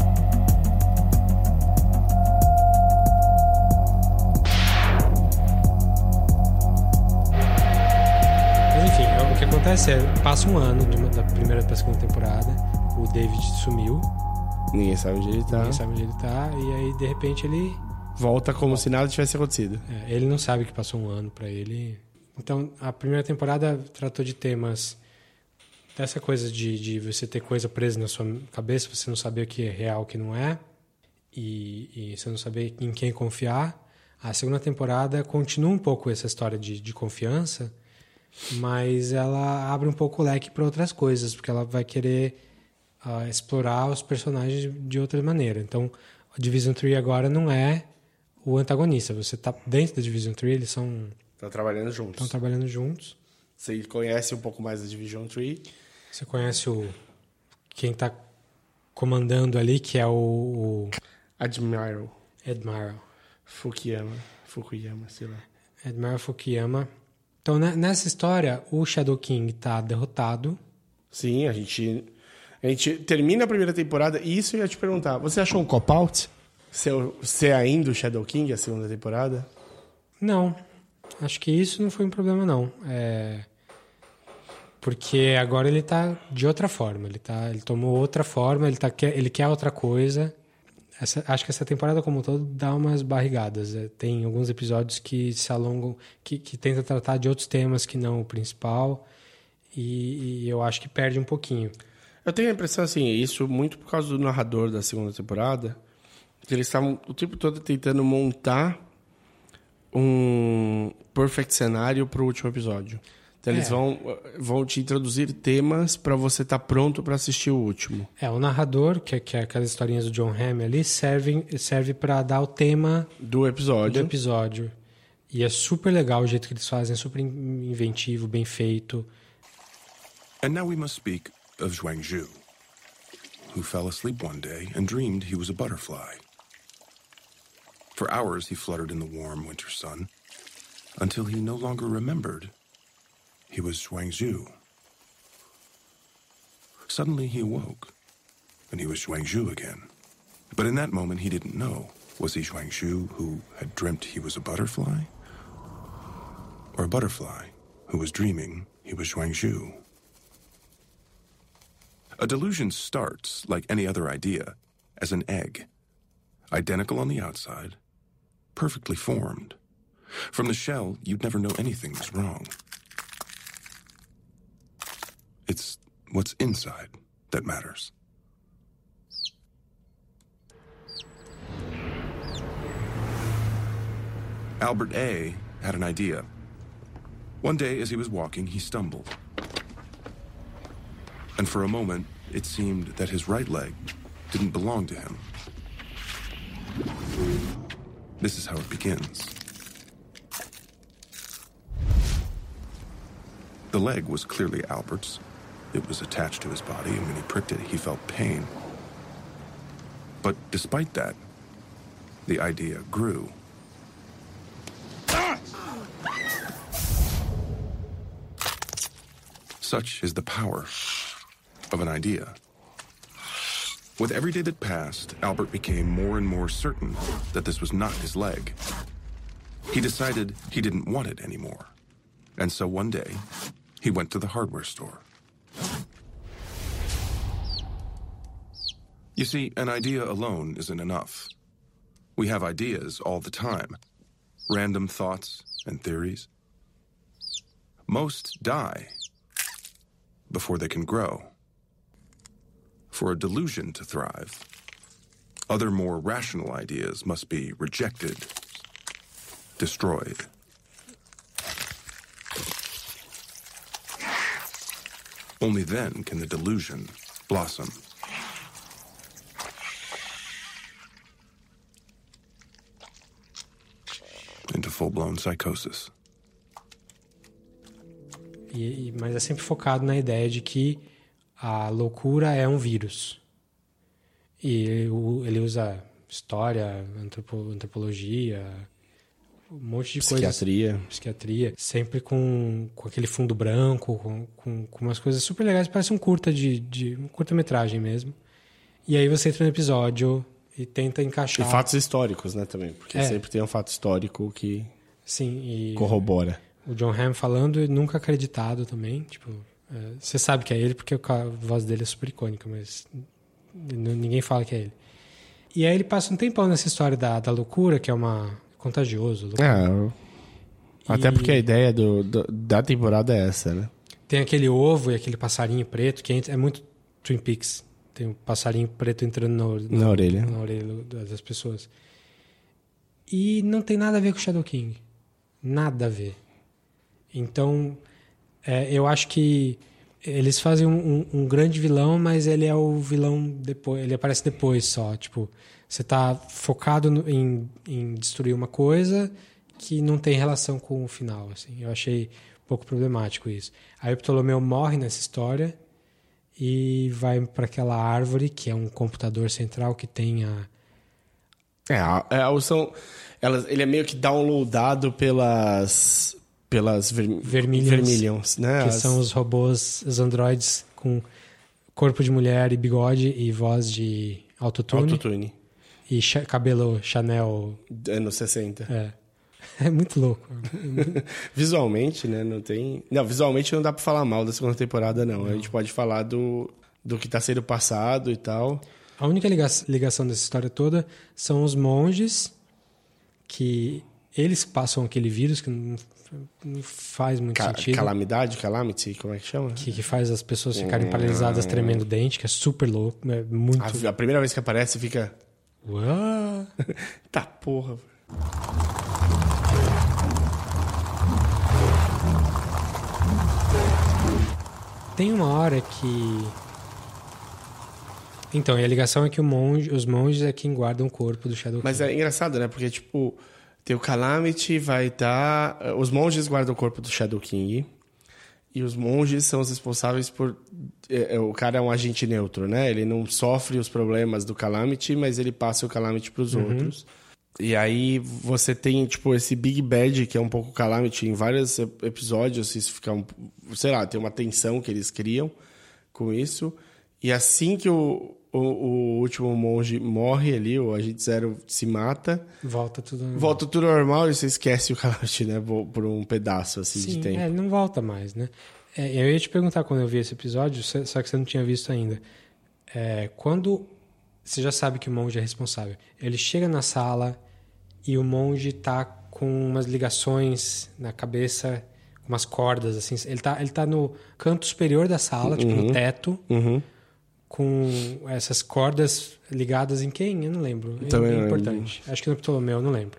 Mas enfim, o que acontece é, passa um ano de uma, da primeira para a segunda temporada, o David sumiu. Ninguém sabe onde ele tá. Ninguém sabe onde ele tá, e aí de repente ele... Volta como Volta. se nada tivesse acontecido. É, ele não sabe que passou um ano para ele. Então, a primeira temporada tratou de temas... Dessa coisa de, de você ter coisa presa na sua cabeça, você não saber o que é real, o que não é. e, e você não saber em quem confiar. A segunda temporada continua um pouco essa história de, de confiança, mas ela abre um pouco o leque para outras coisas, porque ela vai querer uh, explorar os personagens de, de outra maneira. Então, a Division três agora não é o antagonista. Você está dentro da Division três, eles são... Estão trabalhando juntos. Estão trabalhando juntos. Você conhece um pouco mais da Division três. Você conhece o... Quem está comandando ali, que é o... o... Admiral. Admiral. Fukuyama. Fukuyama, sei lá. Admiral Fukuyama. Então, nessa história, o Shadow King está derrotado. Sim, a gente... A gente termina a primeira temporada e isso eu ia te perguntar. Você achou um cop-out? Ser, ser ainda o Shadow King, a segunda temporada? Não. Acho que isso não foi um problema, não. É... Porque agora ele tá de outra forma. Ele, tá, ele tomou outra forma, ele, tá, ele quer outra coisa. Essa, acho que essa temporada como um todo dá umas barrigadas. É, tem alguns episódios que se alongam, que, que tentam tratar de outros temas que não o principal. E, e eu acho que perde um pouquinho. Eu tenho a impressão, assim, isso muito por causa do narrador da segunda temporada, que eles estavam o tempo todo tentando montar um perfect cenário para o último episódio. Então, eles é. vão, vão te introduzir temas para você estar tá pronto para assistir o último. É, o narrador, que é, que é aquelas historinhas do John Hamm ali, serve, serve para dar o tema do episódio. do episódio. E é super legal o jeito que eles fazem, é super inventivo, bem feito. And now we must speak of Zhuangzhu, who fell asleep one day and dreamed he was a butterfly. For hours he fluttered in the warm winter sun, until he no longer remembered he was Zhuangzhu. Suddenly he awoke, and he was Zhuangzhu again. But in that moment he didn't know, was he Zhuangzhu who had dreamt he was a butterfly? Or a butterfly who was dreaming he was Zhuangzhu? A delusion starts, like any other idea, as an egg, identical on the outside, perfectly formed. From the shell, you'd never know anything was wrong. It's what's inside that matters. Albert A. had an idea. One day, as he was walking, he stumbled. And for a moment, it seemed that his right leg didn't belong to him. This is how it begins. The leg was clearly Albert's. It was attached to his body, and when he pricked it, he felt pain. But despite that, the idea grew. Such is the power of an idea. With every day that passed, Albert became more and more certain that this was not his leg. He decided he didn't want it anymore. And so one day, he went to the hardware store. You see, an idea alone isn't enough. We have ideas all the time. Random thoughts and theories. Most die before they can grow. For a delusion to thrive, other more rational ideas must be rejected, destroyed. Only then can the delusion blossom. Into full-blown psychosis. E, e, mas é sempre focado na ideia de que a loucura é um vírus. E ele, ele usa história, antropo, antropologia, um monte de Psiquiatria. coisas. Psiquiatria. Sempre com, com aquele fundo branco, com, com, com umas coisas super legais. Parece um curta de, de um curta-metragem mesmo. E aí você entra no episódio e tenta encaixar... E fatos históricos, né, também. Porque é. sempre tem um fato histórico que Sim, e corrobora. O John Hamm falando e nunca acreditado também. Tipo, é, você sabe que é ele porque a voz dele é super icônica, mas ninguém fala que é ele. E aí ele passa um tempão nessa história da, da loucura, que é uma... contagioso. É, até e... porque a ideia do, do, da temporada é essa, né? Tem aquele ovo e aquele passarinho preto, que é muito Twin Peaks. tem um passarinho preto entrando na, na, na orelha. Na orelha das pessoas. E não tem nada a ver com o Shadow King. Nada a ver. Então, é, eu acho que eles fazem um, um, um grande vilão, mas ele é o vilão depois. Ele aparece depois só. Tipo, você tá focado no, em, em destruir uma coisa que não tem relação com o final. Assim. Eu achei um pouco problemático isso. Aí o Ptolomeu morre nessa história e vai para aquela árvore, que é um computador central que tem a... É, é são, elas, ele é meio que downloadado pelas... pelas ver, Vermilions, Vermilions, né? Que As... são os robôs, os androids com corpo de mulher e bigode e voz de autotune. Autotune. E cha- cabelo Chanel... Anos sessenta. É. É muito louco. Visualmente, né? Não tem... Não, visualmente não dá pra falar mal da segunda temporada, não. não. A gente pode falar do, do que tá sendo passado e tal. A única ligação dessa história toda são os monges, que eles passam aquele vírus que não, não faz muito Ca- sentido. Calamidade, calamity, como é que chama? Que, que faz as pessoas ficarem hum... paralisadas tremendo o dente, que é super louco. É muito... a, a primeira vez que aparece fica... Uau! Tá porra. Tem uma hora que... Então, e a ligação é que o monge, os monges é quem guardam o corpo do Shadow King. Mas é engraçado, né? Porque, tipo, tem o Calamity, vai estar... Tá... Os monges guardam o corpo do Shadow King. E os monges são os responsáveis por... É, o cara é um agente neutro, né? Ele não sofre os problemas do Calamity, mas ele passa o Calamity pros Uhum. outros. E aí você tem, tipo, esse Big Bad, que é um pouco Calamity em vários episódios. Isso fica, um, sei lá, tem uma tensão que eles criam com isso. E assim que o, o, o último monge morre ali, o Agente Zero se mata... Volta tudo normal. Volta tudo normal e você esquece o Calamity, né? Por um pedaço, assim, Sim, de tempo. É, ele não volta mais, né? É, eu ia te perguntar quando eu vi esse episódio, só que você não tinha visto ainda. É, quando... Você já sabe que o monge é responsável. Ele chega na sala e o monge tá com umas ligações na cabeça, umas cordas, assim. Ele tá, ele tá no canto superior da sala, tipo Uhum. no teto, Uhum. com essas cordas ligadas em quem? Eu não lembro. Também é não importante. lembro. Acho que no Ptolomeu, eu não lembro.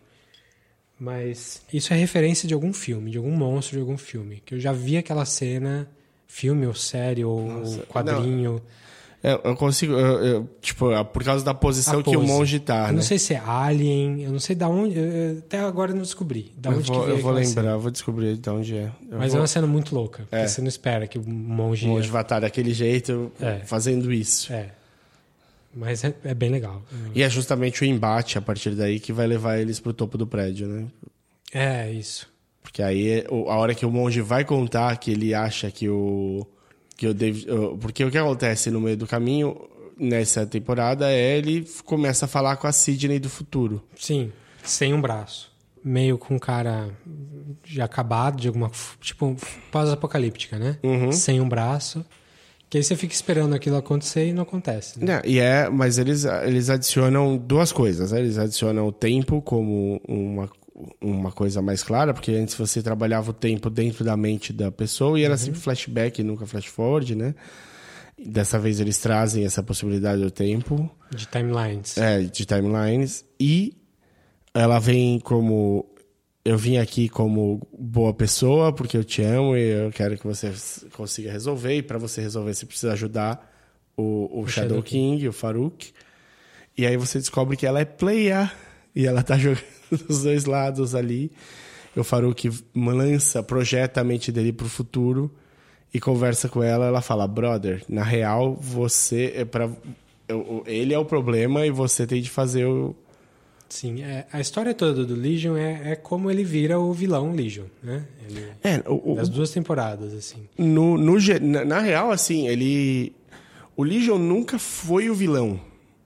Mas isso é referência de algum filme, de algum monstro de algum filme. Que eu já vi aquela cena, filme ou série ou Nossa, quadrinho... Não. Eu, eu consigo, eu, eu, tipo, por causa da posição A que o pose. monge tá, Eu né? não sei se é Alien, eu não sei de onde, eu, até agora eu não descobri. Da eu onde vou, que veio eu vou aquela lembrar, cena. eu vou descobrir de onde é. Eu Mas vou... é uma cena muito louca, porque É. você não espera que o monge... O monge vai estar daquele jeito, É. fazendo isso. É. Mas é, é bem legal. E é justamente o embate, a partir daí, que vai levar eles pro topo do prédio, né? É, isso. Porque aí, o- a hora que o monge vai contar que ele acha que o... Que o David, o- porque o que acontece no meio do caminho, nessa temporada, é ele começa a falar com a Sidney do futuro. Sim, sem um braço. Meio com um cara já acabado, de alguma... Tipo, pós-apocalíptica, né? Uhum. Sem um braço. Que aí você fica esperando aquilo acontecer e não acontece. Né? Não, e é, mas eles, eles adicionam duas coisas, né? Eles adicionam o tempo como uma, uma coisa mais clara, porque antes você trabalhava o tempo dentro da mente da pessoa e era Uhum. sempre flashback e nunca flash forward, né? E dessa vez eles trazem essa possibilidade do tempo. De timelines. É, de timelines. E ela vem como... Eu vim aqui como boa pessoa, porque eu te amo e eu quero que você consiga resolver. E para você resolver, você precisa ajudar o, o, O Shadow, Shadow King, King, o Farouk. E aí você descobre que ela é player. E ela tá jogando dos dois lados ali. E o Farouk lança, projeta a mente dele pro futuro. E conversa com ela. Ela fala, brother, na real, você é pra... Ele é o problema e você tem de fazer o... Sim, é, a história toda do Legion é, é como ele vira o vilão Legion, né? Ele, É, o, o, das duas temporadas, assim. No, no, ge- na, na real, assim, ele... O Legion nunca foi o vilão.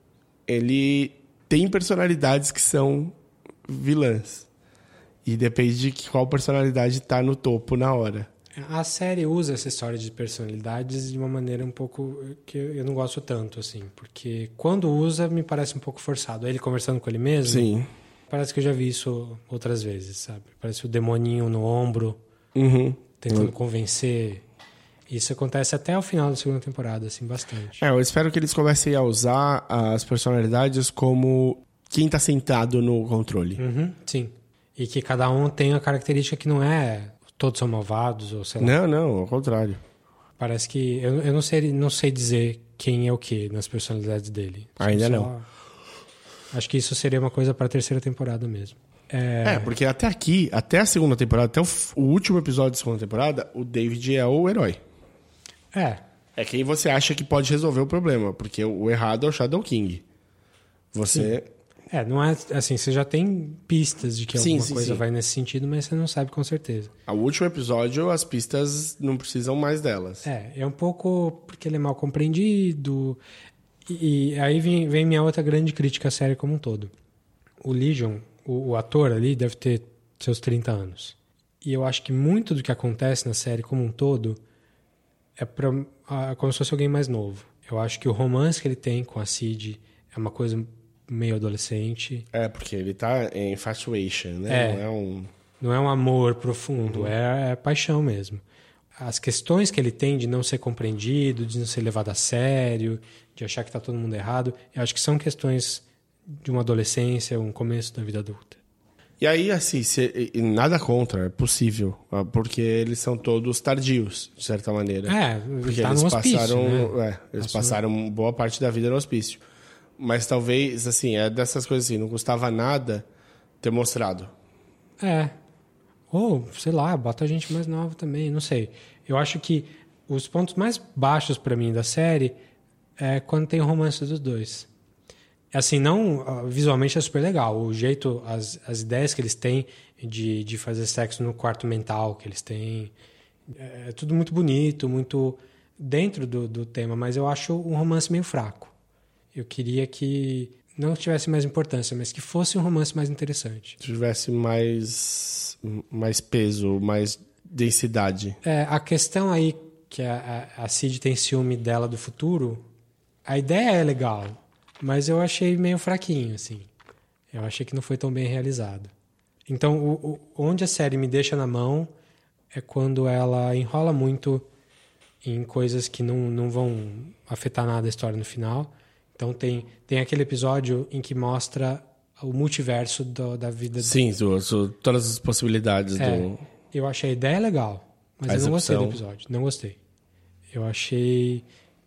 Ele tem personalidades que são vilãs. E depende de que- qual personalidade tá no topo na hora. A série usa essa história de personalidades de uma maneira um pouco que eu não gosto tanto, assim. Porque quando usa, me parece um pouco forçado. Ele conversando com ele mesmo... Sim. Parece que eu já vi isso outras vezes, sabe? Parece o demoninho no ombro, Uhum. tentando Uhum. convencer... Isso acontece até o final da segunda temporada, assim, bastante. É, eu espero que eles comecem a usar as personalidades como quem tá sentado no controle. Uhum, sim. E que cada um tem a característica que não é todos são malvados, ou sei lá. Não, não, ao contrário. Parece que... Eu, eu não, sei, não sei dizer quem é o que nas personalidades dele. Ainda só, não. Acho que isso seria uma coisa para a terceira temporada mesmo. É... é, porque até aqui, até a segunda temporada, até o, o último episódio da segunda temporada, o David é o herói. É. É quem você acha que pode resolver o problema, porque o errado é o Shadow King. Você... Sim. É, não é assim, você já tem pistas de que sim, alguma sim, coisa sim. vai nesse sentido, mas você não sabe com certeza. O último episódio, as pistas não precisam mais delas. É, é um pouco porque ele é mal compreendido. E, e aí vem, vem minha outra grande crítica à série como um todo. O Legion, o, o ator ali, deve ter seus trinta anos. E eu acho que muito do que acontece na série como um todo é pra, a, como se fosse alguém mais novo. Eu acho que o romance que ele tem com a Cid é uma coisa meio adolescente. É, porque ele tá em infatuation, né? É, não é um... Não é um amor profundo, uhum. é, é paixão mesmo. As questões que ele tem de não ser compreendido, de não ser levado a sério, de achar que tá todo mundo errado, eu acho que são questões de uma adolescência, um começo da vida adulta. E aí, assim, se, nada contra, é possível, porque eles são todos tardios, de certa maneira. É, porque tá eles no hospício, passaram, né? é, eles Passou... passaram boa parte da vida no hospício. Mas talvez, assim, é dessas coisas assim, não custava nada ter mostrado. É. Ou, sei lá, bota a gente mais nova também, não sei. Eu acho que os pontos mais baixos pra mim da série é quando tem o romance dos dois. Assim, não... Visualmente é super legal. O jeito, as, as ideias que eles têm de, de fazer sexo no quarto mental que eles têm... É tudo muito bonito, muito dentro do, do tema, mas eu acho um romance meio fraco. Eu queria que não tivesse mais importância, mas que fosse um romance mais interessante. Tivesse mais, mais peso, mais densidade. É, a questão aí que a, a, a Cid tem ciúme dela do futuro, a ideia é legal, mas eu achei meio fraquinho, assim. Eu achei que não foi tão bem realizado. Então, o, o, onde a série me deixa na mão é quando ela enrola muito em coisas que não, não vão afetar nada a história no final. Então tem, tem aquele episódio em que mostra o multiverso do, da vida... Sim, do, do, todas as possibilidades é, do... Eu achei a ideia legal, mas a eu não gostei do episódio. Não gostei. Eu achei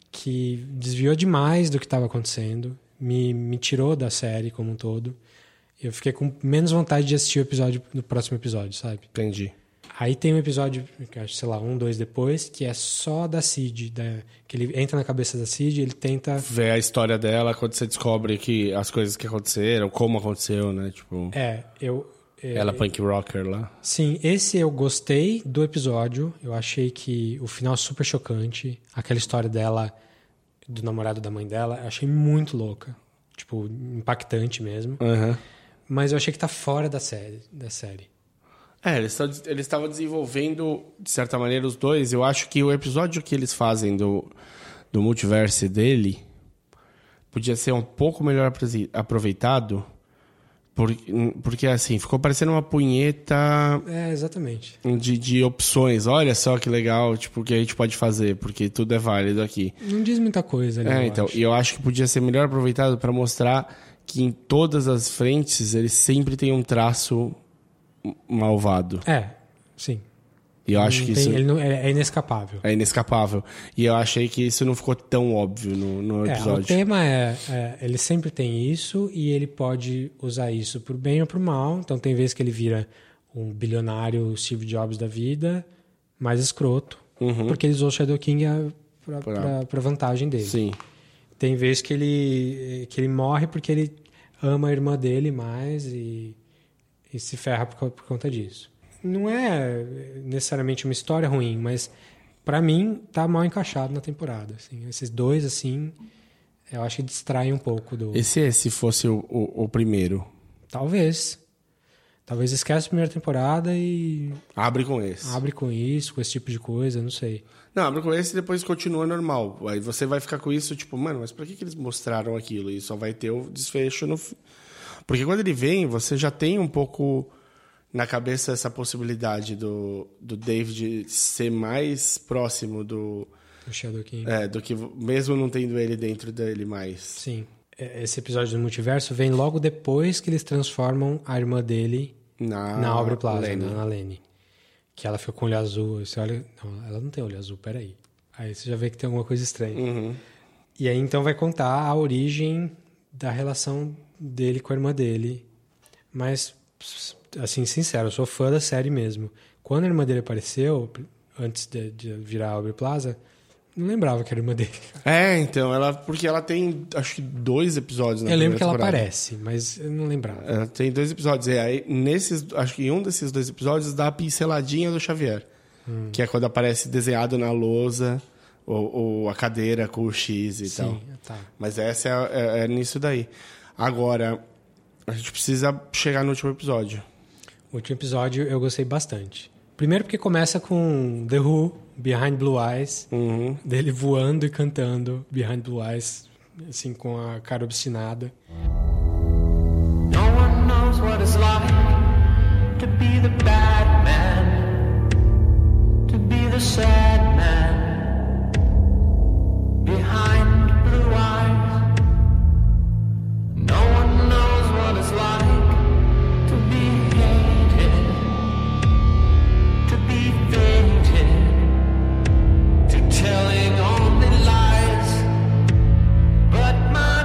que desviou demais do que estava acontecendo, me, me tirou da série como um todo. Eu fiquei com menos vontade de assistir o episódio no próximo episódio, sabe? Entendi. Aí tem um episódio, sei lá, um, dois depois, que é só da Cid, da, que ele entra na cabeça da Cid e ele tenta... ver a história dela quando você descobre que as coisas que aconteceram, como aconteceu, né? Tipo... É, eu... É, ela punk rocker lá. Sim, esse eu gostei do episódio. Eu achei que o final super chocante. Aquela história dela, do namorado da mãe dela, eu achei muito louca. Tipo, impactante mesmo. Uhum. Mas eu achei que tá fora da série. Da série. É, eles estavam desenvolvendo, de certa maneira, os dois. Eu acho que o episódio que eles fazem do, do multiverso dele podia ser um pouco melhor aproveitado, porque, porque assim, ficou parecendo uma punheta... É, exatamente. De, de opções. Olha só que legal, tipo, o que a gente pode fazer, porque tudo é válido aqui. Não diz muita coisa ali, É, eu então, acho. e eu acho que podia ser melhor aproveitado para mostrar que em todas as frentes eles sempre têm um traço malvado. É, sim. E eu acho não que tem, isso... Ele não, é inescapável. É inescapável. E eu achei que isso não ficou tão óbvio no, no episódio. É, o tema é, é... Ele sempre tem isso e ele pode usar isso pro bem ou pro mal. Então tem vezes que ele vira um bilionário Steve Jobs da vida, mais escroto. Uhum. Porque ele usou o Shadow King pra, pra... Pra, pra vantagem dele. Sim. Tem vezes que ele, que ele morre porque ele ama a irmã dele mais e... e se ferra por, por conta disso. Não é necessariamente uma história ruim, mas pra mim tá mal encaixado na temporada. Assim. Esses dois, assim, eu acho que distraem um pouco do... E se esse fosse o, o, o primeiro? Talvez. Talvez esquece a primeira temporada e... Abre com esse. Abre com isso, com esse tipo de coisa, não sei. Não, abre com esse e depois continua normal. Aí você vai ficar com isso, tipo, mano, mas pra que, que eles mostraram aquilo? E só vai ter o desfecho no... Porque quando ele vem, você já tem um pouco na cabeça essa possibilidade do, do David ser mais próximo do... O Shadow King. É, do que mesmo não tendo ele dentro dele mais. Sim. Esse episódio do multiverso vem logo depois que eles transformam a irmã dele na, na Aubrey Plaza, Lenny. na, na Lenny. Que ela fica com olho azul. Você olha... Não, ela não tem olho azul, peraí. Aí você já vê que tem alguma coisa estranha. Uhum. E aí então vai contar a origem da relação dele com a irmã dele. Mas, assim, sincero, eu sou fã da série mesmo. Quando a irmã dele apareceu, antes de, de virar a Aubrey Plaza, não lembrava que era a irmã dele. É, então, ela porque ela tem, acho que dois episódios na Eu lembro que ela temporada. aparece, mas eu não lembrava. Ela tem dois episódios. E aí, nesses, acho que em um desses dois episódios dá a pinceladinha do Xavier. Hum. Que é quando aparece desenhado na lousa ou, ou a cadeira com o X e Sim, tal. Tá. Mas essa é, é, é nisso daí. Agora, a gente precisa chegar no último episódio. O último episódio eu gostei bastante. Primeiro porque começa com The Who, Behind Blue Eyes, uhum. dele voando e cantando Behind Blue Eyes, assim, com a cara obstinada. No one knows what it's like to be the bad man, to be the sad man, behind blue eyes. No one knows what it's like to be hated, to be fated, to telling only lies, but my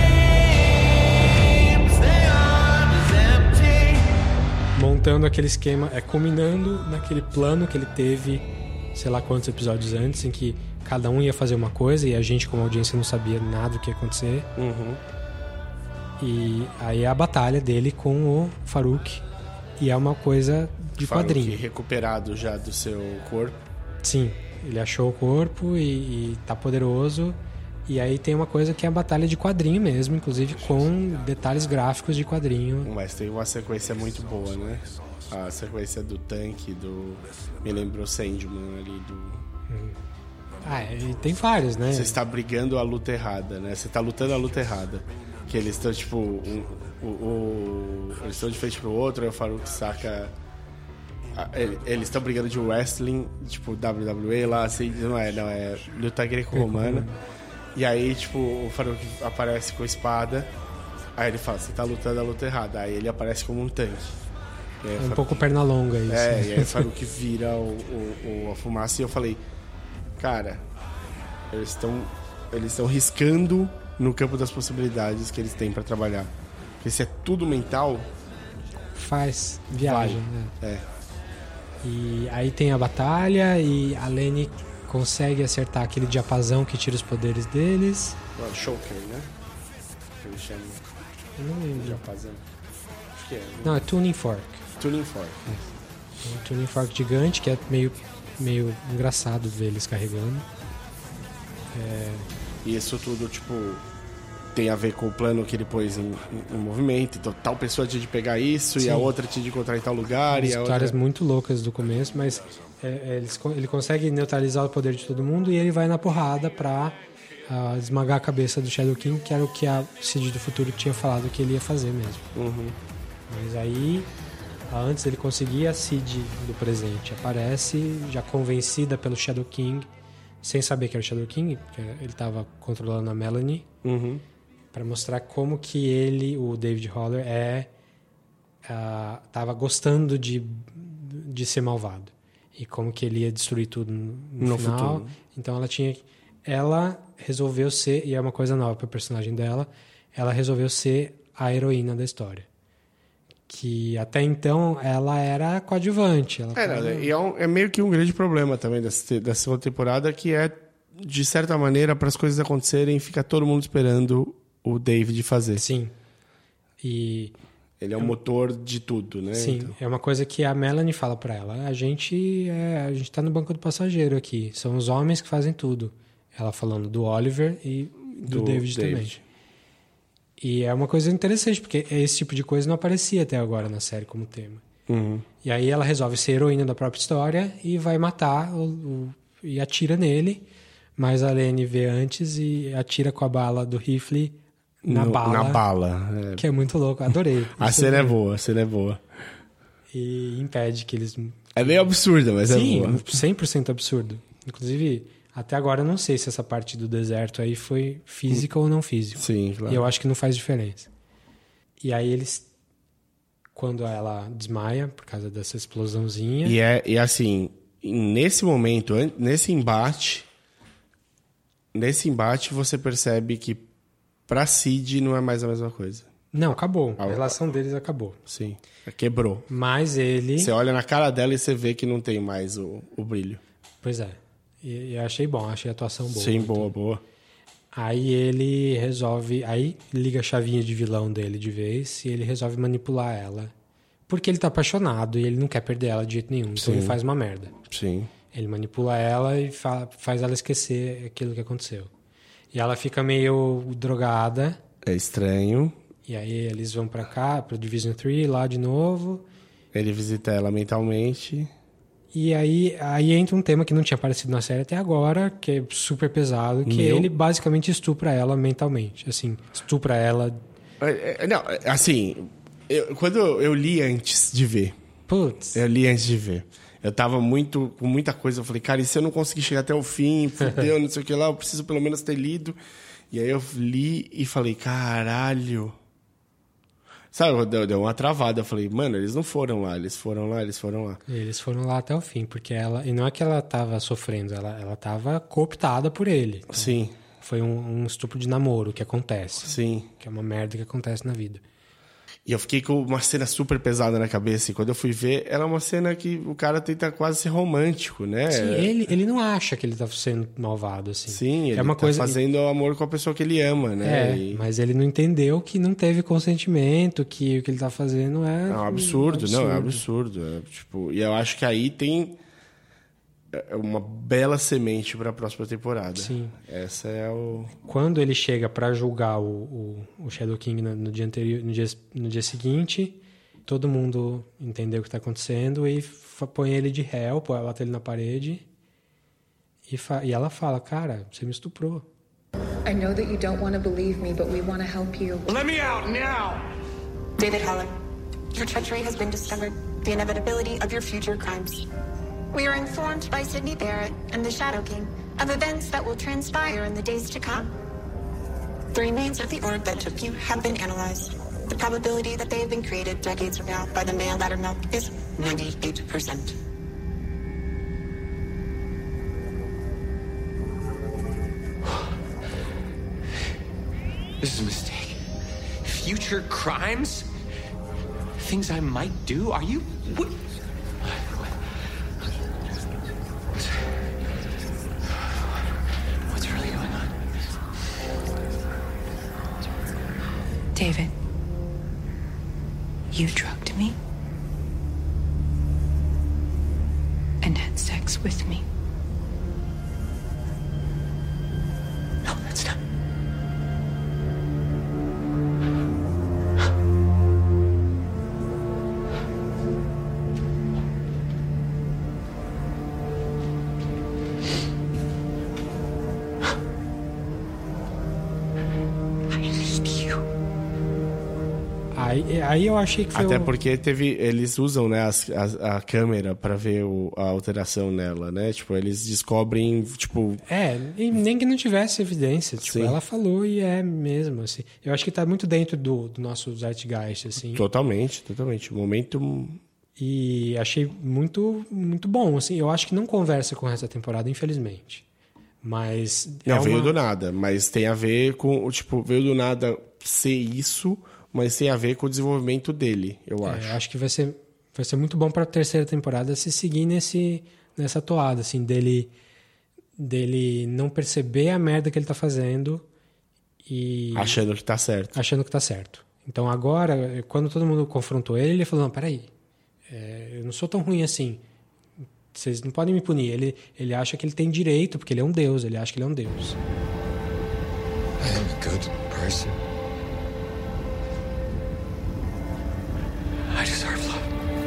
dreams, they aren't as empty. Montando aquele esquema, é culminando naquele plano que ele teve, sei lá quantos episódios antes, em que cada um ia fazer uma coisa e a gente, como audiência, não sabia nada do que ia acontecer. Uhum. E aí é a batalha dele com o Farouk. E é uma coisa de Farouk quadrinho. recuperado já do seu corpo. Sim, ele achou o corpo e, e tá poderoso. E aí tem uma coisa que é a batalha de quadrinho mesmo, inclusive com detalhes gráficos de quadrinho. Mas tem uma sequência muito boa, né? A sequência do tanque, do... Me lembrou Sandman ali, do... Hum. Ah, e tem vários, né? Você está brigando a luta errada, né? Você está lutando a luta errada. Que eles estão, tipo... Um, o, o, eles estão de frente pro outro, aí o Farouk saca... Eles estão brigando de wrestling, tipo W W E lá, assim, não é, não, é luta greco-romana. E aí, tipo, o Farouk aparece com a espada, aí ele fala, você tá lutando a luta errada. Aí ele aparece como um tanque. É um Farouk, pouco perna longa isso. É, e aí o Farouk vira o, o, o, a fumaça e eu falei, cara, eles estão eles estão riscando no campo das possibilidades que eles têm pra trabalhar. Porque se é tudo mental... Faz viagem, né? É. E aí tem a batalha e a Lenny consegue acertar aquele diapasão que tira os poderes deles. O choker, né? Que eles chamam. Eu não lembro. Diapasão. Acho que é. Né? Não, é tuning fork. Tuning fork. É. Um tuning fork gigante que é meio, meio engraçado ver eles carregando. É... E isso tudo, tipo, tem a ver com o plano que ele pôs em, em, em movimento. Então, tal pessoa tinha de pegar isso. Sim. E a outra tinha de encontrar em tal lugar. As e a histórias outra... muito loucas do começo, mas é, é, eles, ele consegue neutralizar o poder de todo mundo e ele vai na porrada pra uh, esmagar a cabeça do Shadow King, que era o que a Cid do Futuro tinha falado que ele ia fazer mesmo. Uhum. Mas aí, antes ele conseguir, a Cid do presente aparece, já convencida pelo Shadow King, sem saber que era o Shadow King, porque ele estava controlando a Melanie, uhum. para mostrar como que ele, o David Haller, é, uh, tava gostando de, de ser malvado. E como que ele ia destruir tudo no, no, no final. Futuro. Então ela tinha... Ela resolveu ser, e é uma coisa nova para o personagem dela, ela resolveu ser a heroína da história. Que até então ela era coadjuvante. Ela é, tava... e é, um, é meio que um grande problema também dessa, dessa segunda temporada, que é, de certa maneira, para as coisas acontecerem, fica todo mundo esperando o David fazer. Sim. E... Ele é o motor de tudo, né? Sim, então... é uma coisa que a Melanie fala para ela. A gente, é, a gente tá no banco do passageiro aqui. São os homens que fazem tudo. Ela falando do Oliver e do, do David, David também. E é uma coisa interessante, porque esse tipo de coisa não aparecia até agora na série como tema. Uhum. E aí ela resolve ser heroína da própria história e vai matar o, o, e atira nele. Mas a Lenny vê antes e atira com a bala do rifle na no, bala. Na bala. É. Que é muito louco, adorei. A cena é boa, a cena é boa. e impede que eles... É meio absurdo, mas Sim, é boa. cem por cento absurdo. Inclusive, até agora eu não sei se essa parte do deserto aí foi física hum. ou não física. Sim, claro. E eu acho que não faz diferença. E aí eles... Quando ela desmaia, por causa dessa explosãozinha... E é e assim, nesse momento, nesse embate... Nesse embate, você percebe que pra Cid não é mais a mesma coisa. Não, acabou. A relação deles acabou. Sim, quebrou. Mas ele... Você olha na cara dela e você vê que não tem mais o, o brilho. Pois é. E eu achei bom, achei a atuação boa. Sim, boa, boa. Aí ele resolve... Aí liga a chavinha de vilão dele de vez e ele resolve manipular ela. Porque ele tá apaixonado e ele não quer perder ela de jeito nenhum. Então Sim. ele faz uma merda. Sim. Ele manipula ela e fa- faz ela esquecer aquilo que aconteceu. E ela fica meio drogada. É estranho. E aí eles vão pra cá, pro Division três, lá de novo. Ele visita ela mentalmente. E aí, aí entra um tema que não tinha aparecido na série até agora, que é super pesado, que Meu. ele basicamente estupra ela mentalmente. Assim, estupra ela... É, é, não, assim, eu, quando eu li antes de ver... Putz. Eu li antes de ver. Eu tava muito, com muita coisa. Eu falei, cara, e se eu não conseguir chegar até o fim? Fudeu, não sei o que lá. Eu preciso pelo menos ter lido. E aí eu li e falei, caralho. Sabe, deu, deu uma travada. Eu falei, mano, eles não foram lá. Eles foram lá, eles foram lá. Eles foram lá até o fim, porque ela... E não é que ela tava sofrendo, ela, ela tava cooptada por ele. Então, sim. Foi um, um estupro de namoro que acontece. Sim. Que é uma merda que acontece na vida. E eu fiquei com uma cena super pesada na cabeça. E quando eu fui ver, ela é uma cena que o cara tenta quase ser romântico, né? Sim, ele, ele não acha que ele tá sendo malvado, assim. Sim, ele é uma tá coisa... fazendo amor com a pessoa que ele ama, né? É, e... mas ele não entendeu que não teve consentimento, que o que ele tá fazendo é... É um absurdo, um não, é absurdo. É, tipo, e eu acho que aí tem uma bela semente para a próxima temporada. Sim. Essa é o... Quando ele chega para julgar o, o, o Shadow King no, no dia anterior, no dia, no dia seguinte, todo mundo entendeu o que está acontecendo e põe ele de réu, bota ele na parede e, fa, e ela fala, cara, você me estuprou. I know that you don't want to believe me, but we want to help you. Let me out now! David Heller, your treachery has been discovered. The inevitability of your future crimes. We are informed by Sydney Barrett and the Shadow King of events that will transpire in the days to come. The remains of the orb that took you have been analyzed. The probability that they have been created decades from now by the male ladder milk is ninety-eight percent. This is a mistake. Future crimes? Things I might do? Are you... What? What's really going on? David, you drugged me and had sex with me. No, that's not... Aí, aí eu achei que foi Até o... porque teve, eles usam, né, as, a, a câmera pra ver o, a alteração nela, né? Tipo, eles descobrem, tipo... É, e nem que não tivesse evidência. Tipo, Sim. ela falou e é mesmo, assim. Eu acho que tá muito dentro do, do nosso Zeitgeist, assim. Totalmente, totalmente. O momento... E achei muito, muito bom, assim. Eu acho que não conversa com essa temporada, infelizmente. Mas... Não, é veio uma... do nada, mas tem a ver com, tipo, veio do nada ser isso... Mas tem a ver com o desenvolvimento dele, eu É, acho. eu acho que vai ser, vai ser muito bom para a terceira temporada se seguir nesse, nessa toada, assim, dele, dele não perceber a merda que ele tá fazendo e... Achando que tá certo. Achando que tá certo. Então agora, quando todo mundo confrontou ele, ele falou, não, peraí, é, eu não sou tão ruim assim. Vocês não podem me punir. Ele, ele acha que ele tem direito, porque ele é um deus, ele acha que ele é um deus. I am a good person. I deserve love.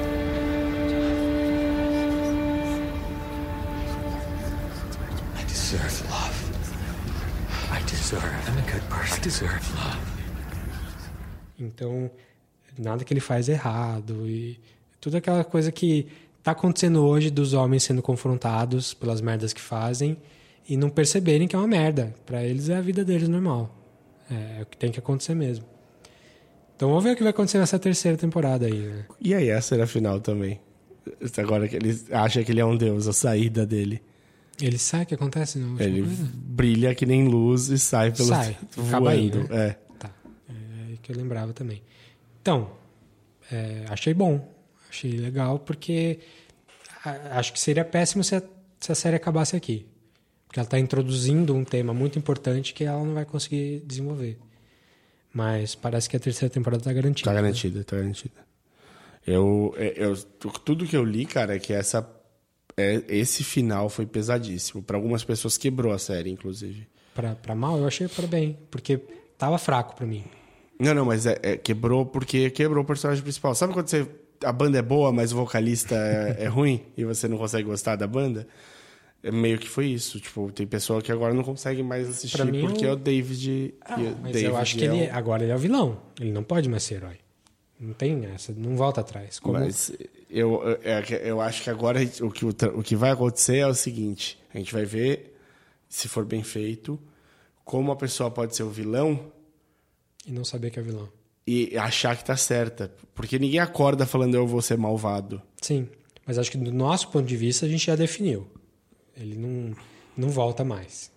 I deserve love. I deserve. I'm a good person. I deserve love. Então, nada que ele faz é errado. E Tudo aquela coisa que tá acontecendo hoje dos homens sendo confrontados pelas merdas que fazem e não perceberem que é uma merda. Pra eles é a vida deles normal. É, é o que tem que acontecer mesmo. Então vamos ver o que vai acontecer nessa terceira temporada aí, né? E aí, essa era a final também. Agora que ele acha que ele é um deus, a saída dele. Ele sai, o que acontece? Não, ele brilha que nem luz e sai pelo sai, voando. Acaba aí, né? É. Tá. É que eu lembrava também. Então, é, achei bom. Achei legal, porque a, acho que seria péssimo se a, se a série acabasse aqui. Porque ela está introduzindo um tema muito importante que ela não vai conseguir desenvolver. Mas parece que a terceira temporada está garantida. Está garantida, está né? garantida. Eu, eu, tudo que eu li, cara, é que essa, é, esse final foi pesadíssimo. Para algumas pessoas quebrou a série, inclusive. Para mal, eu achei para bem. Porque tava fraco para mim. Não, não, mas é, é, quebrou porque quebrou o personagem principal. Sabe quando você, a banda é boa, mas o vocalista é, é ruim e você não consegue gostar da banda? É meio que foi isso. Tipo, tem pessoa que agora não consegue mais assistir mim, porque eu... é o David. Ah, e mas David eu acho que é o... ele agora ele é o vilão. Ele não pode mais ser herói. Não tem essa, não volta atrás. Como... Mas eu, eu, eu acho que agora o que, o que vai acontecer é o seguinte: a gente vai ver, se for bem feito, como a pessoa pode ser o vilão. E não saber que é vilão. E achar que tá certa. Porque ninguém acorda falando eu vou ser malvado. Sim, mas acho que do nosso ponto de vista a gente já definiu. Ele não, não volta mais.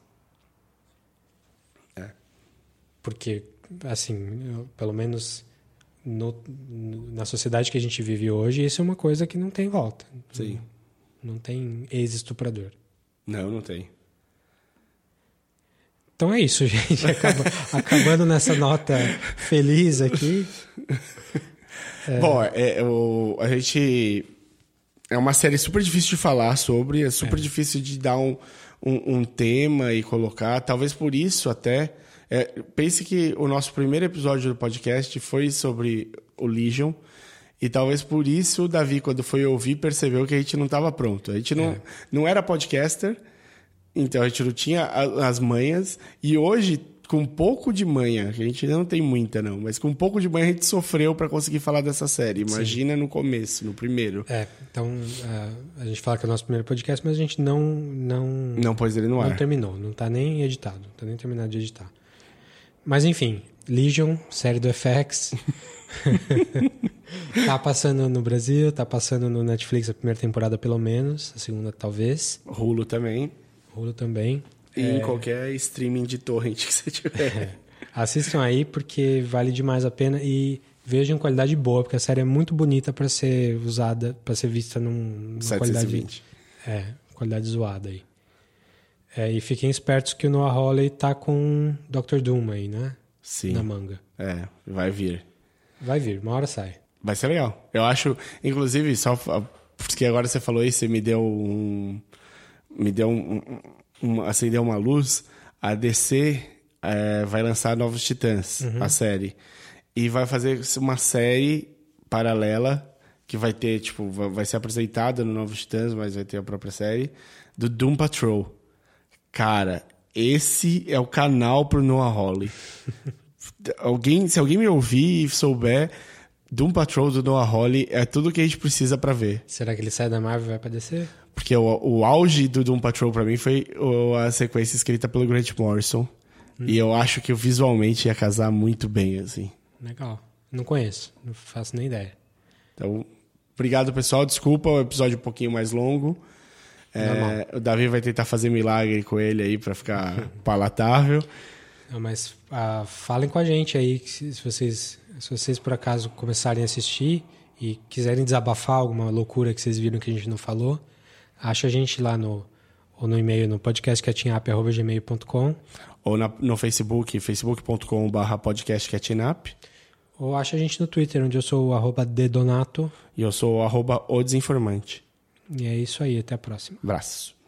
É. Porque, assim, eu, pelo menos no, no, na sociedade que a gente vive hoje, isso é uma coisa que não tem volta. Sim. Não, não tem ex-estuprador. Não, não tem. Então é isso, gente. Acaba, acabando nessa nota feliz aqui. É... Bom, é, o, a gente... É uma série super difícil de falar sobre, é super é. difícil de dar um, um, um tema e colocar. Talvez por isso até... É, pense que o nosso primeiro episódio do podcast foi sobre o Legion. E talvez por isso o Davi, quando foi ouvir, percebeu que a gente não estava pronto. A gente não, é. não era podcaster, então a gente não tinha as manhas. E hoje, com um pouco de manha, que a gente não tem muita não, mas com um pouco de manha a gente sofreu para conseguir falar dessa série. Imagina Sim. no começo, no primeiro. É, então uh, a gente fala que é o nosso primeiro podcast, mas a gente não... Não, não pôs ele no ar. Não terminou, não está nem editado, não está nem terminado de editar. Mas enfim, Legion, série do F X. Tá passando no Brasil, tá passando no Netflix a primeira temporada pelo menos, a segunda talvez. Hulu também. Hulu também. E é... em qualquer streaming de torrent que você tiver. É. Assistam aí porque vale demais a pena e vejam qualidade boa, porque a série é muito bonita para ser usada, para ser vista num, numa qualidade, é, qualidade zoada aí. É, e fiquem espertos que o Noah Hawley tá com doutor Doom aí, né? Sim. Na manga. É, vai vir. Vai vir, uma hora sai. Vai ser legal. Eu acho, inclusive, só porque agora você falou isso, você me deu um... Me deu um... um acendeu uma luz. A D C é, vai lançar Novos Titãs, uhum. a série. E vai fazer uma série paralela que vai ter, tipo, vai ser apresentada no Novos Titãs, mas vai ter a própria série, do Doom Patrol. Cara, esse é o canal pro Noah Hawley. alguém, se alguém me ouvir e souber, Doom Patrol do Noah Hawley é tudo que a gente precisa pra ver. Será que ele sai da Marvel e vai pra D C? Porque o, o auge do Doom Patrol pra mim foi a sequência escrita pelo Grant Morrison. Hum. E eu acho que visualmente ia casar muito bem, assim. Legal. Não conheço, não faço nem ideia. Então, obrigado, pessoal. Desculpa o episódio um pouquinho mais longo. É, o Davi vai tentar fazer milagre com ele aí pra ficar palatável. Não, mas ah, falem com a gente aí, se, se, vocês, se vocês por acaso começarem a assistir e quiserem desabafar alguma loucura que vocês viram que a gente não falou, acha a gente lá no, ou no e-mail, no podcast catchingup arroba gmail ponto com. Ou na, no Facebook, facebook ponto com barra podcast catchingup. Ou acha a gente no Twitter, onde eu sou o arroba dedonato. E eu sou o arroba o desinformante. E é isso aí, até a próxima. Abraço.